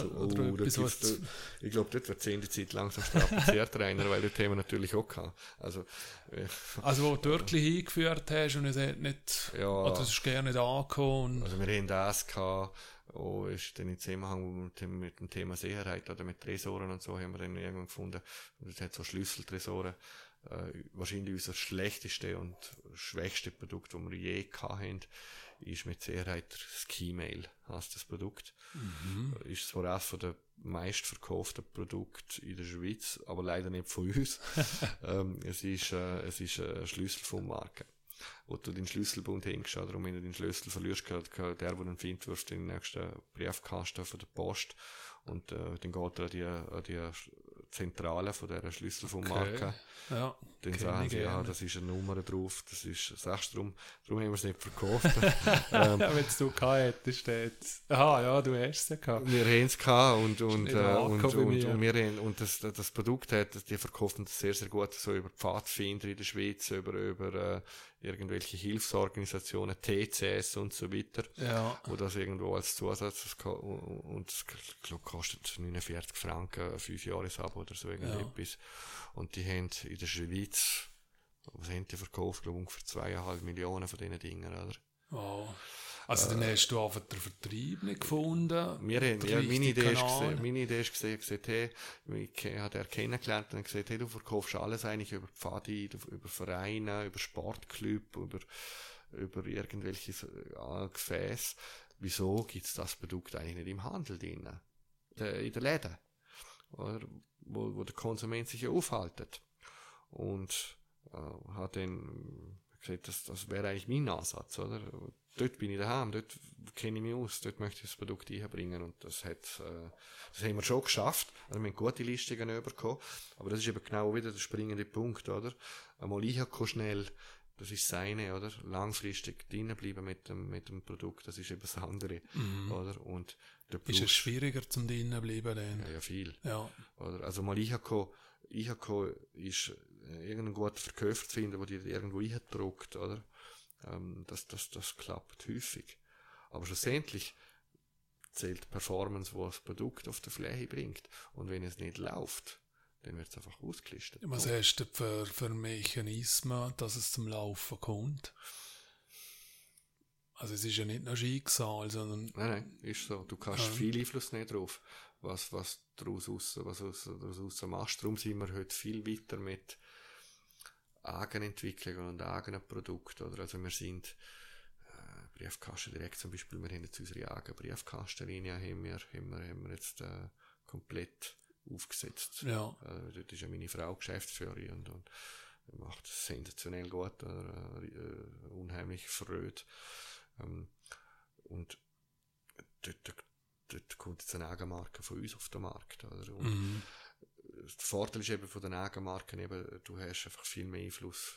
ich glaube, dort wird die Zeit langsam strapaziert, Rainer, weil das Thema natürlich auch kann. Also wo du wirklich eingeführt hast und es hat nicht, oder es ist gerne nicht angekommen. Also wir haben das gehabt, ist dann im Zusammenhang mit dem Thema Sicherheit oder mit Tresoren und so haben wir dann irgendwann gefunden, und es hat so Schlüsseltresoren, wahrscheinlich unser schlechteste und schwächste Produkt, das wir je gehabt haben, ist mit Sicherheit das Keymail, heißt das Produkt. Ist zwar eines von der meistverkauften Produkte in der Schweiz, aber leider nicht von uns. Es ist eine Schlüsselbundmarke. Wo du den Schlüsselbund hängst, oder wenn du den Schlüssel verlierst, der den findet, wirst du in den nächsten Briefkasten von der Post und dann geht er an die Zentrale von dieser Schlüsselbundmarke. Okay. Ja, dann sagen sie, das ist eine Nummer drauf, das ist, sagst du, darum haben wir es nicht verkauft. Wenn du gehabt hättest, du hast es gehabt. Wir haben es gehabt und das Produkt die verkaufen das sehr, sehr gut, so über Pfadfinder in der Schweiz, über irgendwelche Hilfsorganisationen, TCS und so weiter, wo das irgendwo als Zusatz, und das kostet 49 Franken, 5 Jahresabo oder so irgendetwas. Und die haben in der Schweiz, was haben die verkauft, glaube ich, ungefähr 2,5 Millionen von diesen Dingen, oder? Oh. Also dann hast du einfach den Vertrieb nicht gefunden? Meine Idee ist gesagt, hey, ich habe den kennengelernt und gesagt, hey, du verkaufst alles eigentlich über Pfadi, über Vereine, über Sportclub, über irgendwelche Gefäße. Wieso gibt es das Produkt eigentlich nicht im Handel drin? In den Läden? Oder, wo der Konsument sich ja aufhaltet. Und hat dann gesagt, das wäre eigentlich mein Ansatz, oder? Dort bin ich daheim, dort kenne ich mich aus, dort möchte ich das Produkt einbringen und das haben wir schon geschafft. Also wir haben gute Listungen bekommen, aber das ist eben genau wieder der springende Punkt, oder? Einmal ich schnell, das ist seine, oder? Langfristig drinnen bleiben mit dem Produkt, das ist eben das andere, oder? Und ist es schwieriger zum drinnen bleiben denn? Ja, viel. Ja. Oder? Also mal ich ist irgendeinen guten Verkäufer zu finden, der dir irgendwo eindruckt, oder? Das klappt häufig. Aber schlussendlich zählt Performance, wo das Produkt auf der Fläche bringt. Und wenn es nicht läuft, dann wird es einfach ausgelistet. Was hast du für Mechanismen, dass es zum Laufen kommt? Also es ist ja nicht nur Schicksal, sondern... Nein, ist so. Du kannst viel Einfluss nehmen drauf, was daraus machst. Darum sind wir heute viel weiter mit Eigenentwicklung und eigenen Produkten. Oder? Also wir sind Briefkasten direkt zum Beispiel, wir haben jetzt unsere eigene Briefkastenlinie, haben wir jetzt komplett aufgesetzt. Ja. Dort ist ja meine Frau Geschäftsführerin und macht es sensationell gut, unheimlich Freude. Und dort kommt jetzt eine Eigenmarke von uns auf den Markt. Oder? Und der Vorteil ist eben von den Eigenmarken eben, du hast einfach viel mehr Einfluss.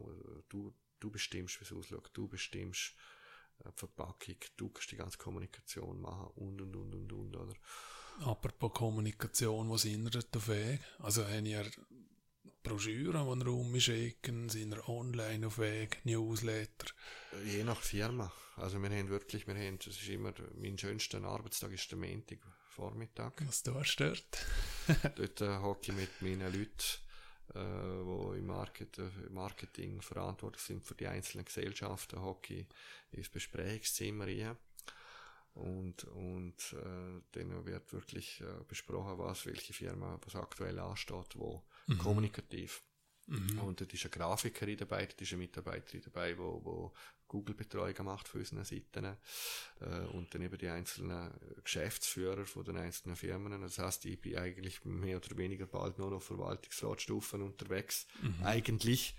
Du bestimmst, wie es aussieht, du bestimmst die Verpackung, du kannst die ganze Kommunikation machen und, oder? Apropos Kommunikation, wo sind ihr auf Weg? Also haben ihr Broschüren, die ihr rumschicken, sind ihr online auf Weg, Newsletter? Je nach Firma. Also das ist immer, mein schönster Arbeitstag ist der Montag, Vormittag. Was tust du dort? Dort hocke ich mit meinen Leuten, die im Marketing verantwortlich sind für die einzelnen Gesellschaften, hocke ich ins Besprechungszimmer rein. Und dann wird wirklich besprochen, welche Firma, was aktuell ansteht, wo kommunikativ. Und dort ist ein Grafiker dabei, dort ist eine Mitarbeiterin dabei, wo Google-Betreuung macht für unsere Seiten. Und dann eben die einzelnen Geschäftsführer von den einzelnen Firmen. Das heisst, ich bin eigentlich mehr oder weniger bald nur noch auf Verwaltungsratstufen unterwegs. Eigentlich.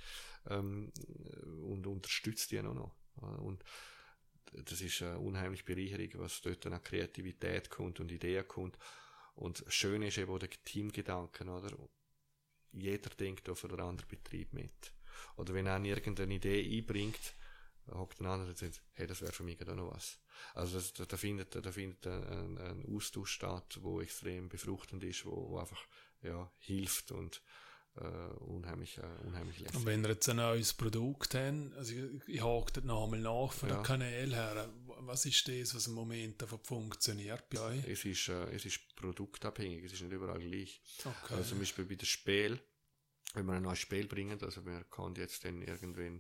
Und unterstützt die noch. Und das ist eine unheimlich Bereicherung, was dort an Kreativität kommt und Ideen kommt. Und das Schöne ist eben auch der Teamgedanken, oder? Jeder denkt auf einen anderen Betrieb mit. Oder wenn einer irgendeine Idee einbringt, hockt ein anderer und sagt, hey, das wäre für mich auch noch was. Also da findet ein Austausch statt, wo extrem befruchtend ist, wo einfach, ja, hilft und unheimlich lässig. Und wenn ihr jetzt ein neues Produkt habt, also ich hake dort nochmal nach von den Kanälen her, was ist das, was im Moment davon funktioniert bei euch? Es ist produktabhängig, es ist nicht überall gleich. Okay. Also zum Beispiel bei dem Spiel, wenn wir ein neues Spiel bringen, also wir können jetzt dann irgendwann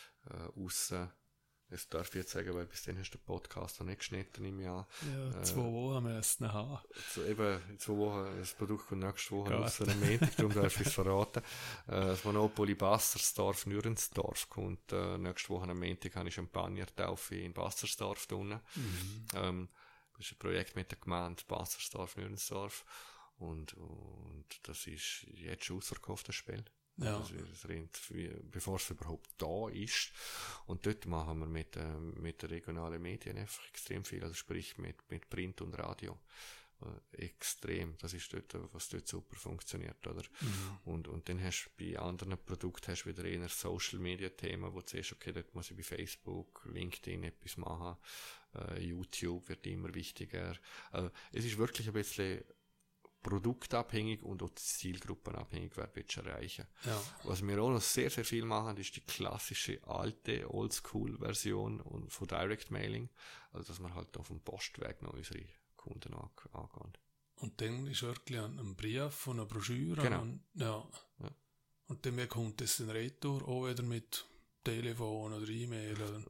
aussen, das darf ich jetzt sagen, weil bis dann hast du den Podcast noch nicht geschnitten im Jahr. Ja, 2 Wochen müssen wir haben. Eben, 2 Wochen, das Produkt kommt nächste Woche raus, am Montag, darum darf ich es verraten. Das Monopoly Bassersdorf, Nürensdorf kommt, nächste Woche am Montag habe ich Champagner-Taufe in Bassersdorf drinnen. Das ist ein Projekt mit der Gemeinde Bassersdorf, Nürensdorf. Und das ist jetzt schon ausverkauft, das Spiel. Ja. Also das rennt, bevor es überhaupt da ist. Und dort machen wir mit den regionalen Medien einfach extrem viel, also sprich mit Print und Radio. Extrem. Das ist dort, was dort super funktioniert, oder? Und dann hast du bei anderen Produkten wieder eher Social Media Themen, wo du siehst, okay, dort muss ich bei Facebook, LinkedIn etwas machen, YouTube wird immer wichtiger. Es ist wirklich ein bisschen produktabhängig und auch zielgruppenabhängig, wer willst du erreichen. Ja. Was wir auch noch sehr, sehr viel machen, ist die klassische alte Oldschool-Version von Direct Mailing. Also, dass wir halt auf dem Postweg noch unsere Kunden angehen. Und dann ist wirklich ein Brief und eine Broschüre. Genau. Ja. Und dann kommt es in Retour auch wieder mit Telefon oder E-Mail oder?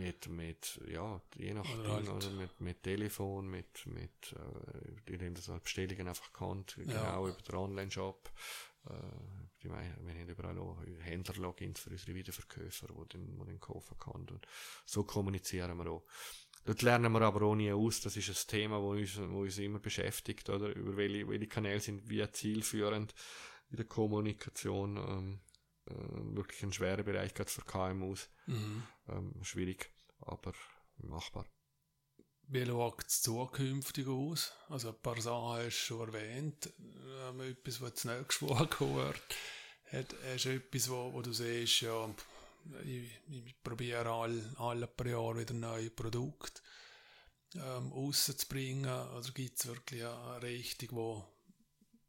Je nach Ding, oder mit Telefon, die dann das Bestellungen einfach kennt, genau über den Online-Shop. Wir haben überall auch Händler-Logins für unsere Wiederverkäufer, die dann kaufen können. Und so kommunizieren wir auch. Dort lernen wir aber auch nie aus, das ist ein Thema, wo uns immer beschäftigt, oder? Über welche Kanäle sind wir zielführend in der Kommunikation, wirklich ein schwerer Bereich, gerade für KMUs. Schwierig, aber machbar. Wie schaut es zukünftig aus? Also ein paar Sachen hast du schon erwähnt. Etwas, was das nächste Woche gehört. Hast du etwas, wo du siehst, ja, ich probiere alle paar Jahre wieder neue Produkte rauszubringen? Oder gibt es wirklich eine Richtung,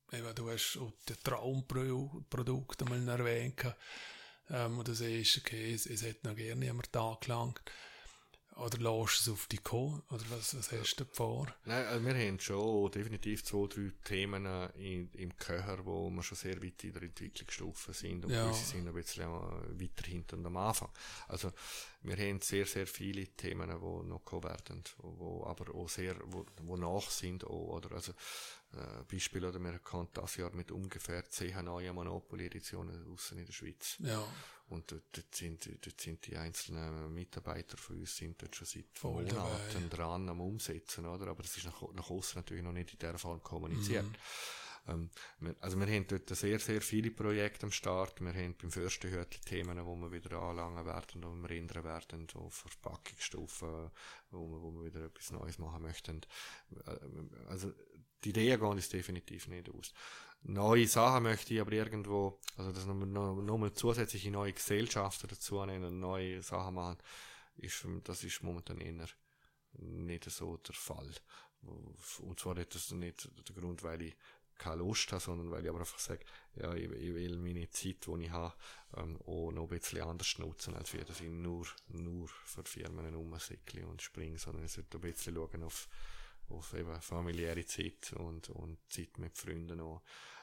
eben, du hast auch die Traumprodukte mal erwähnt, wo du siehst, okay, es hätte noch gerne jemand angelangt. Oder lässt du es auf dich kommen? Oder was hast du vor? Nein, also wir haben schon definitiv 2-3 Themen im Köcher, wo wir schon sehr weit in der Entwicklungsstufe sind und gewisse sind ein bisschen weiter hinten am Anfang. Also wir haben sehr, sehr viele Themen, die noch kommen werden, wo aber auch sehr, wo nach sind auch, oder also Beispiel, oder wir hatten das Jahr mit ungefähr 10 neuen Monopoly-Editionen aussen in der Schweiz. Ja. Und dort sind die einzelnen Mitarbeiter von uns sind dort schon seit Voll Monaten dabei. dran am Umsetzen, oder? Aber es ist nach außen natürlich noch nicht in dieser Form kommuniziert. Also wir haben dort sehr, sehr viele Projekte am Start. Wir haben beim Fürstenhütli Themen, wo wir wieder anlangen werden, wo wir ändern werden, auf Verpackungsstufen, wo wir wieder etwas Neues machen möchten. Also die Idee geht uns definitiv nicht aus. Neue Sachen möchte ich aber irgendwo, also dass wir nochmal zusätzliche neue Gesellschaften dazu nehmen und neue Sachen machen, das ist momentan eher nicht so der Fall. Und zwar nicht das nicht der Grund, weil ich keine Lust habe, sondern weil ich aber einfach sage, ja, ich will meine Zeit, die ich habe, auch noch ein bisschen anders nutzen, als dass ich nur für Firmen rumsäckle und springe, sondern ich sollte ein bisschen schauen auf eben familiäre Zeit und Zeit mit Freunden auch.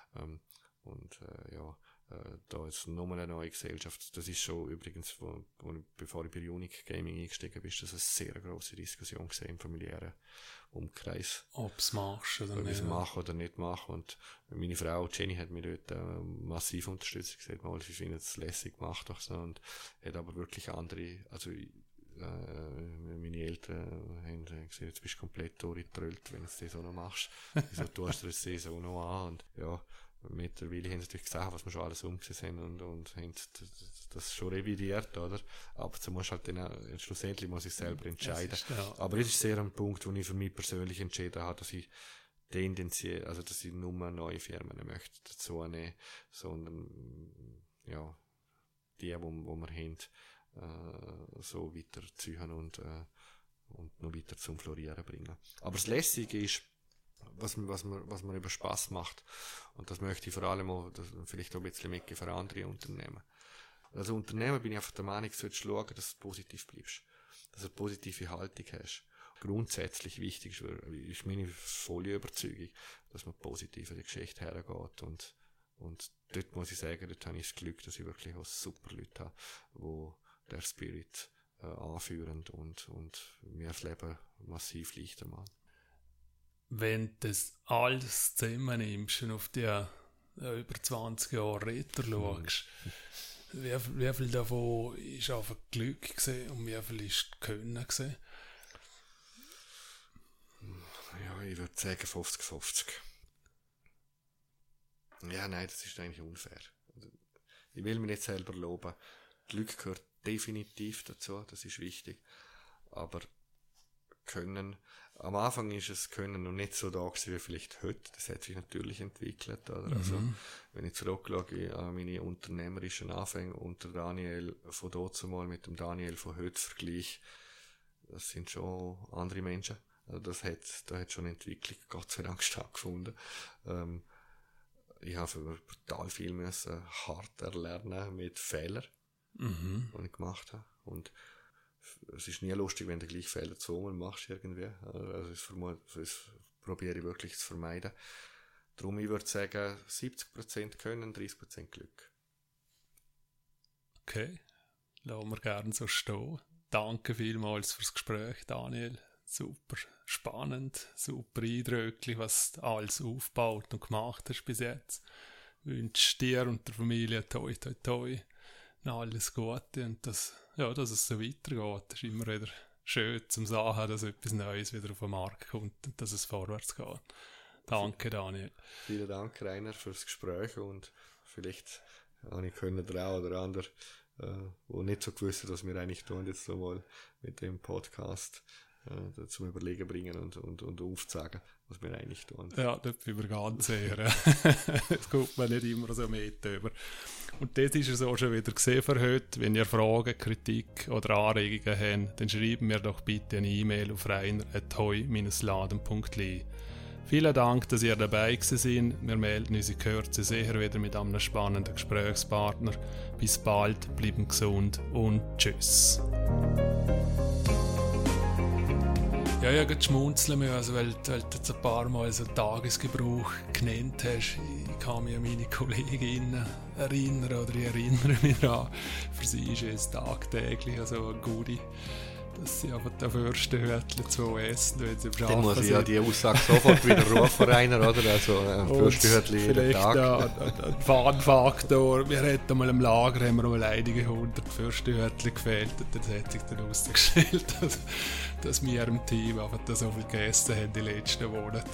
Da ist nochmal eine neue Gesellschaft. Das ist schon übrigens, bevor ich bei Unique Gaming eingestiegen bin, ist das eine sehr grosse Diskussion gewesen im familiären Umkreis. Ob es machst oder nicht. Ob ich es mache oder nicht mache. Und meine Frau Jenny hat mich dort massiv unterstützt. Sie hat gesagt, sie findet es lässig gemacht doch so, und hat aber wirklich andere, also meine Eltern haben gesagt, jetzt bist du komplett durchgetrüllt, wenn du das so noch machst. Wieso tust du das so noch an? Und ja, mittlerweile haben sie natürlich gesagt, was wir schon alles umgesetzt haben und haben das schon revidiert, oder? Aber du musst halt dann, schlussendlich muss ich selber entscheiden. Aber es ist sehr ein Punkt, wo ich für mich persönlich entschieden habe, dass ich tendenziell, also dass ich nur neue Firmen möchte dazu nehmen, sondern ja, die, wo wir haben, so weiterziehen und noch weiter zum Florieren bringen. Aber das Lässige ist, was mir über Spass macht, und das möchte ich vor allem auch, vielleicht auch ein bisschen mitgeben für andere Unternehmen. Also Unternehmen bin ich einfach der Meinung, du solltest schauen, dass du positiv bleibst, dass du eine positive Haltung hast. Grundsätzlich wichtig ist meine volle Überzeugung, dass man positiv in die Geschichte hergeht, und dort muss ich sagen, dort habe ich das Glück, dass ich wirklich auch super Leute habe, wo der Spirit anführend und mir das Leben massiv leichter machen. Wenn du das alles zusammennimmst und auf die über 20 Jahre Retter schaust, wie viel davon ist einfach Glück gewesen und wie viel ist Können gewesen? Ja, ich würde sagen 50-50. Ja, nein, das ist eigentlich unfair. Ich will mich nicht selber loben. Glück gehört definitiv dazu, das ist wichtig. Aber Können, am Anfang ist es Können noch nicht so da gewesen, wie vielleicht heute. Das hat sich natürlich entwickelt, oder? Also, wenn ich zurückschaue an meine unternehmerischen Anfänge unter Daniel von dazumal mit dem Daniel von heute vergleiche, das sind schon andere Menschen. Also da hat schon Entwicklung, Gott sei Dank, stattgefunden. Ich habe brutal viel müssen hart erlernen mit Fehlern, die ich gemacht habe. Und es ist nie lustig, wenn du gleich Fehler zweimal machst irgendwie. Also das probiere ich wirklich zu vermeiden. Darum, ich würde sagen, 70% Können, 30% Glück. Okay, lassen wir gerne so stehen. Danke vielmals fürs Gespräch, Daniel. Super spannend, super eindrücklich, was du alles aufgebaut und gemacht hast bis jetzt. Ich wünsche dir und der Familie toi toi toi noch alles Gute und dass es so weitergeht. Es ist immer wieder schön zu sagen, dass etwas Neues wieder auf den Markt kommt und dass es vorwärts geht. Danke, Daniel. Vielen Dank, Rainer, fürs Gespräch, und vielleicht habe ich der auch oder andere, wo nicht so gewusst, was wir eigentlich tun, jetzt so mal mit dem Podcast zum Überlegen bringen und aufzeigen, was wir eigentlich tun. Ja, das bin ich ganz sicher. Das kommt man nicht immer so mit über. Und das ist es auch schon wieder gesehen für heute. Wenn ihr Fragen, Kritik oder Anregungen habt, dann schreibt mir doch bitte eine E-Mail auf reiner@heu-laden.li. Vielen Dank, dass ihr dabei gewesen seid. Wir melden uns in Kürze sicher wieder mit einem spannenden Gesprächspartner. Bis bald, bleiben gesund und tschüss. Ja, ich habe schmunzeln müssen, also weil du jetzt ein paar Mal so Tagesgebrauch genannt hast. Ich kann mich an meine Kolleginnen erinnern oder ich erinnere mich an. Für sie ist es tagtäglich so ein Goodie, dass sie einfach den Fürstenhütchen 2 essen, wenn sie am Arbeiten Dann muss ich sind. ja die Aussage sofort wieder rufen, Rainer, oder? Also ein Fürstenhütchen jeden Tag. Vielleicht ein Fun-Faktor. Wir hatten mal im Lager haben wir mal einige 100 Fürstenhütchen gefehlt und dann hat sich dann herausgestellt, dass wir im Team einfach so viel gegessen haben die letzten Monate.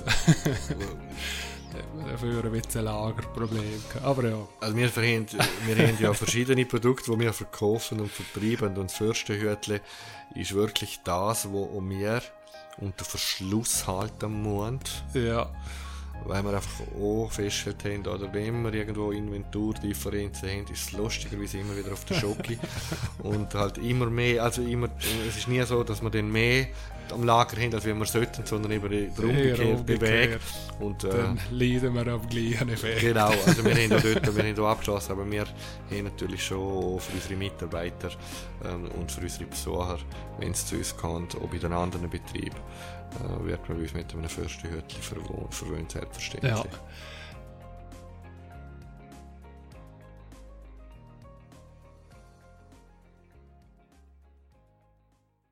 Dafür ein bisschen ein Lagerproblem gehabt. Aber ja. Also wir haben ja verschiedene Produkte, die wir verkaufen und vertreiben, und das Fürstenhütchen ist wirklich das, was wir unter Verschluss halten müssen. Ja. Weil wir einfach auch festgestellt haben, oder wenn wir irgendwo Inventurdifferenzen haben, ist es lustigerweise immer wieder auf der Schoki. Und halt immer mehr, also immer, es ist nie so, dass wir dann mehr am Lager haben, als wir sollten, sondern eben der umgekehrte Weg. Und dann leiden wir am gleichen Effekt. Genau, also wir haben hier abgeschlossen, aber wir haben natürlich schon für unsere Mitarbeiter und für unsere Besucher, wenn es zu uns kommt, auch bei den anderen Betrieben, wird man uns mit einem Fürstenhütchen verwöhnt, selbstverständlich. Ja.